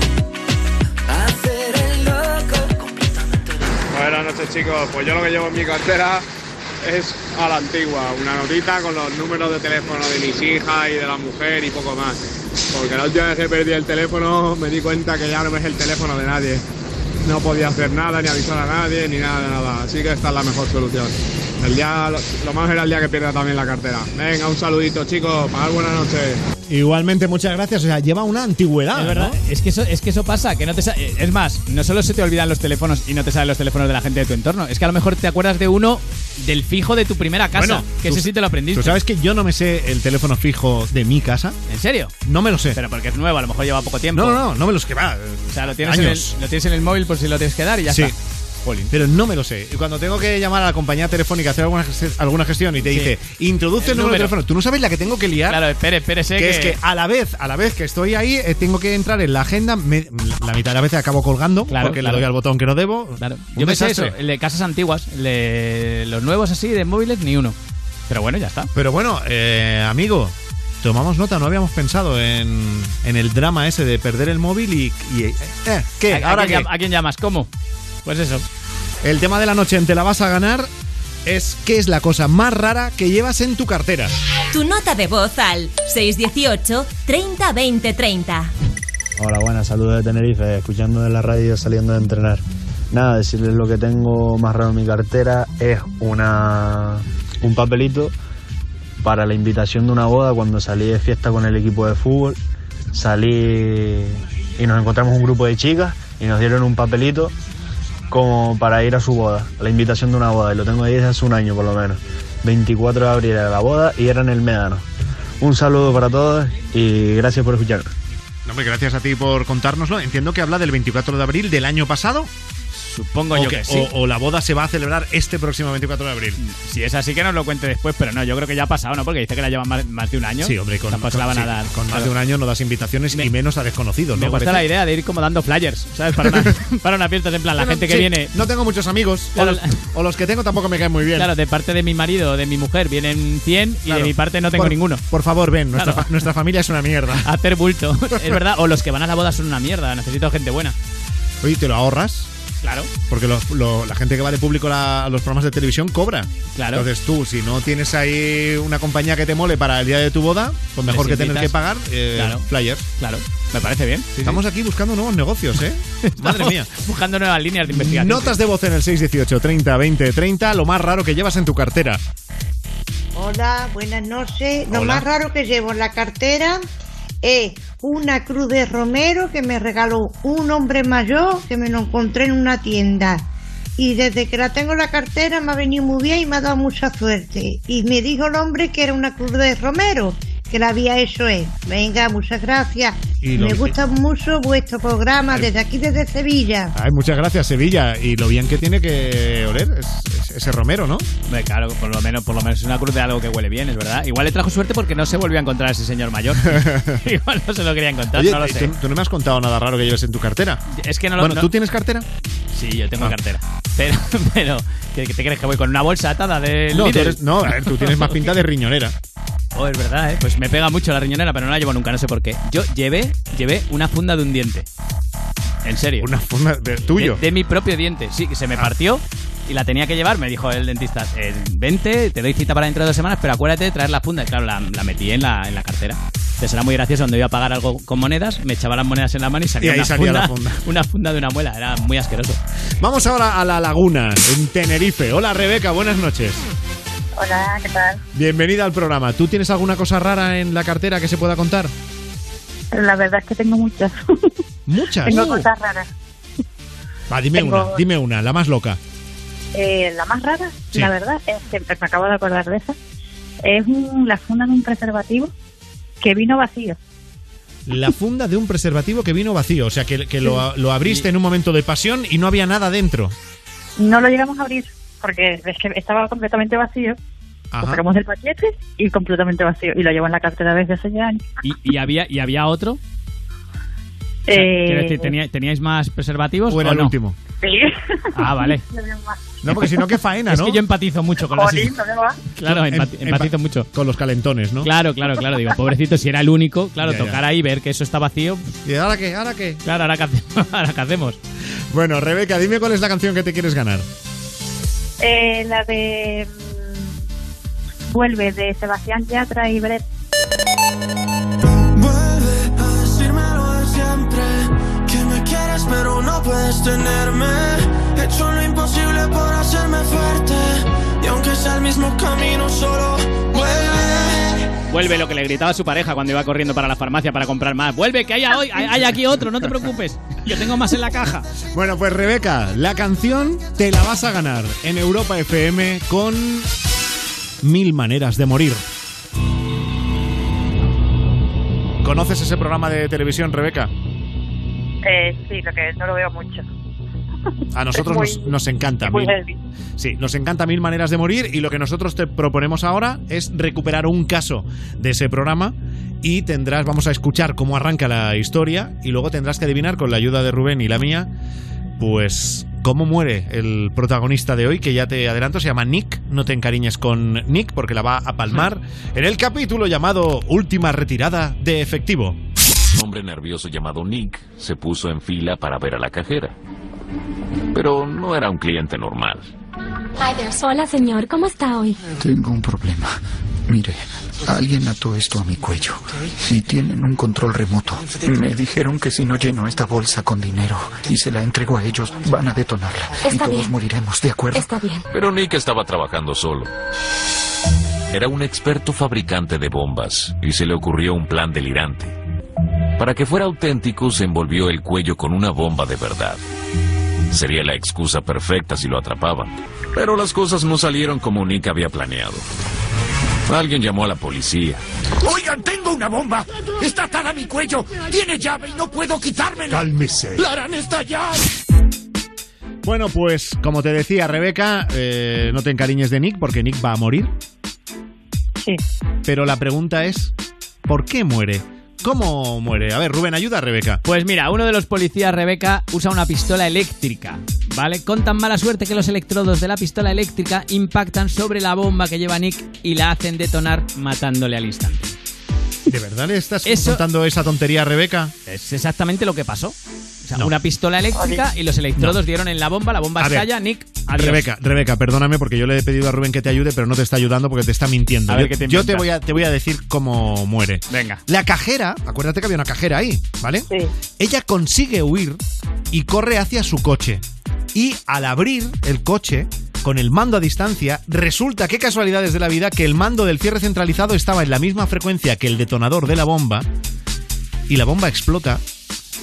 Speaker 10: Hacer el loco. Completamente loco.
Speaker 25: Buenas noches, chicos. Pues yo lo que llevo en mi cartera es a la antigua, una notita con los números de teléfono de mis hijas y de la mujer y poco más. Porque la última vez que perdí el teléfono me di cuenta que ya no es el teléfono de nadie. No podía hacer nada, ni avisar a nadie, ni nada de nada. Así que esta es la mejor solución. El día, lo, lo más era el día que pierda también la cartera. Venga, un saludito, chicos. Pasad buenas noches.
Speaker 8: Igualmente, muchas gracias. O sea, lleva una antigüedad.
Speaker 9: Es verdad,
Speaker 8: ¿no?
Speaker 9: es que eso, es que eso pasa, que no te sa- es más, no solo se te olvidan los teléfonos y no te salen los teléfonos de la gente de tu entorno, es que a lo mejor te acuerdas de uno del fijo de tu primera casa,
Speaker 8: Bueno,
Speaker 9: que
Speaker 8: tú-
Speaker 9: ese sí te lo aprendiste.
Speaker 8: ¿Tú sabes que yo no me sé el teléfono fijo de mi casa?
Speaker 9: ¿En serio?
Speaker 8: No me lo sé.
Speaker 9: Pero porque es nuevo, a lo mejor lleva poco tiempo.
Speaker 8: No, no, no, no me los que va.
Speaker 9: O sea, lo tienes, en el,
Speaker 8: años.
Speaker 9: lo tienes en el móvil por si lo tienes que dar y ya
Speaker 8: Sí.
Speaker 9: está. Jolín.
Speaker 8: Pero no me lo sé. Y cuando tengo que llamar a la compañía telefónica a hacer alguna, gest- alguna gestión y te
Speaker 9: Sí.
Speaker 8: dice, introduce el,
Speaker 9: El
Speaker 8: número de
Speaker 9: número.
Speaker 8: teléfono, tú no sabes la que tengo que liar.
Speaker 9: Claro, espere, espérese
Speaker 8: que,
Speaker 9: que...
Speaker 8: es que a la vez, a la vez que estoy ahí, eh, tengo que entrar en la agenda. me- la mitad de las veces acabo colgando
Speaker 9: Claro,
Speaker 8: porque
Speaker 9: claro.
Speaker 8: le doy al botón que no debo.
Speaker 9: Claro.
Speaker 8: Un
Speaker 9: Yo me sé eso,
Speaker 8: desastre.
Speaker 9: el de casas antiguas, el de los nuevos así, de móviles, ni uno. Pero bueno, ya está.
Speaker 8: Pero bueno, eh, amigo, tomamos nota, no habíamos pensado en, en el drama ese de perder el móvil y... y eh, ¿Qué?
Speaker 9: ¿A, a
Speaker 8: ¿Ahora
Speaker 9: quién,
Speaker 8: qué?
Speaker 9: llam- ¿A quién llamas? ¿Cómo? Pues eso.
Speaker 8: El tema de la noche en Te la vas a ganar es ¿qué es la cosa más rara que llevas en tu cartera?
Speaker 1: Tu nota de voz al seis uno ocho, treinta, veinte, treinta.
Speaker 13: Hola, buenas, saludos de Tenerife, escuchando en la radio saliendo de entrenar. Nada, decirles lo que tengo más raro en mi cartera es una un papelito para la invitación de una boda cuando salí de fiesta con el equipo de fútbol. Salí y nos encontramos un grupo de chicas y nos dieron un papelito como para ir a su boda, a la invitación de una boda, y lo tengo ahí desde hace un año por lo menos. veinticuatro de abril era la boda y era en el Médano. Un saludo para todos y gracias por escucharnos.
Speaker 8: No, hombre, gracias a ti por contárnoslo. Entiendo que habla del veinticuatro de abril del año pasado.
Speaker 9: Supongo
Speaker 8: o
Speaker 9: yo que, sí.
Speaker 8: O, o la boda se va a celebrar este próximo veinticuatro de abril.
Speaker 9: Si es así, que nos lo cuente después, pero no, yo creo que ya ha pasado, ¿no? Porque dice que la llevan más, más de un año.
Speaker 8: Sí, hombre, con,
Speaker 9: Tampoco se
Speaker 8: con-
Speaker 9: la van
Speaker 8: sí,
Speaker 9: a dar.
Speaker 8: con más
Speaker 9: Claro.
Speaker 8: de un año no das invitaciones
Speaker 9: Me-
Speaker 8: y menos a desconocidos,
Speaker 9: Me
Speaker 8: ¿no?
Speaker 9: gusta
Speaker 8: Parece.
Speaker 9: la idea de ir como dando flyers, ¿sabes? Para una, para una fiesta, en plan, la
Speaker 8: Bueno,
Speaker 9: gente que
Speaker 8: sí,
Speaker 9: viene...
Speaker 8: No tengo muchos amigos,
Speaker 9: Claro,
Speaker 8: o, los, o los que tengo tampoco me caen muy bien.
Speaker 9: Claro, de parte de mi marido o de mi mujer vienen cien y
Speaker 8: Claro.
Speaker 9: de mi parte no tengo
Speaker 8: por,
Speaker 9: ninguno.
Speaker 8: Por favor, ven, nuestra,
Speaker 9: Claro.
Speaker 8: fa- nuestra familia es una mierda.
Speaker 9: Hacer bulto. Es verdad, o los que van a la boda son una mierda, necesito gente buena.
Speaker 8: Oye, ¿te lo ahorras?
Speaker 9: Claro.
Speaker 8: Porque lo- lo- la gente que va de público la- a los programas de televisión cobra.
Speaker 9: Claro.
Speaker 8: Entonces tú, si no tienes ahí una compañía que te mole para el día de tu boda, pues mejor
Speaker 9: Les
Speaker 8: que tener
Speaker 9: invitas.
Speaker 8: que pagar eh,
Speaker 9: Claro.
Speaker 8: flyers.
Speaker 9: Claro, me parece bien. Sí,
Speaker 8: Estamos aquí buscando nuevos negocios, ¿eh? Madre
Speaker 9: Estamos
Speaker 8: mía.
Speaker 9: Buscando nuevas líneas de investigación.
Speaker 8: Notas de voz en el seis uno ocho, treinta, veinte, treinta, lo más raro que llevas en tu cartera.
Speaker 18: Hola, buenas noches. Lo
Speaker 8: Hola.
Speaker 18: más raro que llevo en la cartera es una cruz de romero que me regaló un hombre mayor que me lo encontré en una tienda Y desde que la tengo en la cartera me ha venido muy bien y me ha dado mucha suerte. Y me dijo el hombre que era una cruz de romero, que la había hecho él. Venga, muchas gracias. Me gusta mucho vuestro programa desde aquí, desde Sevilla.
Speaker 8: Ay, muchas gracias, Sevilla. Y lo bien que tiene que oler es, es, ese romero, ¿no?
Speaker 9: Hombre, claro, por lo menos por lo menos es una cruz de algo que huele bien, es verdad. Igual le trajo suerte porque no se volvió a encontrar a ese señor mayor. Igual no se lo quería encontrar,
Speaker 8: Oye,
Speaker 9: no lo sé.
Speaker 8: ¿tú, tú no me has contado nada raro que lleves en tu cartera?
Speaker 9: Es que no lo
Speaker 8: Bueno,
Speaker 9: no-
Speaker 8: ¿tú tienes cartera?
Speaker 9: Sí, yo tengo
Speaker 8: Ah.
Speaker 9: cartera. Pero, pero ¿qué ¿qué te crees que voy con una bolsa atada de
Speaker 8: No, tú
Speaker 9: Lidl?
Speaker 8: eres- no, a ver, tú tienes más pinta de riñonera.
Speaker 9: Oh, es verdad, ¿eh? Pues me pega mucho la riñonera, pero no la llevo nunca, no sé por qué. Yo llevé, llevé una funda de un diente. En serio.
Speaker 8: ¿Una funda de tuyo?
Speaker 9: De, de mi propio diente, sí, que se me partió y la tenía que llevar. Me dijo el dentista, eh, vente, te doy cita para dentro de dos semanas, pero acuérdate de traer la funda. Y claro, la, la metí en la, en la cartera. Entonces era muy gracioso, cuando iba a pagar algo con monedas, me echaba las monedas en la mano y salía,
Speaker 8: Y ahí
Speaker 9: una,
Speaker 8: salía
Speaker 9: funda,
Speaker 8: la funda.
Speaker 9: una funda de una muela. Era muy asqueroso.
Speaker 8: Vamos ahora a La Laguna, en Tenerife. Hola, Rebeca, buenas noches.
Speaker 3: Hola, ¿qué tal?
Speaker 8: Bienvenida al programa. ¿Tú tienes alguna cosa rara en la cartera que se pueda contar?
Speaker 3: La verdad es que tengo muchas.
Speaker 8: ¿Muchas?
Speaker 3: Tengo
Speaker 8: Uh.
Speaker 3: cosas raras.
Speaker 8: Va, dime
Speaker 3: Tengo-
Speaker 8: una, dime una, la más loca.
Speaker 3: Eh, la más rara,
Speaker 8: Sí.
Speaker 3: la verdad, es que me acabo de acordar de esa. Es un- la funda de un preservativo que vino vacío.
Speaker 8: La funda de un preservativo que vino vacío, o sea, que, que lo, lo abriste en un momento de pasión y no había nada dentro.
Speaker 3: No lo llegamos a abrir porque es que estaba completamente vacío.
Speaker 8: Ajá.
Speaker 3: Lo sacamos del paquete y completamente vacío. Y lo llevo en la cartera desde hace ya años.
Speaker 9: ¿Y, y había, y había otro? O sea,
Speaker 3: Eh,
Speaker 9: quiero decir, ¿tenía- ¿teníais más preservativos
Speaker 8: ¿O era
Speaker 9: o
Speaker 8: el
Speaker 9: no?
Speaker 8: último?
Speaker 3: Sí.
Speaker 9: Ah, vale.
Speaker 8: No, porque si no, qué faena,
Speaker 9: Es
Speaker 8: ¿no?
Speaker 9: que yo empatizo mucho con las...
Speaker 3: Jolín, ¿dónde va?
Speaker 9: Claro,
Speaker 8: Em-
Speaker 9: empati-
Speaker 8: empa-
Speaker 9: empatizo mucho.
Speaker 8: Con los calentones, ¿no?
Speaker 9: Claro, claro, claro. Digo, pobrecito, si era el único, claro,
Speaker 8: Ya, ya.
Speaker 9: tocar ahí, ver que eso está vacío.
Speaker 8: ¿Y ahora qué? ¿Ahora qué?
Speaker 9: Claro, ahora qué hacemos. Ahora qué hacemos.
Speaker 8: Bueno, Rebeca, dime cuál es la canción que te quieres ganar.
Speaker 3: Eh, la de mm, Vuelve, de Sebastián Yatra y Brett.
Speaker 17: Vuelve a decírmelo de siempre, que me quieres pero no puedes tenerme. He hecho lo imposible por hacerme fuerte, y aunque sea el mismo camino, solo vuelve.
Speaker 9: Vuelve, lo que le gritaba a su pareja cuando iba corriendo para la farmacia para comprar más. Vuelve, que hay, hoy, hay, hay aquí otro, no te preocupes. Yo tengo más en la caja.
Speaker 8: Bueno, pues Rebeca, la canción te la vas a ganar en Europa F M con Mil Maneras de Morir. ¿Conoces ese programa de televisión, Rebeca?
Speaker 3: Eh, sí, lo que no lo veo mucho.
Speaker 8: A nosotros
Speaker 3: Es muy-
Speaker 8: nos, nos encanta.
Speaker 3: muy
Speaker 8: Mil-
Speaker 3: heavy.
Speaker 8: Sí, nos encanta Mil Maneras de Morir, y lo que nosotros te proponemos ahora es recuperar un caso de ese programa, y tendrás, vamos a escuchar cómo arranca la historia, y luego tendrás que adivinar, con la ayuda de Rubén y la mía, pues cómo muere el protagonista de hoy, que ya te adelanto, se llama Nick. No te encariñes con Nick porque la va a palmar en el capítulo llamado Última Retirada de Efectivo.
Speaker 14: Un hombre nervioso llamado Nick se puso en fila para ver a la cajera. Pero no era un cliente normal.
Speaker 15: Hola, señor. ¿Cómo está hoy?
Speaker 19: Tengo un problema. Mire, alguien ató esto a mi cuello y tienen un control remoto. Me dijeron que si no lleno esta bolsa con dinero y se la entrego a ellos, van a detonarla. y
Speaker 15: Está
Speaker 19: todos
Speaker 15: bien.
Speaker 19: moriremos, ¿de acuerdo?
Speaker 15: Está bien.
Speaker 14: Pero Nick estaba trabajando solo. Era un experto fabricante de bombas y se le ocurrió un plan delirante. Para que fuera auténtico, se envolvió el cuello con una bomba de verdad. Sería la excusa perfecta si lo atrapaban. Pero las cosas no salieron como Nick había planeado. Alguien llamó a la policía.
Speaker 20: Oigan, tengo una bomba. Está atada a mi cuello. Tiene llave y no puedo quitármela.
Speaker 8: Cálmese.
Speaker 20: La harán estallar.
Speaker 8: Bueno, pues como te decía, Rebeca, eh, no te encariñes de Nick porque Nick va a morir.
Speaker 3: Sí.
Speaker 8: Pero la pregunta es, ¿por qué muere? ¿Cómo muere? A ver, Rubén, ayuda a Rebeca.
Speaker 9: Pues mira, uno de los policías, Rebeca, usa una pistola eléctrica, ¿vale? Con tan mala suerte que los electrodos de la pistola eléctrica impactan sobre la bomba que lleva Nick y la hacen detonar, matándole al instante.
Speaker 8: ¿De verdad le estás
Speaker 9: Eso-
Speaker 8: contando esa tontería a Rebeca?
Speaker 9: Es exactamente lo que pasó. O sea,
Speaker 8: No.
Speaker 9: una pistola eléctrica y los electrodos
Speaker 8: No.
Speaker 9: dieron en la bomba, la bomba
Speaker 8: A ver,
Speaker 9: estalla, Nick, adiós.
Speaker 8: Rebeca, Rebeca, perdóname porque yo le he pedido a Rubén que te ayude, pero no te está ayudando porque te está mintiendo.
Speaker 9: A ver,
Speaker 8: yo
Speaker 9: ¿qué te
Speaker 8: yo te
Speaker 9: inventas?
Speaker 8: voy a te voy a decir cómo muere.
Speaker 9: Venga.
Speaker 8: La cajera, acuérdate que había una cajera ahí, ¿vale? Sí. Ella consigue huir y corre hacia su coche. Y al abrir el coche, con el mando a distancia, resulta, qué casualidades de la vida, que el mando del cierre centralizado estaba en la misma frecuencia que el detonador de la bomba, y la bomba explota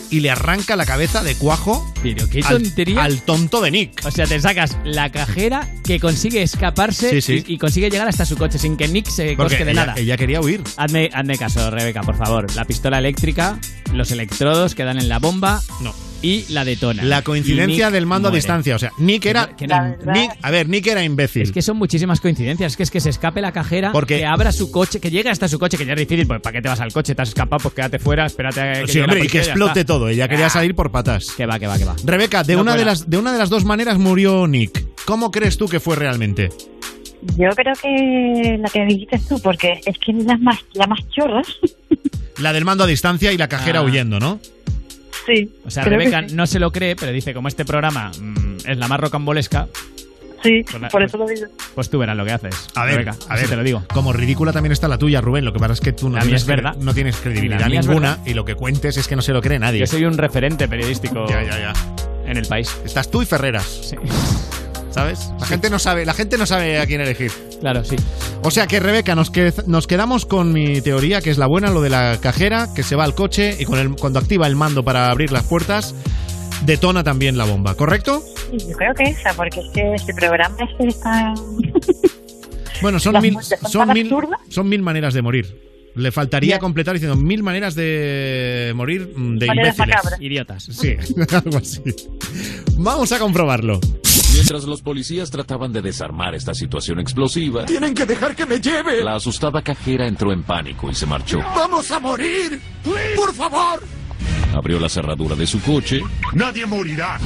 Speaker 8: y le arranca la cabeza de cuajo.
Speaker 9: Pero qué
Speaker 8: al,
Speaker 9: tontería.
Speaker 8: Al tonto de Nick.
Speaker 9: O sea, te sacas la cajera que consigue escaparse
Speaker 8: Sí, sí.
Speaker 9: Y, y consigue llegar hasta su coche sin que Nick se
Speaker 8: Porque
Speaker 9: cosque de
Speaker 8: ella,
Speaker 9: nada.
Speaker 8: ella quería huir.
Speaker 9: Hazme, hazme caso, Rebeca, por favor. La pistola eléctrica, los electrodos que dan en la bomba.
Speaker 8: No.
Speaker 9: Y la detona.
Speaker 8: La coincidencia
Speaker 9: Y Nick
Speaker 8: del mando
Speaker 9: muere.
Speaker 8: a distancia. O sea, Nick era.
Speaker 9: Que no- que no-
Speaker 8: Nick, a ver, Nick era imbécil.
Speaker 9: Es que son muchísimas coincidencias. Es que es que se escape la cajera,
Speaker 8: Porque-
Speaker 9: que abra su coche, que llegue hasta su coche, que ya es difícil. Pues ¿para qué te vas al coche? Te has escapado, pues quédate fuera, espérate a que
Speaker 8: Sí,
Speaker 9: llegue la
Speaker 8: hombre, y
Speaker 9: policía
Speaker 8: que
Speaker 9: ya
Speaker 8: explote
Speaker 9: está.
Speaker 8: todo. Ella quería salir por patas.
Speaker 9: Que va, que va, que va.
Speaker 8: Rebeca, de,
Speaker 9: No
Speaker 8: una de,
Speaker 9: cuela.
Speaker 8: las, de una de las dos maneras murió Nick. ¿Cómo crees tú que fue realmente?
Speaker 3: Yo creo que la que dijiste tú, porque es que es la más, la más chorra.
Speaker 8: La del mando a distancia y la cajera
Speaker 9: Ah.
Speaker 8: huyendo, ¿no?
Speaker 3: Sí.
Speaker 9: O sea,
Speaker 3: creo
Speaker 9: Rebeca
Speaker 3: que sí.
Speaker 9: no se lo cree, pero dice, como este programa mm, es la más rocambolesca,
Speaker 3: Sí,
Speaker 9: Pues la-
Speaker 3: por eso lo digo.
Speaker 9: pues tú verás lo que haces.
Speaker 8: A ver,
Speaker 9: Rebeca,
Speaker 8: a
Speaker 9: así
Speaker 8: ver,
Speaker 9: te lo digo.
Speaker 8: como ridícula también está la tuya, Rubén. Lo que pasa es que tú no,
Speaker 9: La mía
Speaker 8: tienes,
Speaker 9: es verdad.
Speaker 8: no tienes credibilidad
Speaker 9: La mía es
Speaker 8: ninguna
Speaker 9: verdad.
Speaker 8: y lo que cuentes es que no se lo cree nadie.
Speaker 9: Yo soy un referente periodístico
Speaker 8: Ya, ya, ya.
Speaker 9: en el país.
Speaker 8: Estás tú y Ferreras.
Speaker 9: Sí.
Speaker 8: ¿Sabes? La gente no sabe, la gente no sabe a quién elegir.
Speaker 9: Claro, sí.
Speaker 8: O sea que, Rebeca, nos, que, nos quedamos con mi teoría, que es la buena, lo de la cajera, que se va al coche y con el, cuando activa el mando para abrir las puertas, detona también la bomba, ¿correcto?
Speaker 3: Sí, yo creo que esa, porque es que este programa este está...
Speaker 8: Bueno, son
Speaker 3: Las
Speaker 8: mil,
Speaker 3: muertes son
Speaker 8: son
Speaker 3: tan
Speaker 8: mil,
Speaker 3: absurdas.
Speaker 8: son mil maneras de morir. Le faltaría
Speaker 3: Ya.
Speaker 8: completar diciendo mil maneras de morir mm, de
Speaker 3: Maneras
Speaker 8: imbéciles.
Speaker 3: macabras.
Speaker 9: Idiotas.
Speaker 8: Sí, algo así. Vamos a comprobarlo.
Speaker 14: Mientras los policías trataban de desarmar esta situación explosiva,
Speaker 20: ¡Tienen que dejar que me lleve!
Speaker 14: la asustada cajera entró en pánico y se marchó.
Speaker 20: ¡Vamos a morir! ¡Por favor!
Speaker 14: Abrió la cerradura de su coche
Speaker 20: ¡Nadie morirá!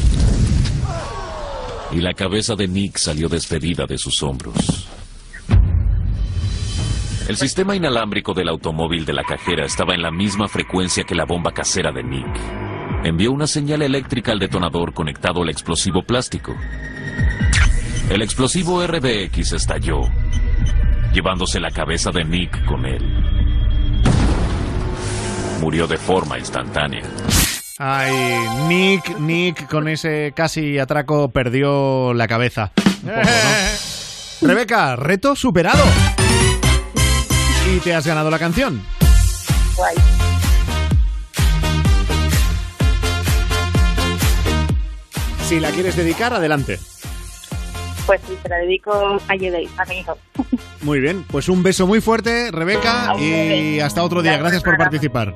Speaker 14: y la cabeza de Nick salió despedida de sus hombros. El sistema inalámbrico del automóvil de la cajera estaba en la misma frecuencia que la bomba casera de Nick. Envió una señal eléctrica al detonador conectado al explosivo plástico. El explosivo R B X estalló, llevándose la cabeza de Nick con él. Murió de forma instantánea.
Speaker 8: Ay, Nick, Nick, con ese casi atraco perdió la cabeza. Un poco, ¿no? Rebeca, reto superado. Y te has ganado la canción.
Speaker 3: Guay.
Speaker 8: Si la quieres dedicar, adelante.
Speaker 3: Pues sí, se la dedico a Yedei, a mi hijo.
Speaker 8: Muy bien, pues un beso muy fuerte, Rebeca, y hasta otro día. Gracias por participar.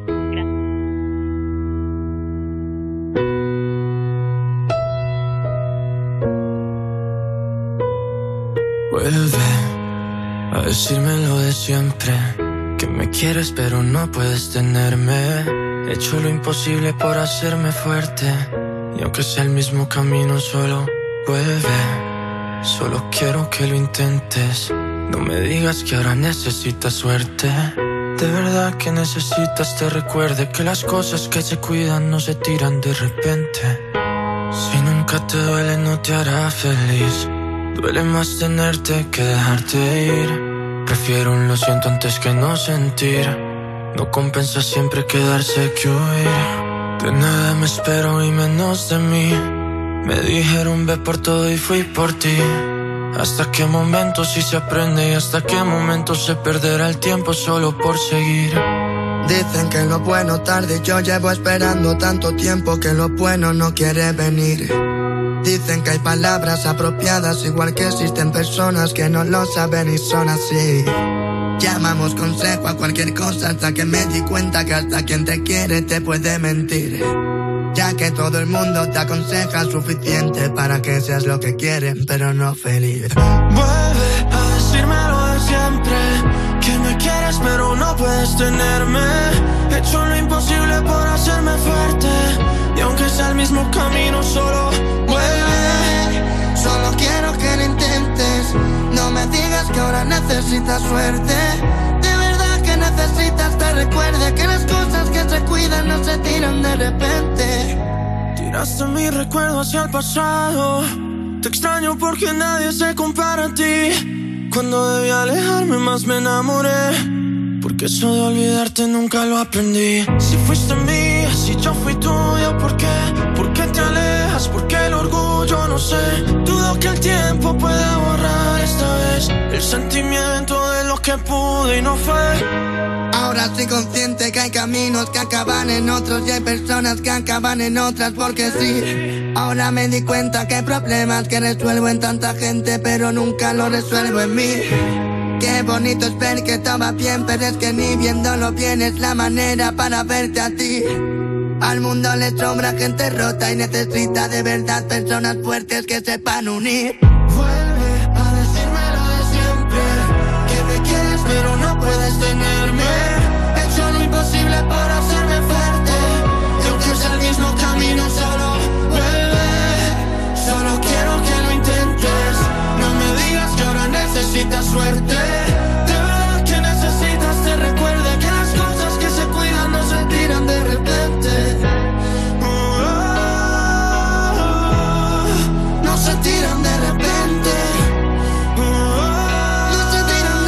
Speaker 10: Vuelve a decirme lo de siempre, que me quieres pero no puedes tenerme. He hecho lo imposible por hacerme fuerte, y aunque sea el mismo camino solo vuelve. Solo quiero que lo intentes, no me digas que ahora necesitas suerte. De verdad que necesitas te recuerde que las cosas que se cuidan no se tiran de repente. Si nunca te duele no te hará feliz, duele más tenerte que dejarte ir. Prefiero un lo siento antes que no sentir, no compensa siempre quedarse que huir. De nada me espero y menos de mí, me dijeron ve por todo y fui por ti. Hasta qué momento sí se aprende y hasta qué momento se perderá el tiempo solo por seguir.
Speaker 5: Dicen que lo bueno tarde, yo llevo esperando tanto tiempo que lo bueno no quiere venir. Dicen que hay palabras apropiadas, igual que existen personas que no lo saben y son así. Llamamos consejo a cualquier cosa hasta que me di cuenta que hasta quien te quiere te puede mentir. Ya que todo el mundo te aconseja suficiente para que seas lo que quieren, pero no feliz.
Speaker 10: Vuelve a decirme lo de siempre, que me quieres pero no puedes tenerme. He hecho lo imposible por hacerme fuerte, y aunque sea el mismo camino solo vuelve.
Speaker 5: Solo quiero que lo intentes, no me digas que ahora necesitas suerte. De verdad que necesitas te recuerde que las cosas que se cuidan no se tiran de repente.
Speaker 10: Tiraste mi recuerdo hacia el pasado, te extraño porque nadie se compara a ti. Cuando debí alejarme más me enamoré, porque eso de olvidarte nunca lo aprendí. Si fuiste mía, si yo fui tuyo, ¿por qué? ¿Por qué te alejas? ¿Por qué el orgullo? No sé. Dudo que el tiempo pueda borrar esta vez el sentimiento de lo que pude y no fue.
Speaker 5: Ahora soy consciente que hay caminos que acaban en otros y hay personas que acaban en otras, porque sí. Ahora me di cuenta que hay problemas que resuelvo en tanta gente, pero nunca lo resuelvo en mí. Qué bonito es ver que todo va bien, pero es que ni viéndolo bien es la manera para verte a ti. Al mundo le sobra gente rota y necesita de verdad personas fuertes que sepan unir.
Speaker 17: Vuelve a decirme lo de siempre, que me quieres pero no puedes tenerme. He hecho lo imposible para hacerme fuerte, y aunque es el mismo camino solo vuelve. Solo quiero que lo intentes, no me digas que ahora necesitas suerte. De verdad que necesitas te recuerde que las cosas que se cuidan no se tiran de repente. Oh, oh, oh, no se tiran de repente. Oh, oh, no se tiran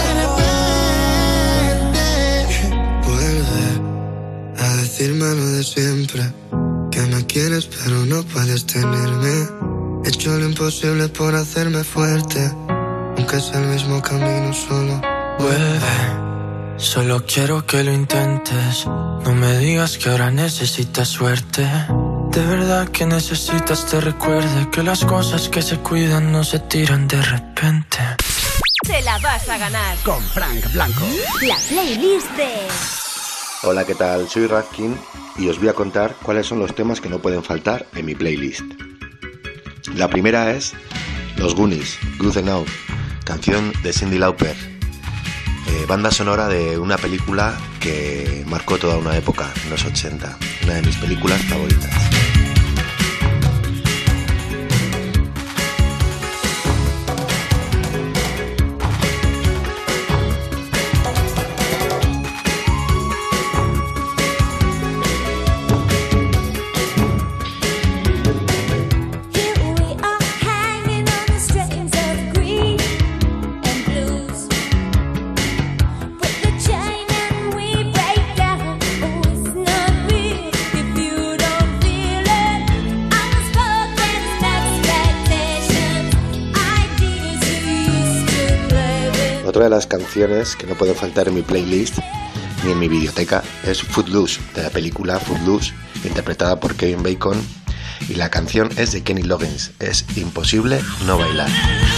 Speaker 17: de repente.
Speaker 5: Vuelve a decirme lo de siempre, que me quieres pero no puedes tenerme. He hecho lo imposible por hacerme fuerte, aunque es el mismo camino solo.
Speaker 10: Vuelve, solo quiero que lo intentes. No me digas que ahora necesitas suerte. De verdad que necesitas te recuerde que las cosas que se cuidan no se tiran de repente.
Speaker 1: Te la vas a ganar
Speaker 7: con Frank Blanco.
Speaker 1: La playlist de...
Speaker 12: Hola, ¿qué tal? Soy Radkin y os voy a contar cuáles son los temas que no pueden faltar en mi playlist. La primera es Los Goonies, Good Enough, canción de Cyndi Lauper, eh, banda sonora de una película que marcó toda una época, en los ochenta, una de mis películas favoritas. Otra de las canciones que no pueden faltar en mi playlist ni en mi biblioteca es Footloose, de la película Footloose, interpretada por Kevin Bacon, y la canción es de Kenny Loggins, es Imposible no bailar.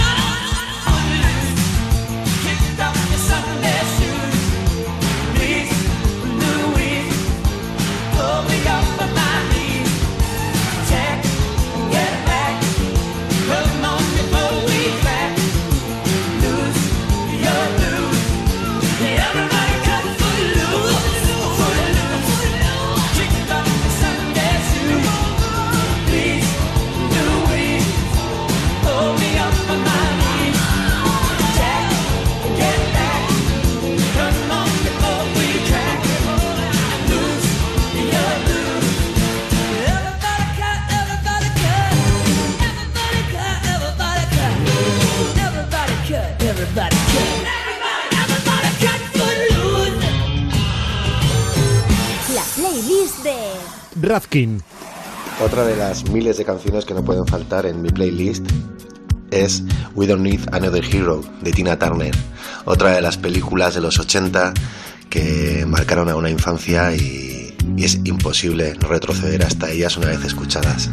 Speaker 8: Radkin.
Speaker 12: Otra de las miles de canciones que no pueden faltar en mi playlist es We Don't Need Another Hero, de Tina Turner, otra de las películas de los ochenta que marcaron a una infancia y, y es imposible no retroceder hasta ellas una vez escuchadas.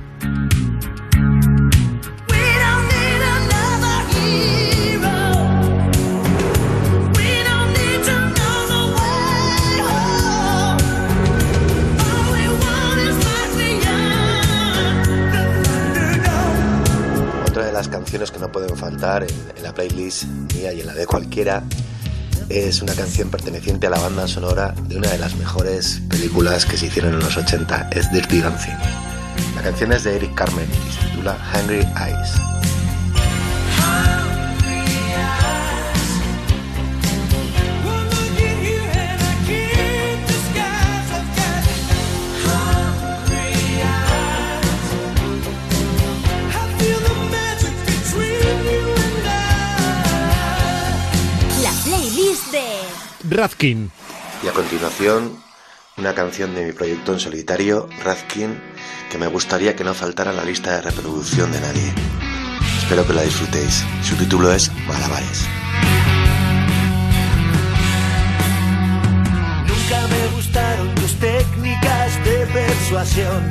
Speaker 12: Las canciones que no pueden faltar en, en la playlist mía y en la de cualquiera es una canción perteneciente a la banda sonora de una de las mejores películas que se hicieron en los ochenta, es Dirty Dancing. La canción es de Eric Carmen y se titula Hungry Eyes.
Speaker 8: Radkin.
Speaker 12: Y a continuación, una canción de mi proyecto en solitario, Radkin, que me gustaría que no faltara en la lista de reproducción de nadie. Espero que la disfrutéis. Su título es Malabares.
Speaker 17: No persuasión.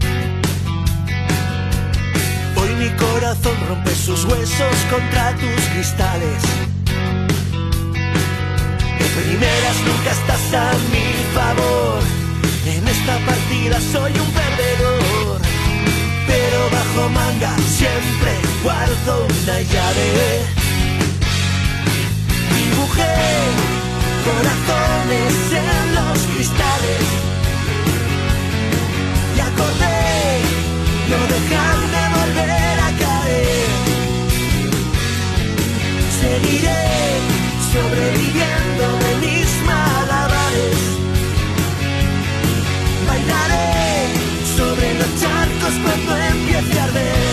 Speaker 17: Hoy mi corazón rompe sus huesos contra tus cristales. De primeras nunca estás a mi favor. En esta partida soy un perdedor. Pero bajo manga siempre guardo una llave. Dibujé corazones en los cristales y acordé no dejar de volver a caer. Seguiré sobreviviendo de mis malabares. Bailaré sobre los charcos cuando empiece a arder.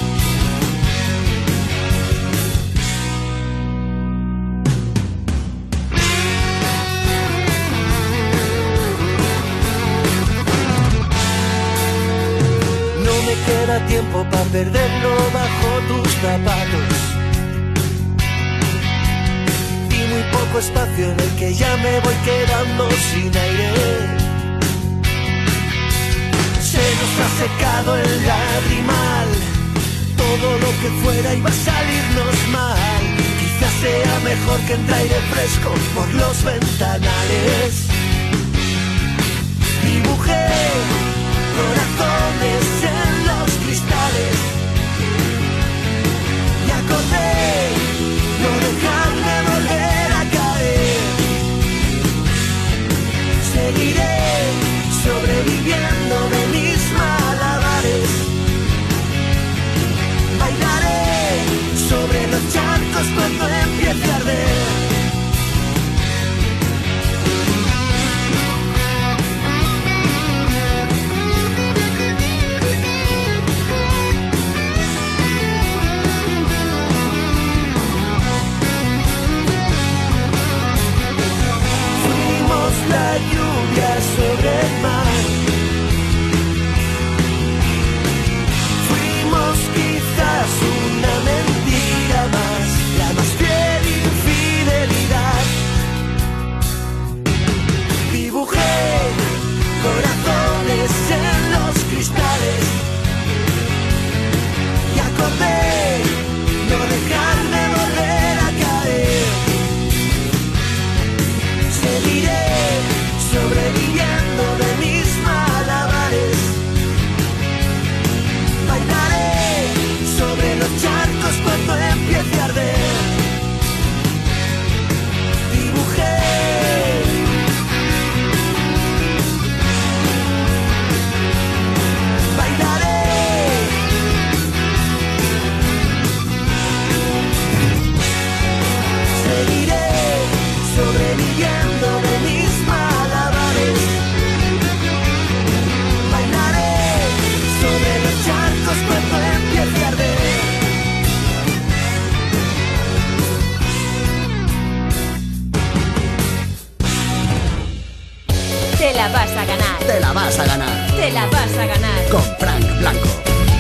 Speaker 17: No me queda tiempo para perderlo bajo tus zapatos. Y muy poco espacio en el que ya me voy quedando sin aire. Se nos ha secado el lagrimal. Todo lo que fuera iba a salirnos mal. Quizás sea mejor que entre aire fresco por los ventanales. Dibujé corazones en los cristales y acordé no dejar de volver a caer. Seguiré sobreviviendo de mis malabares. Bailaré sobre los charcos cuando empiece a arder. Fuimos la lluvia sobre el mar. Fuimos quizás una mentira más, la más fiel infidelidad. Dibujé corazones en los cristales y acordé no dejar de volver a caer. Seguiré sobreviviendo de mis malabares. Bailaré sobre los charcos cuando empiece a arder. Dibujé bailaré. Seguiré sobreviviendo de mis malabares. Bailaré sobre los charcos cuando empiece a arder.
Speaker 1: Te la vas a ganar.
Speaker 7: Te la vas a ganar.
Speaker 1: Te la vas a ganar.
Speaker 7: Con Frank Blanco.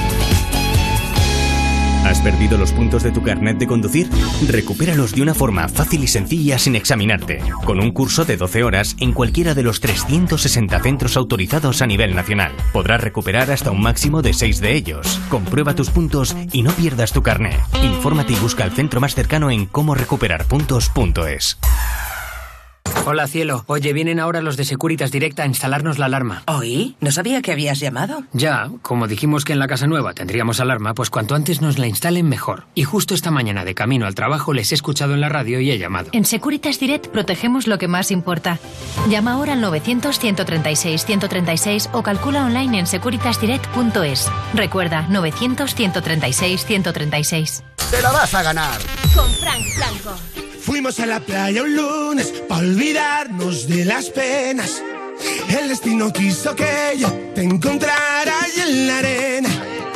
Speaker 16: ¿Has perdido los puntos de tu carnet de conducir? Recupéralos de una forma fácil y sencilla sin examinarte, con un curso de doce horas en cualquiera de los trescientos sesenta centros autorizados a nivel nacional. Podrás recuperar hasta un máximo de seis de ellos. Comprueba tus puntos y no pierdas tu carnet. Infórmate y busca el centro más cercano en cómo recuperar puntos punto es.
Speaker 21: Hola, cielo. Oye, vienen ahora los de Securitas Direct a instalarnos la alarma.
Speaker 22: ¿Oí? No sabía que habías llamado.
Speaker 21: Ya, como dijimos que en la casa nueva tendríamos alarma, pues cuanto antes nos la instalen mejor. Y justo esta mañana de camino al trabajo les he escuchado en la radio y he llamado.
Speaker 23: En Securitas Direct protegemos lo que más importa. Llama ahora al novecientos, ciento treinta y seis, ciento treinta y seis o calcula online en securitas direct punto es. Recuerda, novecientos, ciento treinta y seis, ciento treinta y seis.
Speaker 7: Te la vas a ganar.
Speaker 1: Con Frank Blanco.
Speaker 17: Fuimos a la playa un lunes para olvidarnos de las penas. El destino quiso que yo te encontrara ahí en la arena.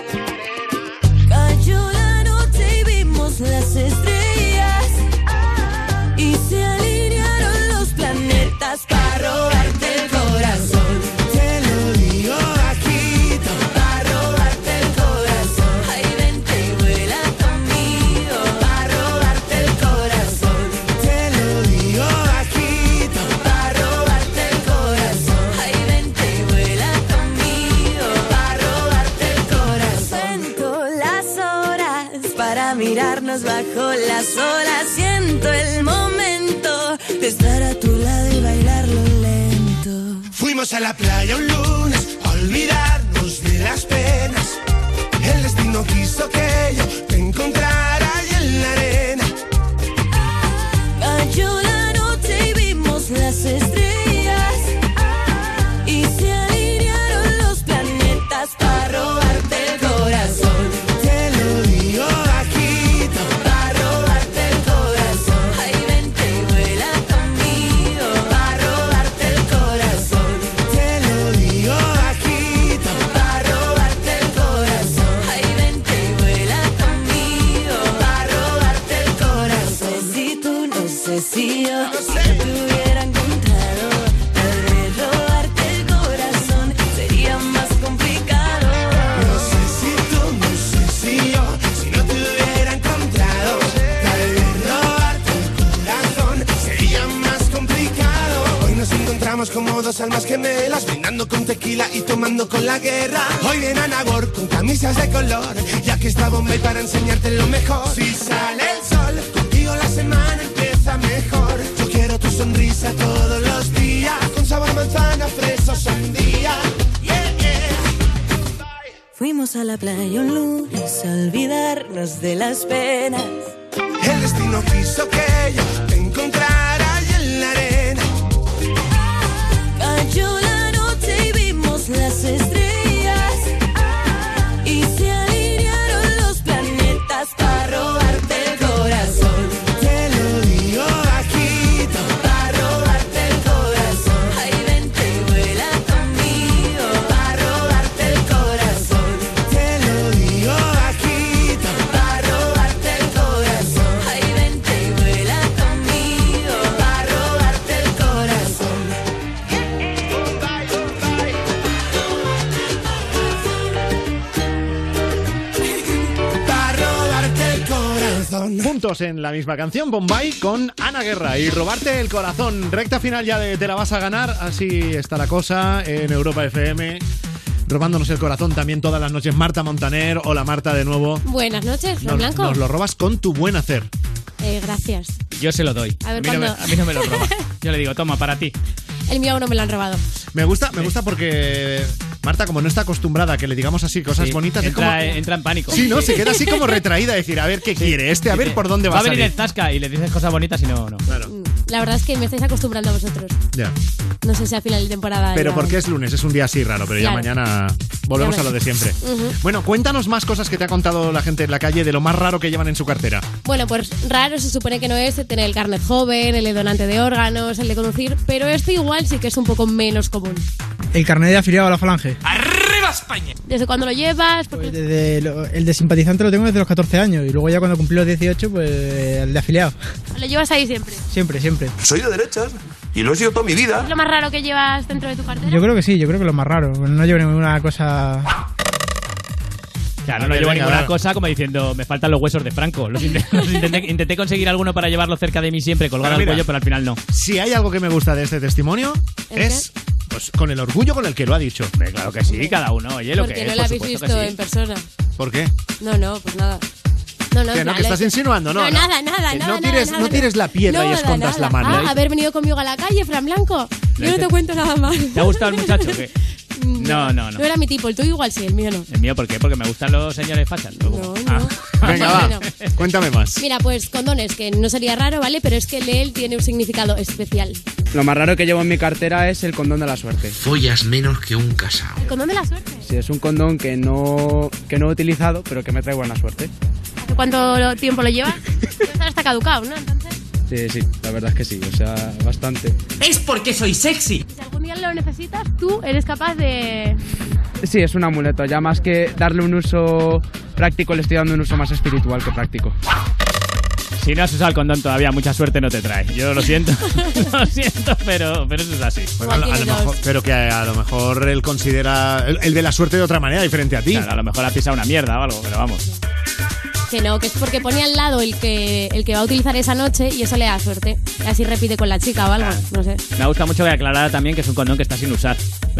Speaker 24: Cayó la noche y vimos las estrellas y se alinearon los planetas para robarte el corazón.
Speaker 17: Te lo digo bajito,
Speaker 24: para robarte el corazón. Ay, vente y vuela conmigo para robarte el corazón.
Speaker 17: te lo digo bajito.
Speaker 24: Para robarte el corazón. Ay, vente y vuela conmigo. manos bajo las olas. Siento el momento de estar a tu lado y bailarlo lento.
Speaker 17: Fuimos a la playa un lunes a olvidarnos de las penas. El destino quiso que yo te encontrara ahí en la arena.
Speaker 24: Cayó la noche y vimos las estrellas y se alinearon los planetas para robarte el corazón.
Speaker 17: Te lo digo bajito,
Speaker 24: para robarte el corazón. Ay, vente y vuela conmigo para robarte el corazón.
Speaker 17: te lo digo bajito.
Speaker 24: Para robarte el corazón. Ay, vente y vuela conmigo para robarte el corazón. Si tú no sé si yo no te hubiera encontrado, tal vez robarte el corazón sería más complicado.
Speaker 17: No sé si tú, no sé si yo, si no te hubiera encontrado, tal vez robarte el corazón sería más complicado. Hoy nos encontramos como dos almas gemelas, brindando con tequila y tomando con la guerra. Hoy viene Anagor con camisas de color, ya que está Bombay para enseñarte lo mejor. Si sale el sol, contigo la semana empieza mejor. Yo quiero tu sonrisa todos los días, con sabor manzana, fresa, sandía. Yeah, yeah.
Speaker 24: Fuimos a la playa un lunes a olvidarnos de las penas.
Speaker 17: El destino quiso que yo te encontrara ahí en la arena.
Speaker 24: Cayó la noche y vimos las estrellas y se alinearon los planetas para robarte el corazón.
Speaker 17: Te lo digo bajito,
Speaker 24: Para robarte el corazón. Ay, vente y vuela conmigo para robarte el corazón.
Speaker 17: te lo digo bajito.
Speaker 24: Para robarte el corazón. Ay, vente y vuela conmigo para robarte el corazón.
Speaker 17: Para robarte el corazón.
Speaker 8: Juntos en la misma canción, Bombay con Ana Guerra y robarte el corazón. Recta final ya de Te la vas a ganar. Así está la cosa en Europa F M. Robándonos el corazón también todas las noches Marta Montaner. Hola Marta, de nuevo.
Speaker 2: Buenas noches, Fran
Speaker 8: Nos,
Speaker 2: Blanco.
Speaker 8: nos lo robas con tu buen hacer.
Speaker 2: Eh, gracias.
Speaker 9: Yo se lo doy.
Speaker 2: A ver,
Speaker 9: mí no me,
Speaker 2: ¿cuándo?
Speaker 9: a mí no me lo roba. Yo le digo, toma, para ti.
Speaker 2: El mío aún no me lo han robado.
Speaker 8: Me gusta, me gusta porque Marta, como no está acostumbrada a que le digamos así cosas
Speaker 9: Sí,
Speaker 8: bonitas,
Speaker 9: entra,
Speaker 8: es como...
Speaker 9: entra en pánico.
Speaker 8: Sí, ¿no? Se queda así como retraída, decir, a ver qué
Speaker 9: Sí,
Speaker 8: quiere este, a ver
Speaker 9: sí.
Speaker 8: por dónde va,
Speaker 9: va
Speaker 8: a
Speaker 9: a venir
Speaker 8: salir.
Speaker 9: el Zasca y le dices cosas bonitas y no, no.
Speaker 8: Claro.
Speaker 2: La verdad es que me estáis acostumbrando a vosotros.
Speaker 8: Ya.
Speaker 2: No sé si a final de temporada.
Speaker 8: Pero
Speaker 2: ya-
Speaker 8: porque es lunes, es un día así raro, pero ya
Speaker 2: Claro.
Speaker 8: mañana volvemos
Speaker 2: Ya
Speaker 8: a lo de siempre.
Speaker 2: Ujú.
Speaker 8: Bueno, cuéntanos más cosas que te ha contado la gente en la calle de lo más raro que llevan en su cartera.
Speaker 2: Bueno, pues raro se supone que no es tener el carnet joven, el de donante de órganos, el de conducir, pero este igual sí que es un poco menos común.
Speaker 4: El carnet de afiliado a la Falange.
Speaker 24: ¡Arriba España!
Speaker 2: ¿Desde cuándo lo llevas? Porque-
Speaker 4: Pues desde lo- el de simpatizante lo tengo desde los catorce años y luego ya cuando cumplí los dieciocho, pues el de afiliado.
Speaker 2: Lo llevas ahí siempre.
Speaker 4: Siempre, siempre.
Speaker 6: Soy de derechas y lo he sido toda mi vida.
Speaker 2: ¿Es lo más raro que llevas dentro de tu cartera?
Speaker 4: Yo creo que sí, yo creo que lo más raro. No llevo ninguna cosa...
Speaker 9: Claro,
Speaker 8: A
Speaker 9: no
Speaker 8: ver,
Speaker 9: llevo
Speaker 8: venga,
Speaker 9: ninguna
Speaker 8: va.
Speaker 9: cosa como diciendo, me faltan los huesos de Franco. Los intent- los intenté, intenté conseguir alguno para llevarlo cerca de mí siempre, colgado
Speaker 8: Pero
Speaker 9: al
Speaker 8: mira,
Speaker 9: cuello, pero al final no.
Speaker 8: Si hay algo que me gusta de este testimonio,
Speaker 2: ¿El
Speaker 8: es pues con el orgullo con el que lo ha dicho.
Speaker 9: Hombre, claro que sí, cada uno, oye, lo
Speaker 2: Porque
Speaker 9: que
Speaker 2: no
Speaker 9: es,
Speaker 2: lo
Speaker 9: por
Speaker 2: habéis
Speaker 9: supuesto
Speaker 2: visto
Speaker 9: que sí.
Speaker 2: en persona.
Speaker 8: ¿Por qué?
Speaker 2: No, no, pues nada. No, no,
Speaker 8: ¿Qué,
Speaker 2: en
Speaker 8: no?
Speaker 2: plan,
Speaker 8: ¿Que estás
Speaker 2: le-
Speaker 8: insinuando? No,
Speaker 2: no,
Speaker 8: no.
Speaker 2: nada, nada,
Speaker 8: Que
Speaker 2: nada.
Speaker 8: no tires-
Speaker 2: nada,
Speaker 8: no
Speaker 2: nada.
Speaker 8: tires la piedra y
Speaker 2: Nada,
Speaker 8: escondas la
Speaker 2: nada.
Speaker 8: mano.
Speaker 2: Ah, haber venido conmigo a la calle, Fran Blanco. Yo no te cuento nada más.
Speaker 9: ¿Te ha gustado el muchacho o qué? No, no, no.
Speaker 2: No era mi tipo, el tuyo igual sí, el mío no.
Speaker 9: ¿El mío por qué? Porque me gustan los señores fachas.
Speaker 2: No, no.
Speaker 8: Venga, va.
Speaker 2: Bueno.
Speaker 8: Cuéntame más.
Speaker 2: Mira, pues condones, que no sería raro, ¿vale? Pero es que el de él tiene un significado especial.
Speaker 11: Lo más raro que llevo en mi cartera es el condón de la suerte.
Speaker 25: Follas menos que un casao.
Speaker 2: ¿El condón de la suerte?
Speaker 11: Sí, es un condón que no, que no he utilizado, pero que me trae buena suerte.
Speaker 2: ¿Hace cuánto tiempo lo llevas? Pues ahora está caducado, ¿no? Entonces,
Speaker 11: Sí, sí, la verdad es que sí, o sea, bastante.
Speaker 25: Es porque soy sexy.
Speaker 2: si algún día lo necesitas, tú eres capaz de...
Speaker 11: Sí, es un amuleto, ya más que darle un uso práctico, le estoy dando un uso más espiritual que práctico.
Speaker 9: Si no has usado el condón todavía, mucha suerte no te trae. Yo lo siento, lo siento, pero, pero eso es así.
Speaker 8: Bueno, a, lo- a lo mejor, pero que a, a lo mejor él considera el, el de la suerte de otra manera, diferente a ti.
Speaker 9: Claro, a lo mejor ha pisado una mierda o algo, pero vamos.
Speaker 2: Que no, que es porque pone al lado el que, el que va a utilizar esa noche y eso le da suerte. Y así repite con la chica o algo, no sé.
Speaker 9: Me ha gustado mucho que aclarara también que es un condón que está sin usar.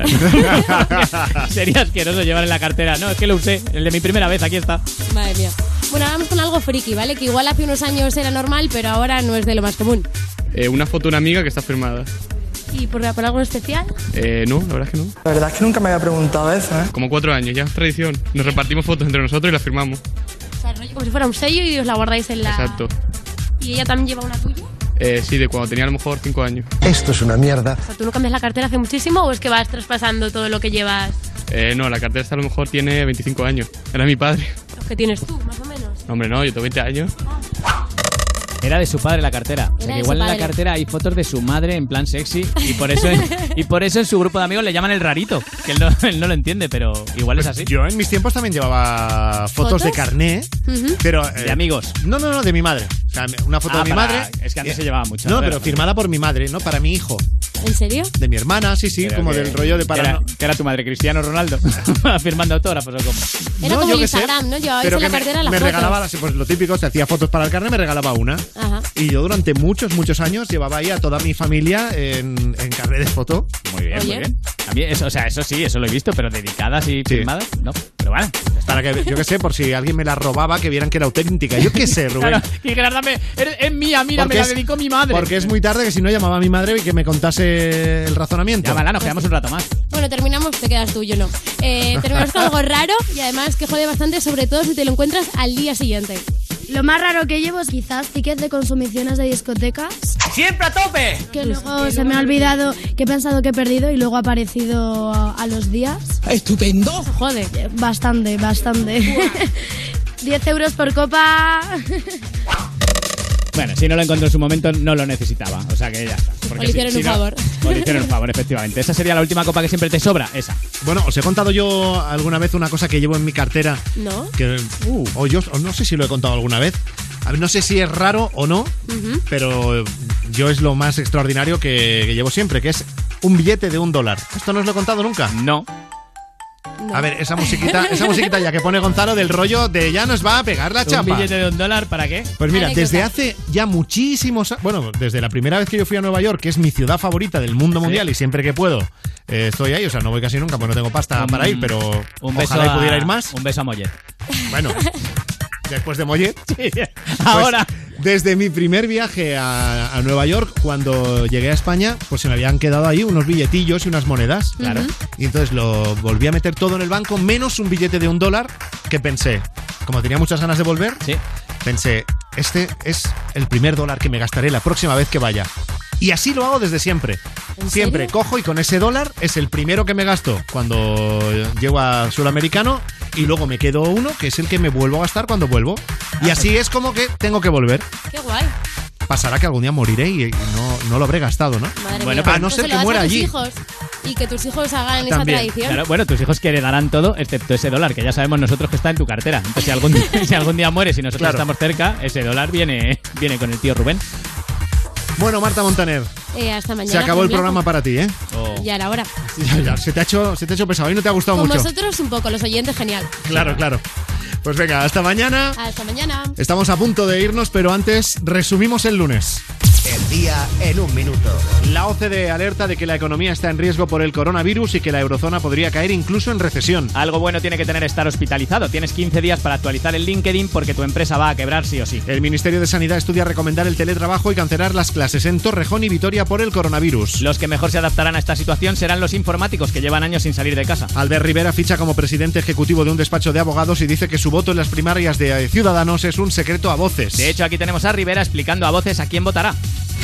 Speaker 9: Sería asqueroso llevar en la cartera. No, es que lo usé, el de mi primera vez, aquí está.
Speaker 2: Madre mía. Bueno, ahora vamos con algo friki, ¿vale? Que igual hace unos años era normal, pero ahora no es de lo más común.
Speaker 11: Eh, una foto de una amiga que está firmada.
Speaker 2: ¿Y por, por algo especial?
Speaker 11: Eh, no, la verdad es que no.
Speaker 13: La verdad es que nunca me había preguntado eso, ¿eh?
Speaker 11: Como cuatro años, ya es tradición. Nos repartimos fotos entre nosotros y las firmamos.
Speaker 2: O sea, rollo como si fuera un sello y os la guardáis en la...
Speaker 11: Exacto.
Speaker 2: ¿Y ella también lleva una tuya?
Speaker 11: Eh, sí, de cuando tenía a lo mejor cinco años.
Speaker 13: Esto es una mierda.
Speaker 2: O sea, ¿tú no cambias la cartera hace muchísimo o es que vas traspasando todo lo que llevas?
Speaker 11: Eh, no, la cartera esta a lo mejor tiene veinticinco años. Era mi padre.
Speaker 2: Los que tienes tú, más o menos.
Speaker 11: No, hombre, no, yo tengo veinte años.
Speaker 9: Era de su padre la cartera. O sea, que igual en la cartera hay fotos de su madre en plan sexy y por eso en, y por eso en su grupo de amigos le llaman el rarito, que él no, él no lo entiende, pero igual
Speaker 8: pues
Speaker 9: es así.
Speaker 8: Yo en mis tiempos también llevaba fotos,
Speaker 9: ¿Fotos?
Speaker 8: de carné,
Speaker 2: Uh-huh.
Speaker 8: pero... eh,
Speaker 9: ¿De amigos?
Speaker 8: No, no, no, de mi madre. O sea, una foto
Speaker 9: Ah,
Speaker 8: de mi
Speaker 9: para-
Speaker 8: madre.
Speaker 9: es que antes se llevaba mucho.
Speaker 8: No,
Speaker 9: ¿no?
Speaker 8: pero firmada por mi madre, ¿no? Para mi hijo.
Speaker 2: ¿En serio?
Speaker 8: De mi hermana, sí, sí,
Speaker 9: Pero
Speaker 8: como
Speaker 9: que-
Speaker 8: del rollo de
Speaker 9: que
Speaker 8: para...
Speaker 9: era, que era tu madre, Cristiano Ronaldo, firmando autógrafos o cómo.
Speaker 2: Era
Speaker 8: No,
Speaker 2: como
Speaker 8: yo
Speaker 2: el
Speaker 8: qué sé,
Speaker 2: Instagram, ¿no? Llevabais
Speaker 8: pero
Speaker 2: en la
Speaker 8: que me-
Speaker 2: cartera las
Speaker 8: me
Speaker 2: fotos.
Speaker 8: regalaba las- pues lo típico, se hacía fotos para el carnet, me regalaba una.
Speaker 2: Ajá.
Speaker 8: Y yo durante muchos, muchos años llevaba ahí a toda mi familia en, en carnet de foto.
Speaker 9: Muy bien,
Speaker 2: Oye.
Speaker 9: muy bien. A mí eso, o sea, eso sí, eso lo he visto, pero dedicadas y
Speaker 8: Sí.
Speaker 9: firmadas, no. Pero bueno.
Speaker 8: Para que, yo qué sé, por si alguien me la robaba, que vieran que era auténtica. Yo qué sé, Rubén.
Speaker 9: Claro, y que dame, es, es mía, mira,
Speaker 8: Porque
Speaker 9: me la
Speaker 8: es-
Speaker 9: dedicó mi madre.
Speaker 8: Porque es muy tarde, que si no llamaba a mi madre y que me contase el razonamiento.
Speaker 9: Llámala, nos quedamos un rato más.
Speaker 2: Bueno, terminamos, te quedas tú, yo no. Eh, terminamos con algo raro y además que jode bastante, sobre todo si te lo encuentras al día siguiente.
Speaker 15: Lo más raro que llevo es quizás tickets de consumiciones de discotecas.
Speaker 9: ¡Siempre a tope!
Speaker 15: Que luego se me ha olvidado, que he pensado que he perdido y luego ha aparecido a, a los días. ¡Estupendo!
Speaker 2: Jode.
Speaker 15: Bastante, bastante. diez euros por copa.
Speaker 9: Bueno, si no lo encontró en su momento, no lo necesitaba. O sea que ya está. Porque
Speaker 2: O le hicieron
Speaker 9: si-
Speaker 2: un
Speaker 9: si no-
Speaker 2: favor.
Speaker 9: O le hicieron un favor, efectivamente. Esa sería la última copa que siempre te sobra, esa.
Speaker 8: Bueno, os he contado yo alguna vez una cosa que llevo en mi cartera.
Speaker 2: ¿No?
Speaker 8: Que, uh, o yo o no sé si lo he contado alguna vez. A ver, no sé si es raro o no,
Speaker 2: Ujú.
Speaker 8: pero yo es lo más extraordinario que, que llevo siempre, que es un billete de un dólar. ¿Esto no os lo he contado nunca?
Speaker 9: No.
Speaker 2: No.
Speaker 8: A ver, esa musiquita, esa musiquita ya que pone Gonzalo del rollo de ya nos va a pegar la chapa.
Speaker 9: ¿Un billete de un dólar para qué?
Speaker 8: Pues mira,
Speaker 2: Anécdota.
Speaker 8: desde hace ya muchísimos a- bueno, desde la primera vez que yo fui a Nueva York, que es mi ciudad favorita del mundo mundial y siempre que puedo eh, estoy ahí, o sea, no voy casi nunca porque no tengo pasta
Speaker 9: Un-
Speaker 8: para ir, pero
Speaker 9: Un beso
Speaker 8: ojalá y
Speaker 9: a-
Speaker 8: pudiera ir más.
Speaker 9: Un beso a Mollet.
Speaker 8: Bueno, después de Mollet.
Speaker 9: Ahora.
Speaker 8: Pues, desde mi primer viaje a, a Nueva York, cuando llegué a España, pues se me habían quedado ahí unos billetillos y unas monedas.
Speaker 9: Claro.
Speaker 8: Y entonces lo volví a meter todo en el banco, menos un billete de un dólar, que pensé, como tenía muchas ganas de volver,
Speaker 9: Sí.
Speaker 8: pensé, este es el primer dólar que me gastaré la próxima vez que vaya. Y así lo hago desde siempre.
Speaker 2: ¿En
Speaker 8: Siempre
Speaker 2: serio?
Speaker 8: cojo y con ese dólar es el primero que me gasto cuando llego a Sudamericano y luego me quedo uno que es el que me vuelvo a gastar cuando vuelvo. Y así es como que tengo que volver.
Speaker 2: Qué guay.
Speaker 8: Pasará que algún día moriré y, y no, no lo habré gastado, ¿no?
Speaker 2: Madre
Speaker 8: Bueno,
Speaker 2: mía.
Speaker 8: a no
Speaker 2: Pues
Speaker 8: ser
Speaker 2: se
Speaker 8: que
Speaker 2: lo das
Speaker 8: muera
Speaker 2: a tus
Speaker 8: allí.
Speaker 2: hijos y que tus hijos hagan
Speaker 8: También.
Speaker 2: esa tradición.
Speaker 9: Claro, bueno, tus hijos que heredarán todo, excepto ese dólar, que ya sabemos nosotros que está en tu cartera. Entonces, si algún día, si algún día mueres y nosotros
Speaker 8: Claro.
Speaker 9: estamos cerca, ese dólar viene, viene con el tío Rubén.
Speaker 8: Bueno, Marta Montaner,
Speaker 2: Eh, hasta mañana.
Speaker 8: se acabó el
Speaker 2: Julián.
Speaker 8: programa para ti, ¿eh?
Speaker 2: Ya era hora.
Speaker 8: Ya, ya, se, te ha hecho, se te ha hecho pesado y no te ha gustado
Speaker 2: Con
Speaker 8: mucho.
Speaker 2: vosotros un poco, los oyentes, genial.
Speaker 8: Claro, claro. Pues venga, hasta mañana.
Speaker 2: Hasta mañana.
Speaker 8: Estamos a punto de irnos, pero antes resumimos el lunes.
Speaker 7: El día en un minuto.
Speaker 8: La O C D E alerta de que la economía está en riesgo por el coronavirus y que la eurozona podría caer incluso en recesión.
Speaker 9: Algo bueno tiene que tener estar hospitalizado. Tienes quince días para actualizar el LinkedIn porque tu empresa va a quebrar sí o sí.
Speaker 8: El Ministerio de Sanidad estudia recomendar el teletrabajo y cancelar las clases en Torrejón y Vitoria por el coronavirus.
Speaker 9: Los que mejor se adaptarán a esta situación serán los informáticos que llevan años sin salir de casa.
Speaker 8: Albert Rivera ficha como presidente ejecutivo de un despacho de abogados y dice que su voto en las primarias de Ciudadanos es un secreto a voces.
Speaker 9: De hecho, aquí tenemos a Rivera explicando a voces a quién votará.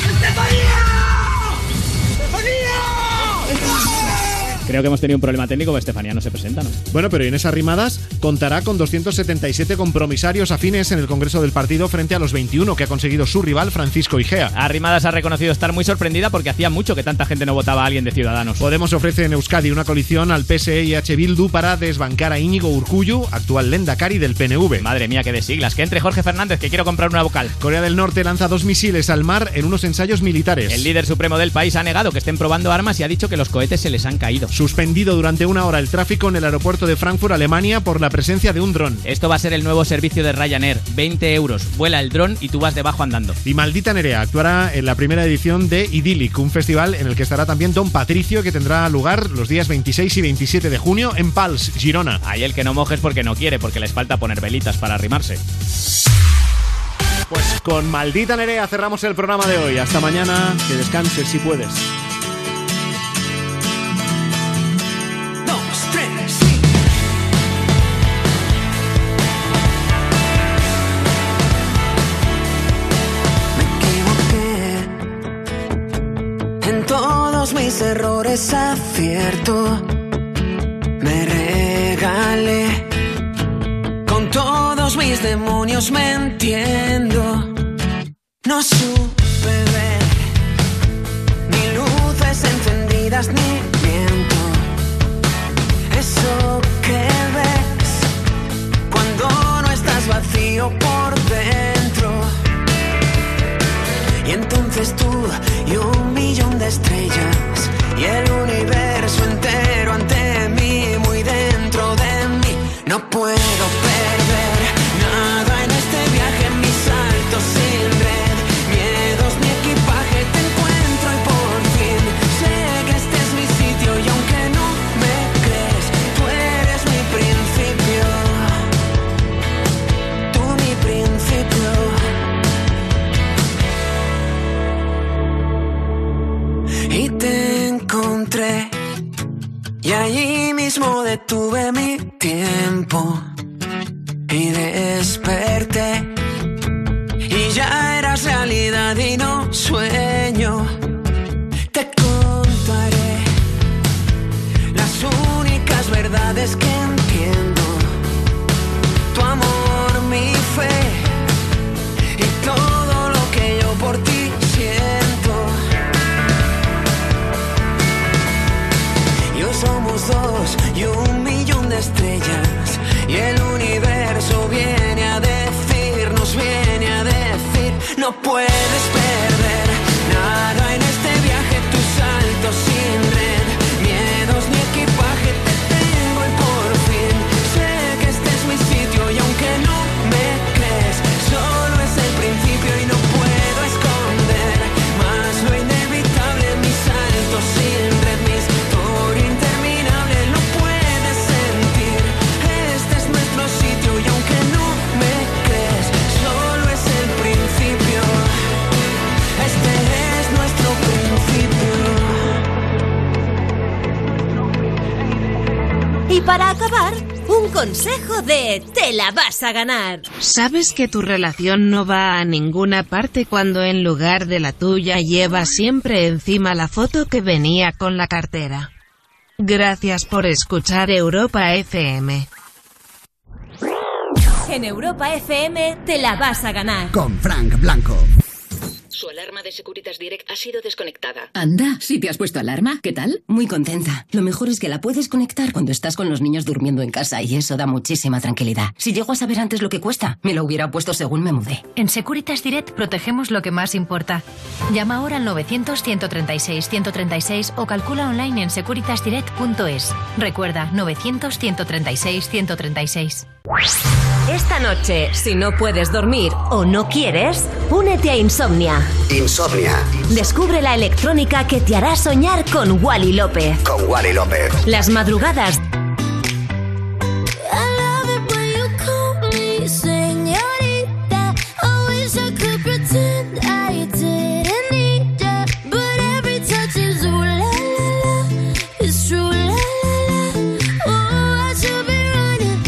Speaker 9: Creo que hemos tenido un problema técnico porque Estefanía no se presenta, ¿no?
Speaker 8: Bueno, pero Inés Arrimadas contará con doscientos setenta y siete compromisarios afines en el Congreso del Partido frente a los veintiuno que ha conseguido su rival Francisco Igea.
Speaker 9: Arrimadas ha reconocido estar muy sorprendida porque hacía mucho que tanta gente no votaba a alguien de Ciudadanos.
Speaker 8: Podemos ofrece en Euskadi una coalición al P S E y H. Bildu para desbancar a Íñigo Urkullu, actual lehendakari del P N V.
Speaker 9: Madre mía, qué de siglas. Que entre Jorge Fernández, que quiero comprar una vocal.
Speaker 8: Corea del Norte lanza dos misiles al mar en unos ensayos militares.
Speaker 9: El líder supremo del país ha negado que estén probando armas y ha dicho que los cohetes se les han caído.
Speaker 8: Suspendido durante una hora el tráfico en el aeropuerto de Frankfurt, Alemania, por la presencia de un dron.
Speaker 9: Esto va a ser el nuevo servicio de Ryanair. veinte euros. Vuela el dron y tú vas debajo andando.
Speaker 8: Y Maldita Nerea actuará en la primera edición de Idyllic, un festival en el que estará también Don Patricio, que tendrá lugar los días veintiséis y veintisiete de junio en Pals, Girona.
Speaker 9: Ahí el que no mojes porque no quiere, porque les falta poner velitas para arrimarse.
Speaker 8: Pues con Maldita Nerea cerramos el programa de hoy. Hasta mañana, que descanses si puedes.
Speaker 17: Dos, tres,
Speaker 10: En todos mis errores acierto, me regalé. Con todos mis demonios me entiendo. No supe ver ni luces encendidas ni viento. Eso que ves cuando no estás vacío por dentro. Y entonces tú y un millón de estrellas y el universo entero ante mí, muy dentro de mí. No puedo perder nada en este viaje, mis saltos sin red, miedos ni equipaje, te encuentro y por fin sé que este es mi sitio y aunque no me crees, tú eres mi principio, tú mi principio. Y te encontré y allí mismo detuve mi tiempo y desperté y ya eras realidad y no sueño. Te contaré las únicas verdades que entiendo, tu amor, mi fe y todo lo que yo por ti siento. Y hoy somos dos y un millón de estrellas y el universo viene a decirnos, viene a decir, no puedes perder nada en este viaje, tus saltos sin red, miedos ni equipaje, te tengo y por fin sé que este es mi sitio y aunque no me crees, solo es el principio y no puedo esconder más lo inevitable, mis saltos sin red, mi historia interminable, lo puedes sentir, este es nuestro sitio y aunque no me crees, solo es el principio, este es nuestro principio.
Speaker 1: Y para acabar, un consejo de Te la vas a ganar.
Speaker 3: ¿Sabes que tu relación no va a ninguna parte cuando en lugar de la tuya llevas siempre encima la foto que venía con la cartera? Gracias por escuchar Europa F M.
Speaker 1: En Europa F M te la vas a ganar.
Speaker 7: Con Frank Blanco.
Speaker 14: Su alarma de Securitas Direct ha sido desconectada.
Speaker 18: Anda, ¿sí te has puesto alarma? ¿Qué tal? Muy contenta. Lo mejor es que la puedes conectar cuando estás con los niños durmiendo en casa y eso da muchísima tranquilidad. Si llego a saber antes lo que cuesta, me lo hubiera puesto según me mudé.
Speaker 23: En Securitas Direct protegemos lo que más importa. Llama ahora al novecientos, ciento treinta y seis, ciento treinta y seis o calcula online en securitas direct punto es. Recuerda, novecientos, ciento treinta y seis, ciento treinta y seis.
Speaker 1: Esta noche, si no puedes dormir o no quieres, únete a Insomnia.
Speaker 7: Insomnia.
Speaker 1: Descubre la electrónica que te hará soñar con Wally López.
Speaker 7: Con Wally López.
Speaker 1: Las madrugadas